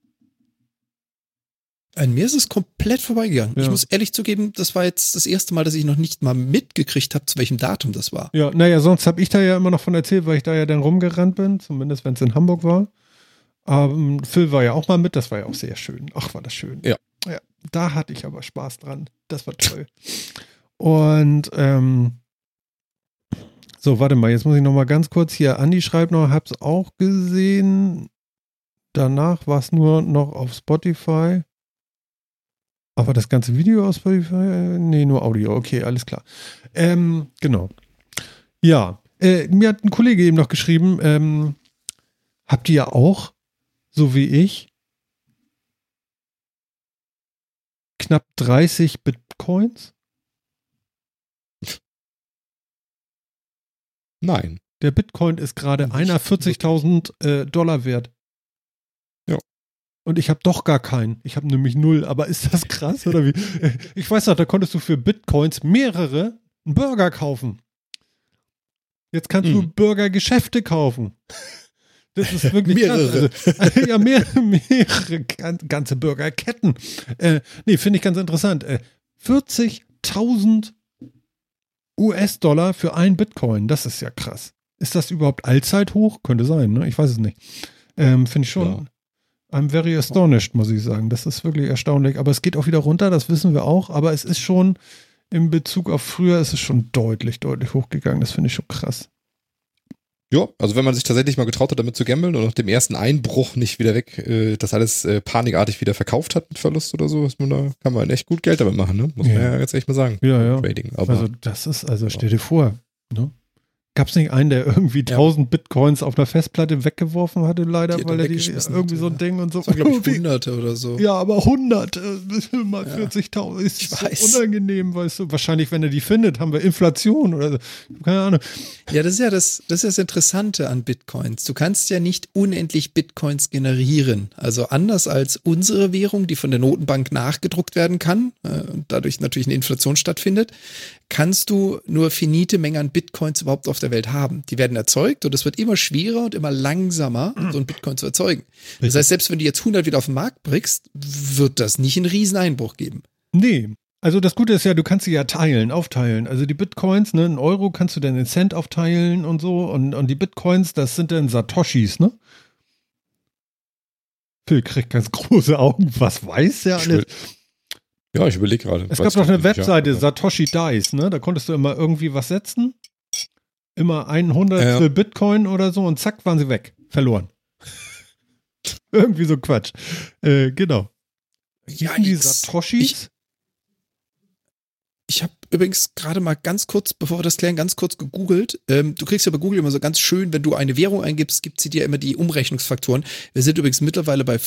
An mir ist es komplett vorbeigegangen. Ja. Ich muss ehrlich zugeben, das war jetzt das erste Mal, dass ich noch nicht mal mitgekriegt habe, zu welchem Datum das war. Ja, naja, sonst habe ich da ja immer noch von erzählt, weil ich da ja dann rumgerannt bin, zumindest wenn es in Hamburg war. Phil war ja auch mal mit, das war ja auch sehr schön. Ach, war das schön. Ja. Ja, da hatte ich aber Spaß dran. Das war toll. Und so, warte mal, jetzt muss ich noch mal ganz kurz hier, Andi schreibt noch, hab's auch gesehen. Danach war es nur noch auf Spotify. Aber das ganze Video aus Spotify? Nee, nur Audio. Okay, alles klar. Genau. Ja, mir hat ein Kollege eben noch geschrieben, habt ihr auch, so wie ich, knapp 30 Bitcoins? Nein. Der Bitcoin ist gerade 41.000 Dollar wert. Ja. Und ich habe doch gar keinen. Ich habe nämlich 0. Aber ist das krass oder wie? Ich weiß noch, da konntest du für Bitcoins mehrere einen Burger kaufen. Jetzt kannst du Burgergeschäfte kaufen. Das ist wirklich mehrere. Krass. Also, ja, mehrere ganze Burgerketten. Nee, finde ich ganz interessant. 40.000 US-Dollar für ein Bitcoin. Das ist ja krass. Ist das überhaupt Allzeithoch? Könnte sein, ne? Ich weiß es nicht. Finde ich schon. Ja. I'm very astonished, muss ich sagen. Das ist wirklich erstaunlich. Aber es geht auch wieder runter, das wissen wir auch. Aber es ist schon, in Bezug auf früher, ist es schon deutlich hochgegangen. Das finde ich schon krass. Ja, also wenn man sich tatsächlich mal getraut hat, damit zu gambeln und nach dem ersten Einbruch nicht wieder weg, das alles panikartig wieder verkauft hat mit Verlust oder so, da kann man echt gut Geld damit machen, ne? Muss man ja jetzt echt mal sagen. Ja. Trading. Aber, also das ist, stell dir vor, ne? Gab es nicht einen, der irgendwie 1000 Bitcoins auf einer Festplatte weggeworfen hatte, leider, weil er die irgendwie so ein Ding und so. Das war, glaube ich, Hunderte oder so. Ja, aber Hunderte, mal 40.000, ist so unangenehm, weißt du. Wahrscheinlich, wenn er die findet, haben wir Inflation oder so. Keine Ahnung. Ja, das ist ja das Interessante an Bitcoins. Du kannst ja nicht unendlich Bitcoins generieren. Also anders als unsere Währung, die von der Notenbank nachgedruckt werden kann und dadurch natürlich eine Inflation stattfindet, kannst du nur finite Mengen an Bitcoins überhaupt auf der Welt haben. Die werden erzeugt und es wird immer schwerer und immer langsamer, so ein Bitcoin zu erzeugen. Das heißt, selbst wenn du jetzt 100 wieder auf den Markt bringst, wird das nicht einen riesen Einbruch geben. Nee. Also das Gute ist ja, du kannst sie ja aufteilen. Also die Bitcoins, ne, einen Euro kannst du dann in Cent aufteilen und so. Und die Bitcoins, das sind dann Satoshis, ne? Phil kriegt ganz große Augen. Was weiß der alles? Ja, ich überlege gerade. Es gab doch eine Webseite, Satoshi Dice, ne? Da konntest du immer irgendwie was setzen. Immer 100 Bitcoin oder so und zack, waren sie weg. Verloren. Irgendwie so Quatsch. Genau. Ja, die Satoshis? Ich habe übrigens gerade mal ganz kurz, bevor wir das klären, ganz kurz gegoogelt. Du kriegst ja bei Google immer so ganz schön, wenn du eine Währung eingibst, gibt sie dir immer die Umrechnungsfaktoren. Wir sind übrigens mittlerweile bei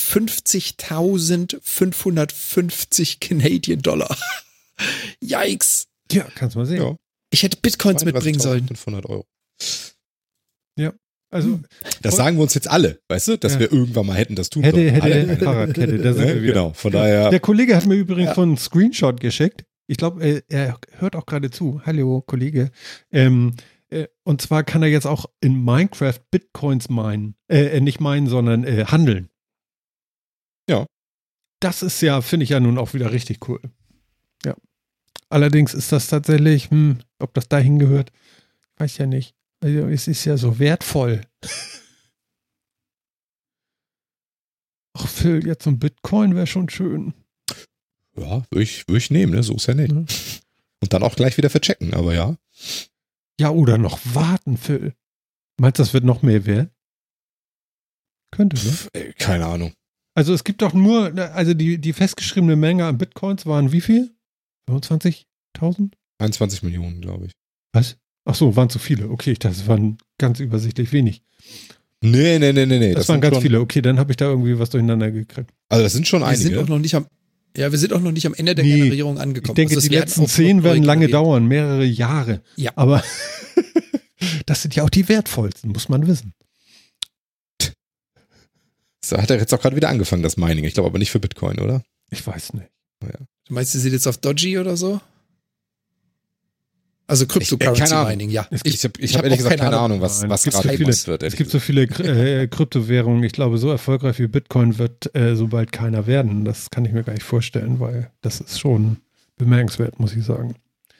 50.550 Canadian Dollar. Yikes. Ja, kannst mal sehen. Ja. Ich hätte Bitcoins mitbringen sollen. 500 Euro. Ja. Also, das sagen wir uns jetzt alle, weißt du, dass wir irgendwann mal hätten das tun sollen. Hätte Fahrradkette, da sind wir wieder. Genau, von daher. Der Kollege hat mir übrigens so einen Screenshot geschickt. Ich glaube, er hört auch gerade zu. Hallo, Kollege. Und zwar kann er jetzt auch in Minecraft Bitcoins meinen. Nicht meinen, sondern handeln. Ja. Das ist ja, finde ich ja nun auch wieder richtig cool. Ja. Allerdings ist das tatsächlich, ob das dahin gehört, weiß ja nicht. Also es ist ja so wertvoll. Ach Phil, jetzt so ein Bitcoin wäre schon schön. Ja, würde ich nehmen, ne? So ist ja nicht. Und dann auch gleich wieder verchecken, aber ja. Ja, oder noch warten, Phil. Meinst du, das wird noch mehr wert? Könnte, ne? Keine Ahnung. Also es gibt doch nur, also die festgeschriebene Menge an Bitcoins waren wie viel? 25.000? 21 Millionen, glaube ich. Was? Ach so, waren zu viele. Okay, ich dachte, es waren ganz übersichtlich wenig. Nee. Das waren ganz schon, viele. Okay, dann habe ich da irgendwie was durcheinander gekriegt. Also das sind schon Wir einige. sind auch noch nicht am Ende der Generierung angekommen. Ich denke, Also es die werden letzten auch 10 noch werden neu lange generiert. dauern, mehrere Jahre. Ja. Aber das sind ja auch die wertvollsten, muss man wissen. Das hat er jetzt auch gerade wieder angefangen, das Mining. Ich glaube aber nicht für Bitcoin, oder? Ich weiß nicht. Du meinst, sie sind jetzt auf Doji oder so? Also keine Cryptocurrency Ahnung. Mining, ja. Ich hab hab ehrlich auch gesagt keine Ahnung, was Nein, es gibt gerade so viele- gemacht wird. Es gibt so viele Kryptowährungen. Ich glaube, so erfolgreich wie Bitcoin wird so bald keiner werden. Das kann ich mir gar nicht vorstellen, weil das ist schon bemerkenswert, muss ich sagen.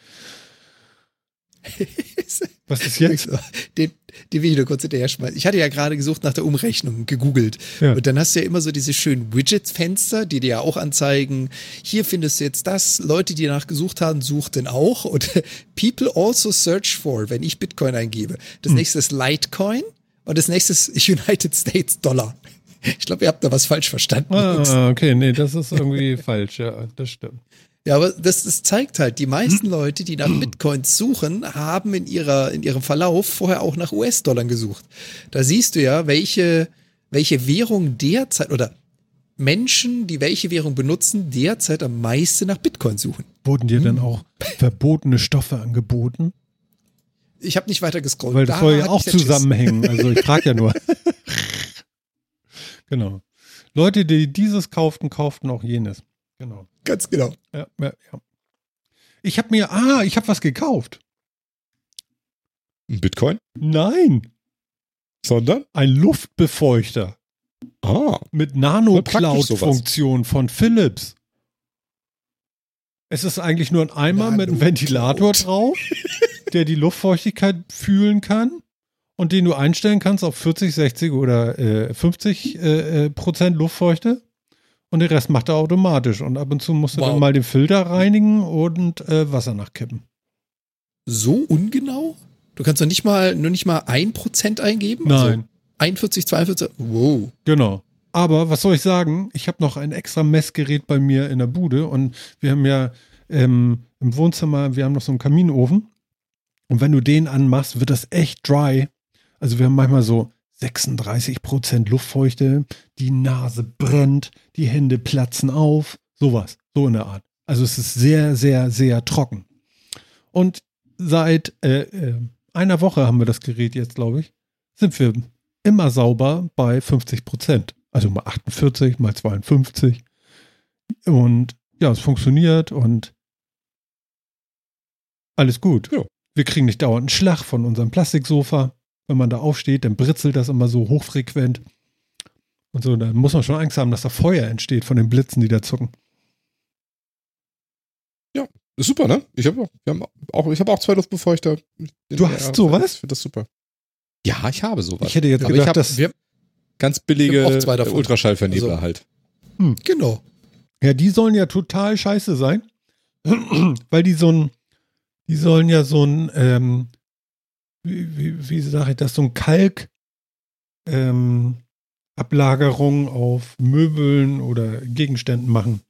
Was ist jetzt? Den will ich nur kurz hinterher schmeißen. Ich hatte ja gerade gesucht nach der Umrechnung, gegoogelt. Ja. Und dann hast du ja immer so diese schönen Widgets-Fenster, die dir ja auch anzeigen, hier findest du jetzt das, Leute, die danach gesucht haben, suchten auch. Und people also search for, wenn ich Bitcoin eingebe. Das nächste ist Litecoin und das nächste ist United States Dollar. Ich glaube, ihr habt da was falsch verstanden. Okay, nee, das ist irgendwie falsch, ja, das stimmt. Ja, aber das zeigt halt, die meisten Leute, die nach Bitcoins suchen, haben in ihrem Verlauf vorher auch nach US-Dollar gesucht. Da siehst du ja, welche Währung derzeit oder Menschen, die welche Währung benutzen, derzeit am meisten nach Bitcoin suchen. Wurden dir dann auch verbotene Stoffe angeboten? Ich habe nicht weiter gescrollt. Weil das Da soll ja hatte auch ich den Schiss. zusammenhängen. Also ich frage ja nur. Genau. Leute, die dieses kauften auch jenes. Genau. Ganz genau. Ja. Ich habe was gekauft. Ein Bitcoin? Nein, Sondern? ein Luftbefeuchter mit Voll praktisch Nano-Cloud-Funktion von Philips. Es ist eigentlich nur ein Eimer mit einem Ventilator drauf, der die Luftfeuchtigkeit fühlen kann und den du einstellen kannst auf 40, 60 oder 50% Luftfeuchte. Und den Rest macht er automatisch. Und ab und zu musst du dann mal den Filter reinigen und Wasser nachkippen. So ungenau? Du kannst doch nicht mal 1% eingeben? Nein. Also 41, 42? Wow. Genau. Aber was soll ich sagen? Ich habe noch ein extra Messgerät bei mir in der Bude und wir haben ja im Wohnzimmer, wir haben noch so einen Kaminofen. Und wenn du den anmachst, wird das echt dry. Also wir haben manchmal so 36% Luftfeuchte, die Nase brennt, die Hände platzen auf, sowas, so in der Art. Also es ist sehr, sehr, sehr trocken. Und seit einer Woche haben wir das Gerät jetzt, glaube ich, sind wir immer sauber bei 50%. Also mal 48, mal 52. Und ja, es funktioniert und alles gut. Ja. Wir kriegen nicht dauernd einen Schlag von unserem Plastiksofa. Wenn man da aufsteht, dann britzelt das immer so hochfrequent. Und so, da muss man schon Angst haben, dass da Feuer entsteht von den Blitzen, die da zucken. Ja, ist super, ne? Ich habe auch 2 Luftbefeuchter. Du hast sowas? Ich finde das super. Ja, ich habe sowas. Ich hätte jetzt Aber gedacht, ich habe ganz billige Wir haben auch 2 davon. Ultraschallvernebler Also- halt. Genau. ja, die sollen ja total scheiße sein. Weil die sollen ja so ein, wie sage ich das, so ein Ablagerung auf Möbeln oder Gegenständen machen.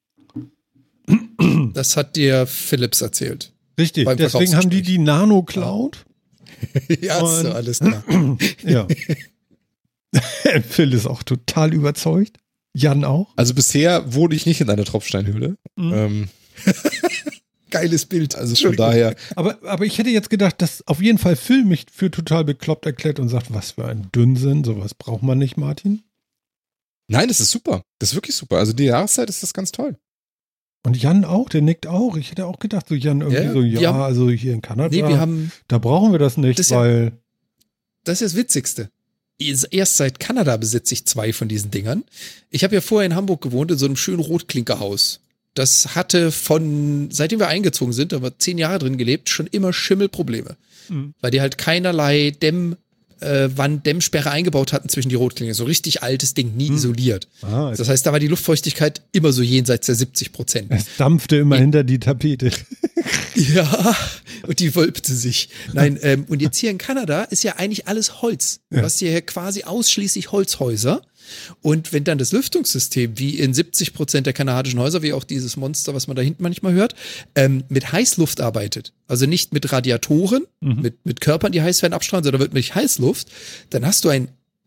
Das hat dir Philips erzählt. Richtig, Beim deswegen haben die Nano-Cloud. Ja, ist so, Und- alles klar. Ja. Phil ist auch total überzeugt. Jan auch. Also bisher wohne ich nicht in einer Tropfsteinhöhle. Mhm. Geiles Bild. Also von daher, Aber ich hätte jetzt gedacht, dass auf jeden Fall Phil mich für total bekloppt erklärt und sagt, was für ein Dünnsinn, sowas braucht man nicht, Martin. nein, das ist super. Das ist wirklich super. Also die Jahreszeit ist das ganz toll. Und Jan auch, der nickt auch. Ich hätte auch gedacht, so Jan irgendwie wir haben- also hier in Kanada, Nee, wir haben, da brauchen wir das nicht, Das ist ja- weil das ist das Witzigste. Erst seit Kanada besitze ich 2 von diesen Dingern. Ich habe ja vorher in Hamburg gewohnt, in so einem schönen Rotklinkerhaus. Das hatte seitdem wir eingezogen sind, da haben wir 10 Jahre drin gelebt, schon immer Schimmelprobleme. Weil die halt keinerlei Dämmsperre eingebaut hatten zwischen die Rotklinker. So richtig altes Ding, nie isoliert. Das heißt, da war die Luftfeuchtigkeit immer so jenseits der 70%. es dampfte immer hinter die Tapete. Ja, und die wölbte sich. Nein, und jetzt hier in Kanada ist ja eigentlich alles Holz. Du hast hier quasi ausschließlich Holzhäuser. Und wenn dann das Lüftungssystem, wie in 70% der kanadischen Häuser, wie auch dieses Monster, was man da hinten manchmal hört, mit Heißluft arbeitet, also nicht mit Radiatoren, mit Körpern, die heiß werden, abstrahlen, sondern wird mit Heißluft, dann hast du ein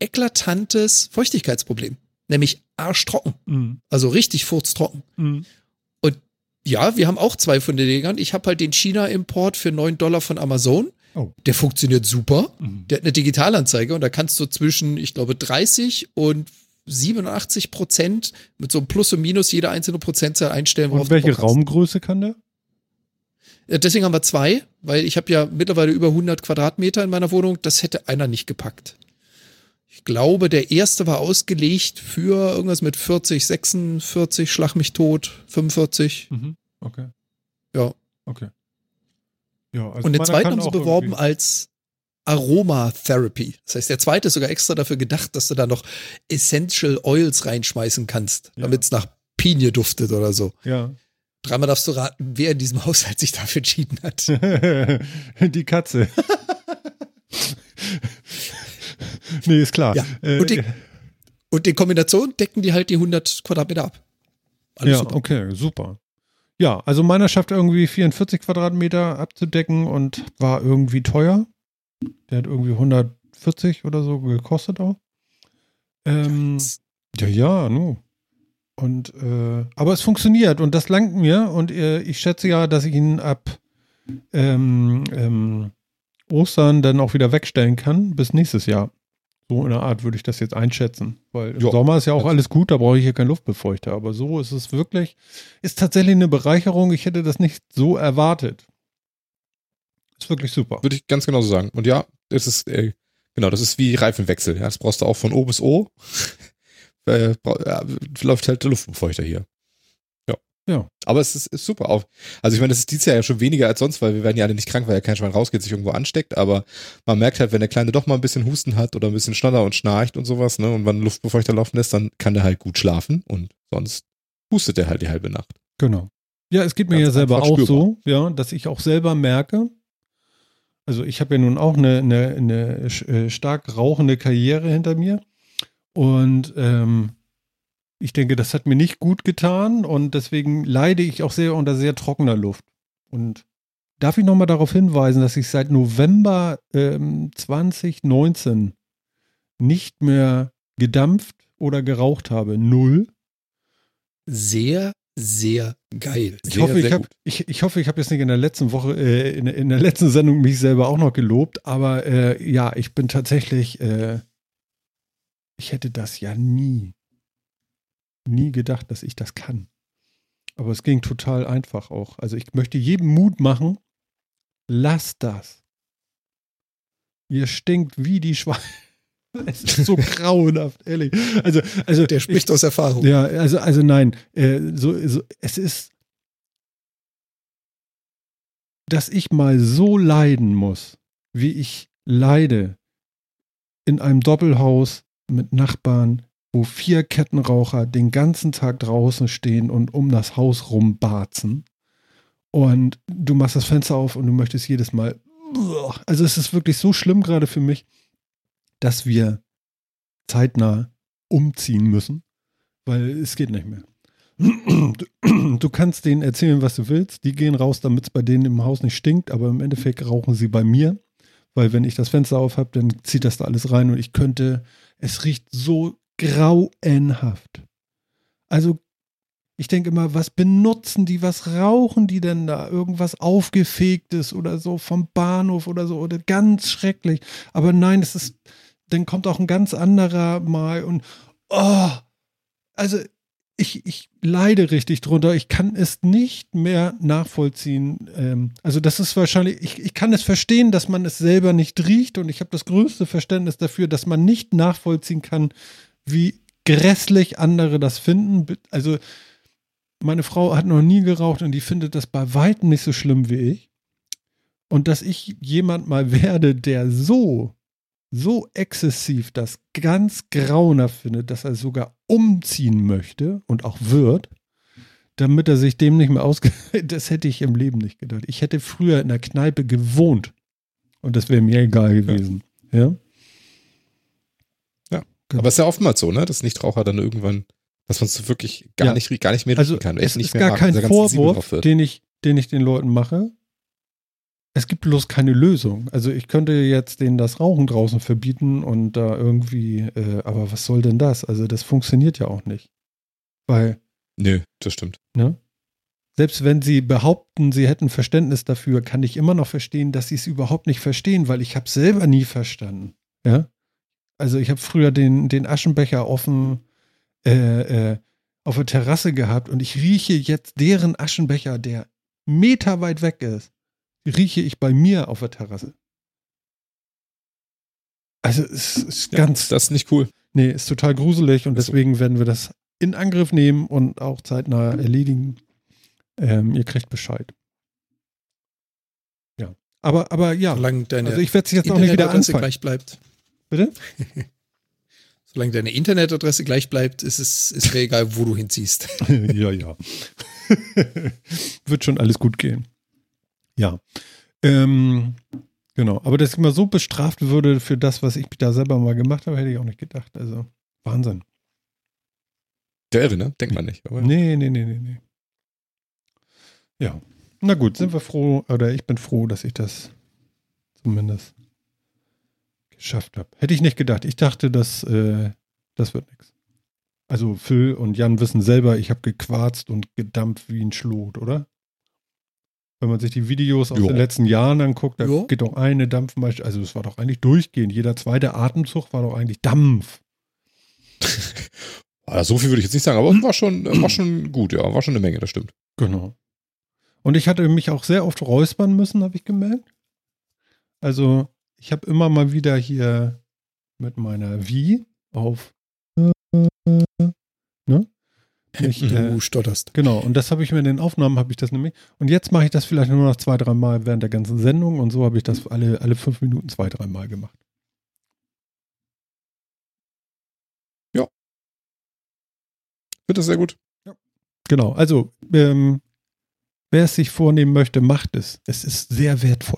eklatantes Feuchtigkeitsproblem. Nämlich arschtrocken. Also richtig furztrocken. Und ja, wir haben auch 2 von den Dingern. Ich habe halt den China-Import für $9 von Amazon. Oh. Der funktioniert super. Der hat eine Digitalanzeige und da kannst du zwischen, ich glaube, 30 und 87% mit so einem Plus und Minus jede einzelne Prozentzahl einstellen. Und welche Raumgröße kann der? Deswegen haben wir 2, weil ich habe ja mittlerweile über 100 Quadratmeter in meiner Wohnung. Das hätte einer nicht gepackt. Ich glaube, der erste war ausgelegt für irgendwas mit 40, 46, schlag mich tot, 45. Okay. Ja. Okay. Ja, also und den zweiten haben sie auch beworben irgendwie als Aromatherapy. Das heißt, der zweite ist sogar extra dafür gedacht, dass du da noch Essential Oils reinschmeißen kannst, damit es nach Pinie duftet oder so. Ja. Dreimal darfst du raten, wer in diesem Haushalt sich dafür entschieden hat. Die Katze. Nee, ist klar. Ja. Und in Kombination decken die halt die 100 Quadratmeter ab. Alles super. Okay, super. Ja, also meiner schafft irgendwie 44 Quadratmeter abzudecken und war irgendwie teuer. Der hat irgendwie 140 oder so gekostet auch. Ja, no. Und, aber es funktioniert und das langt mir und ich schätze ja, dass ich ihn ab Ostern dann auch wieder wegstellen kann bis nächstes Jahr. So in der Art würde ich das jetzt einschätzen. Weil im Sommer ist ja auch alles gut, da brauche ich hier keinen Luftbefeuchter. Aber so ist es wirklich, ist tatsächlich eine Bereicherung. Ich hätte das nicht so erwartet. Ist wirklich super. Würde ich ganz genau so sagen. Und ja, das ist, das ist wie Reifenwechsel. Ja, das brauchst du auch von O bis O. Läuft halt der Luftbefeuchter hier. Ja. Aber es ist super. Also ich meine, das ist dieses Jahr ja schon weniger als sonst, weil wir werden ja alle nicht krank, weil ja kein Schwein rausgeht, sich irgendwo ansteckt, aber man merkt halt, wenn der Kleine doch mal ein bisschen Husten hat oder ein bisschen Schnatter und schnarcht und sowas, ne, und man Luftbefeuchter laufen lässt, dann kann der halt gut schlafen und sonst hustet der halt die halbe Nacht. Genau. Ja, es geht mir Ganz ja selber einfach auch spürbar. so, ja, dass ich auch selber merke, also ich habe ja nun auch eine stark rauchende Karriere hinter mir und ich denke, das hat mir nicht gut getan und deswegen leide ich auch sehr unter sehr trockener Luft. Und darf ich nochmal darauf hinweisen, dass ich seit November 2019 nicht mehr gedampft oder geraucht habe. 0. Sehr, sehr geil. Ich hoffe, ich habe jetzt nicht in der letzten Woche, in der letzten Sendung mich selber auch noch gelobt, aber ja, ich bin tatsächlich, ich hätte das ja nie gedacht, dass ich das kann. Aber es ging total einfach auch. Also ich möchte jedem Mut machen, lasst das. Ihr stinkt wie die Schweine. Es ist so grauenhaft, ehrlich. Also Der spricht aus Erfahrung. Ja, also nein. Es ist, dass ich mal so leiden muss, wie ich leide in einem Doppelhaus mit Nachbarn, wo 4 Kettenraucher den ganzen Tag draußen stehen und um das Haus rumbarzen. Und du machst das Fenster auf und du möchtest jedes Mal. Also es ist wirklich so schlimm gerade für mich, dass wir zeitnah umziehen müssen, weil es geht nicht mehr. Du kannst denen erzählen, was du willst. Die gehen raus, damit es bei denen im Haus nicht stinkt, aber im Endeffekt rauchen sie bei mir, weil wenn ich das Fenster auf habe, dann zieht das da alles rein und es riecht so grauenhaft. Also ich denke immer, was benutzen die, was rauchen die denn da? Irgendwas Aufgefegtes oder so vom Bahnhof oder so oder ganz schrecklich. Aber nein, dann kommt auch ein ganz anderer mal und also ich leide richtig drunter. Ich kann es nicht mehr nachvollziehen. Also das ist wahrscheinlich, ich kann es verstehen, dass man es selber nicht riecht und ich habe das größte Verständnis dafür, dass man nicht nachvollziehen kann, wie grässlich andere das finden. Also meine Frau hat noch nie geraucht und die findet das bei weitem nicht so schlimm wie ich. Und dass ich jemand mal werde, der so exzessiv das ganz grauenhaft findet, dass er sogar umziehen möchte und auch wird, damit er sich dem nicht mehr das hätte ich im Leben nicht gedacht. Ich hätte früher in der Kneipe gewohnt und das wäre mir egal gewesen. Ja. Aber es ist ja oftmals so, ne, dass Nichtraucher dann irgendwann, dass man es wirklich gar nicht mehr riechen kann. Es ist gar kein Vorwurf, den ich den Leuten mache. Es gibt bloß keine Lösung. Also ich könnte jetzt denen das Rauchen draußen verbieten und da irgendwie, aber was soll denn das? Also das funktioniert ja auch nicht. Weil, Nö, das stimmt. ne? Selbst wenn sie behaupten, sie hätten Verständnis dafür, kann ich immer noch verstehen, dass sie es überhaupt nicht verstehen, weil ich habe es selber nie verstanden. Ja? Also ich habe früher den Aschenbecher auf der Terrasse gehabt und ich rieche jetzt deren Aschenbecher, der Meter weit weg ist, rieche ich bei mir auf der Terrasse. Also es ist ganz... Das ist nicht cool. Nee, ist total gruselig und deswegen werden wir das in Angriff nehmen und auch zeitnah erledigen. Ihr kriegt Bescheid. Ja. Aber ja, Solange deine also ich werde es jetzt auch nicht wieder Internetadresse anfangen. gleich bleibt. Bitte? Solange deine Internetadresse gleich bleibt, ist mir egal, wo du hinziehst. Ja. Wird schon alles gut gehen. Ja. Genau. Aber dass ich mal so bestraft würde für das, was ich da selber mal gemacht habe, hätte ich auch nicht gedacht. Also Wahnsinn. Der Irre, ne? Denkt man nicht. Aber Nee. Ja. Na gut, sind wir froh, oder ich bin froh, dass ich das zumindest geschafft habe. Hätte ich nicht gedacht. Ich dachte, das wird nichts. Also Phil und Jan wissen selber, ich habe gequarzt und gedampft wie ein Schlot, oder? Wenn man sich die Videos aus den letzten Jahren anguckt, da geht doch eine Dampfmaschine, also es war doch eigentlich durchgehend. Jeder zweite Atemzug war doch eigentlich Dampf. So viel würde ich jetzt nicht sagen, aber es war schon gut, ja. War schon eine Menge, das stimmt. Genau. Und ich hatte mich auch sehr oft räuspern müssen, habe ich gemerkt. Also ich habe immer mal wieder hier mit meiner Wie auf ne? Du stotterst. Genau, und das habe ich mir in den Aufnahmen, habe ich das nämlich. Und jetzt mache ich das vielleicht nur noch 2-3 Mal während der ganzen Sendung und so habe ich das alle 5 Minuten 2-3 Mal gemacht. Ja. Finde das sehr gut. Ja. Genau, also wer es sich vornehmen möchte, macht es. Es ist sehr wertvoll.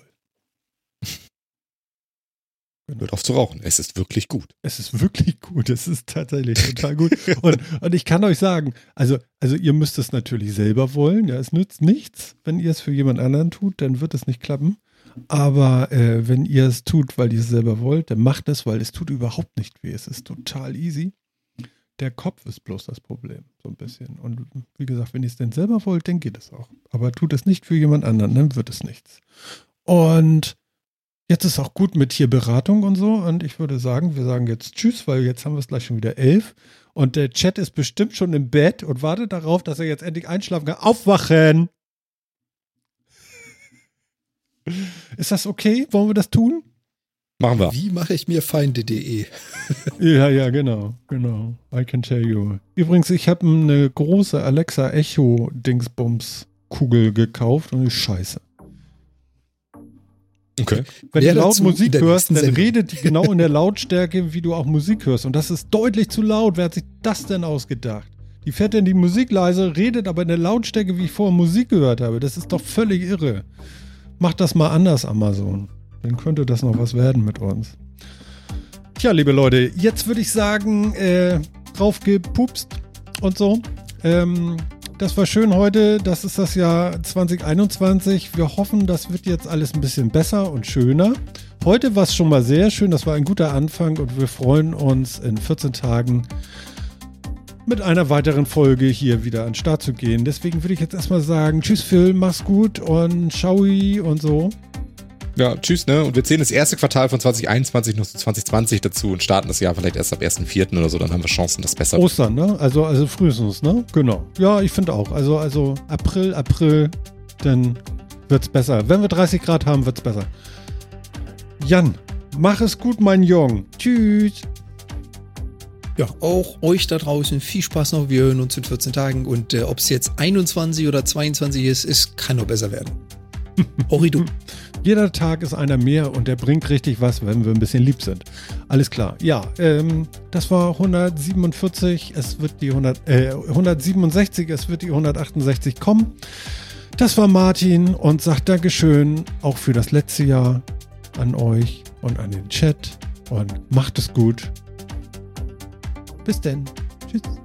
Hört auf zu rauchen. Es ist wirklich gut. Es ist wirklich gut. Es ist tatsächlich total gut. Und ich kann euch sagen, also ihr müsst es natürlich selber wollen. Ja, es nützt nichts, wenn ihr es für jemand anderen tut, dann wird es nicht klappen. Aber wenn ihr es tut, weil ihr es selber wollt, dann macht es, weil es tut überhaupt nicht weh. Es ist total easy. Der Kopf ist bloß das Problem, so ein bisschen. Und wie gesagt, wenn ihr es denn selber wollt, dann geht es auch. Aber tut es nicht für jemand anderen, dann wird es nichts. Und jetzt ist auch gut mit hier Beratung und so. Und ich würde sagen, wir sagen jetzt Tschüss, weil jetzt haben wir es gleich schon wieder 11. Und der Chat ist bestimmt schon im Bett und wartet darauf, dass er jetzt endlich einschlafen kann. Aufwachen! Ist das okay? Wollen wir das tun? Machen wir. Wie mache ich mir Feinde.de? Ja, genau. I can tell you. Übrigens, ich habe eine große Alexa Echo Dingsbums Kugel gekauft und die ist scheiße. Okay. Wenn du laut Musik hörst, dann redet die genau in der Lautstärke, wie du auch Musik hörst. Und das ist deutlich zu laut. Wer hat sich das denn ausgedacht? Die fährt dann die Musik leise, redet aber in der Lautstärke, wie ich vorher Musik gehört habe. Das ist doch völlig irre. Mach das mal anders, Amazon. Dann könnte das noch was werden mit uns. Tja, liebe Leute, jetzt würde ich sagen, drauf gepupst und so. Das war schön heute. Das ist das Jahr 2021. Wir hoffen, das wird jetzt alles ein bisschen besser und schöner. Heute war es schon mal sehr schön. Das war ein guter Anfang und wir freuen uns in 14 Tagen mit einer weiteren Folge hier wieder an den Start zu gehen. Deswegen würde ich jetzt erstmal sagen, tschüss Phil, mach's gut und schaui und so. Ja, tschüss, ne? Und wir zählen das erste Quartal von 2021 noch zu 2020 dazu und starten das Jahr vielleicht erst ab 1.4. oder so, dann haben wir Chancen, das besser. Ostern, ne? Also frühestens, ne? Genau. Ja, ich finde auch. Also April, dann wird's besser. Wenn wir 30 Grad haben, wird's besser. Jan, mach es gut, mein Jung. Tschüss. Ja, auch euch da draußen viel Spaß noch. Wir hören uns in 14 Tagen und ob es jetzt 21 oder 22 ist, es kann nur besser werden. Horidu. Jeder Tag ist einer mehr und der bringt richtig was, wenn wir ein bisschen lieb sind. Alles klar. Ja, das war 147, es wird die 167, es wird die 168 kommen. Das war Martin und sagt Dankeschön auch für das letzte Jahr an euch und an den Chat und macht es gut. Bis denn. Tschüss.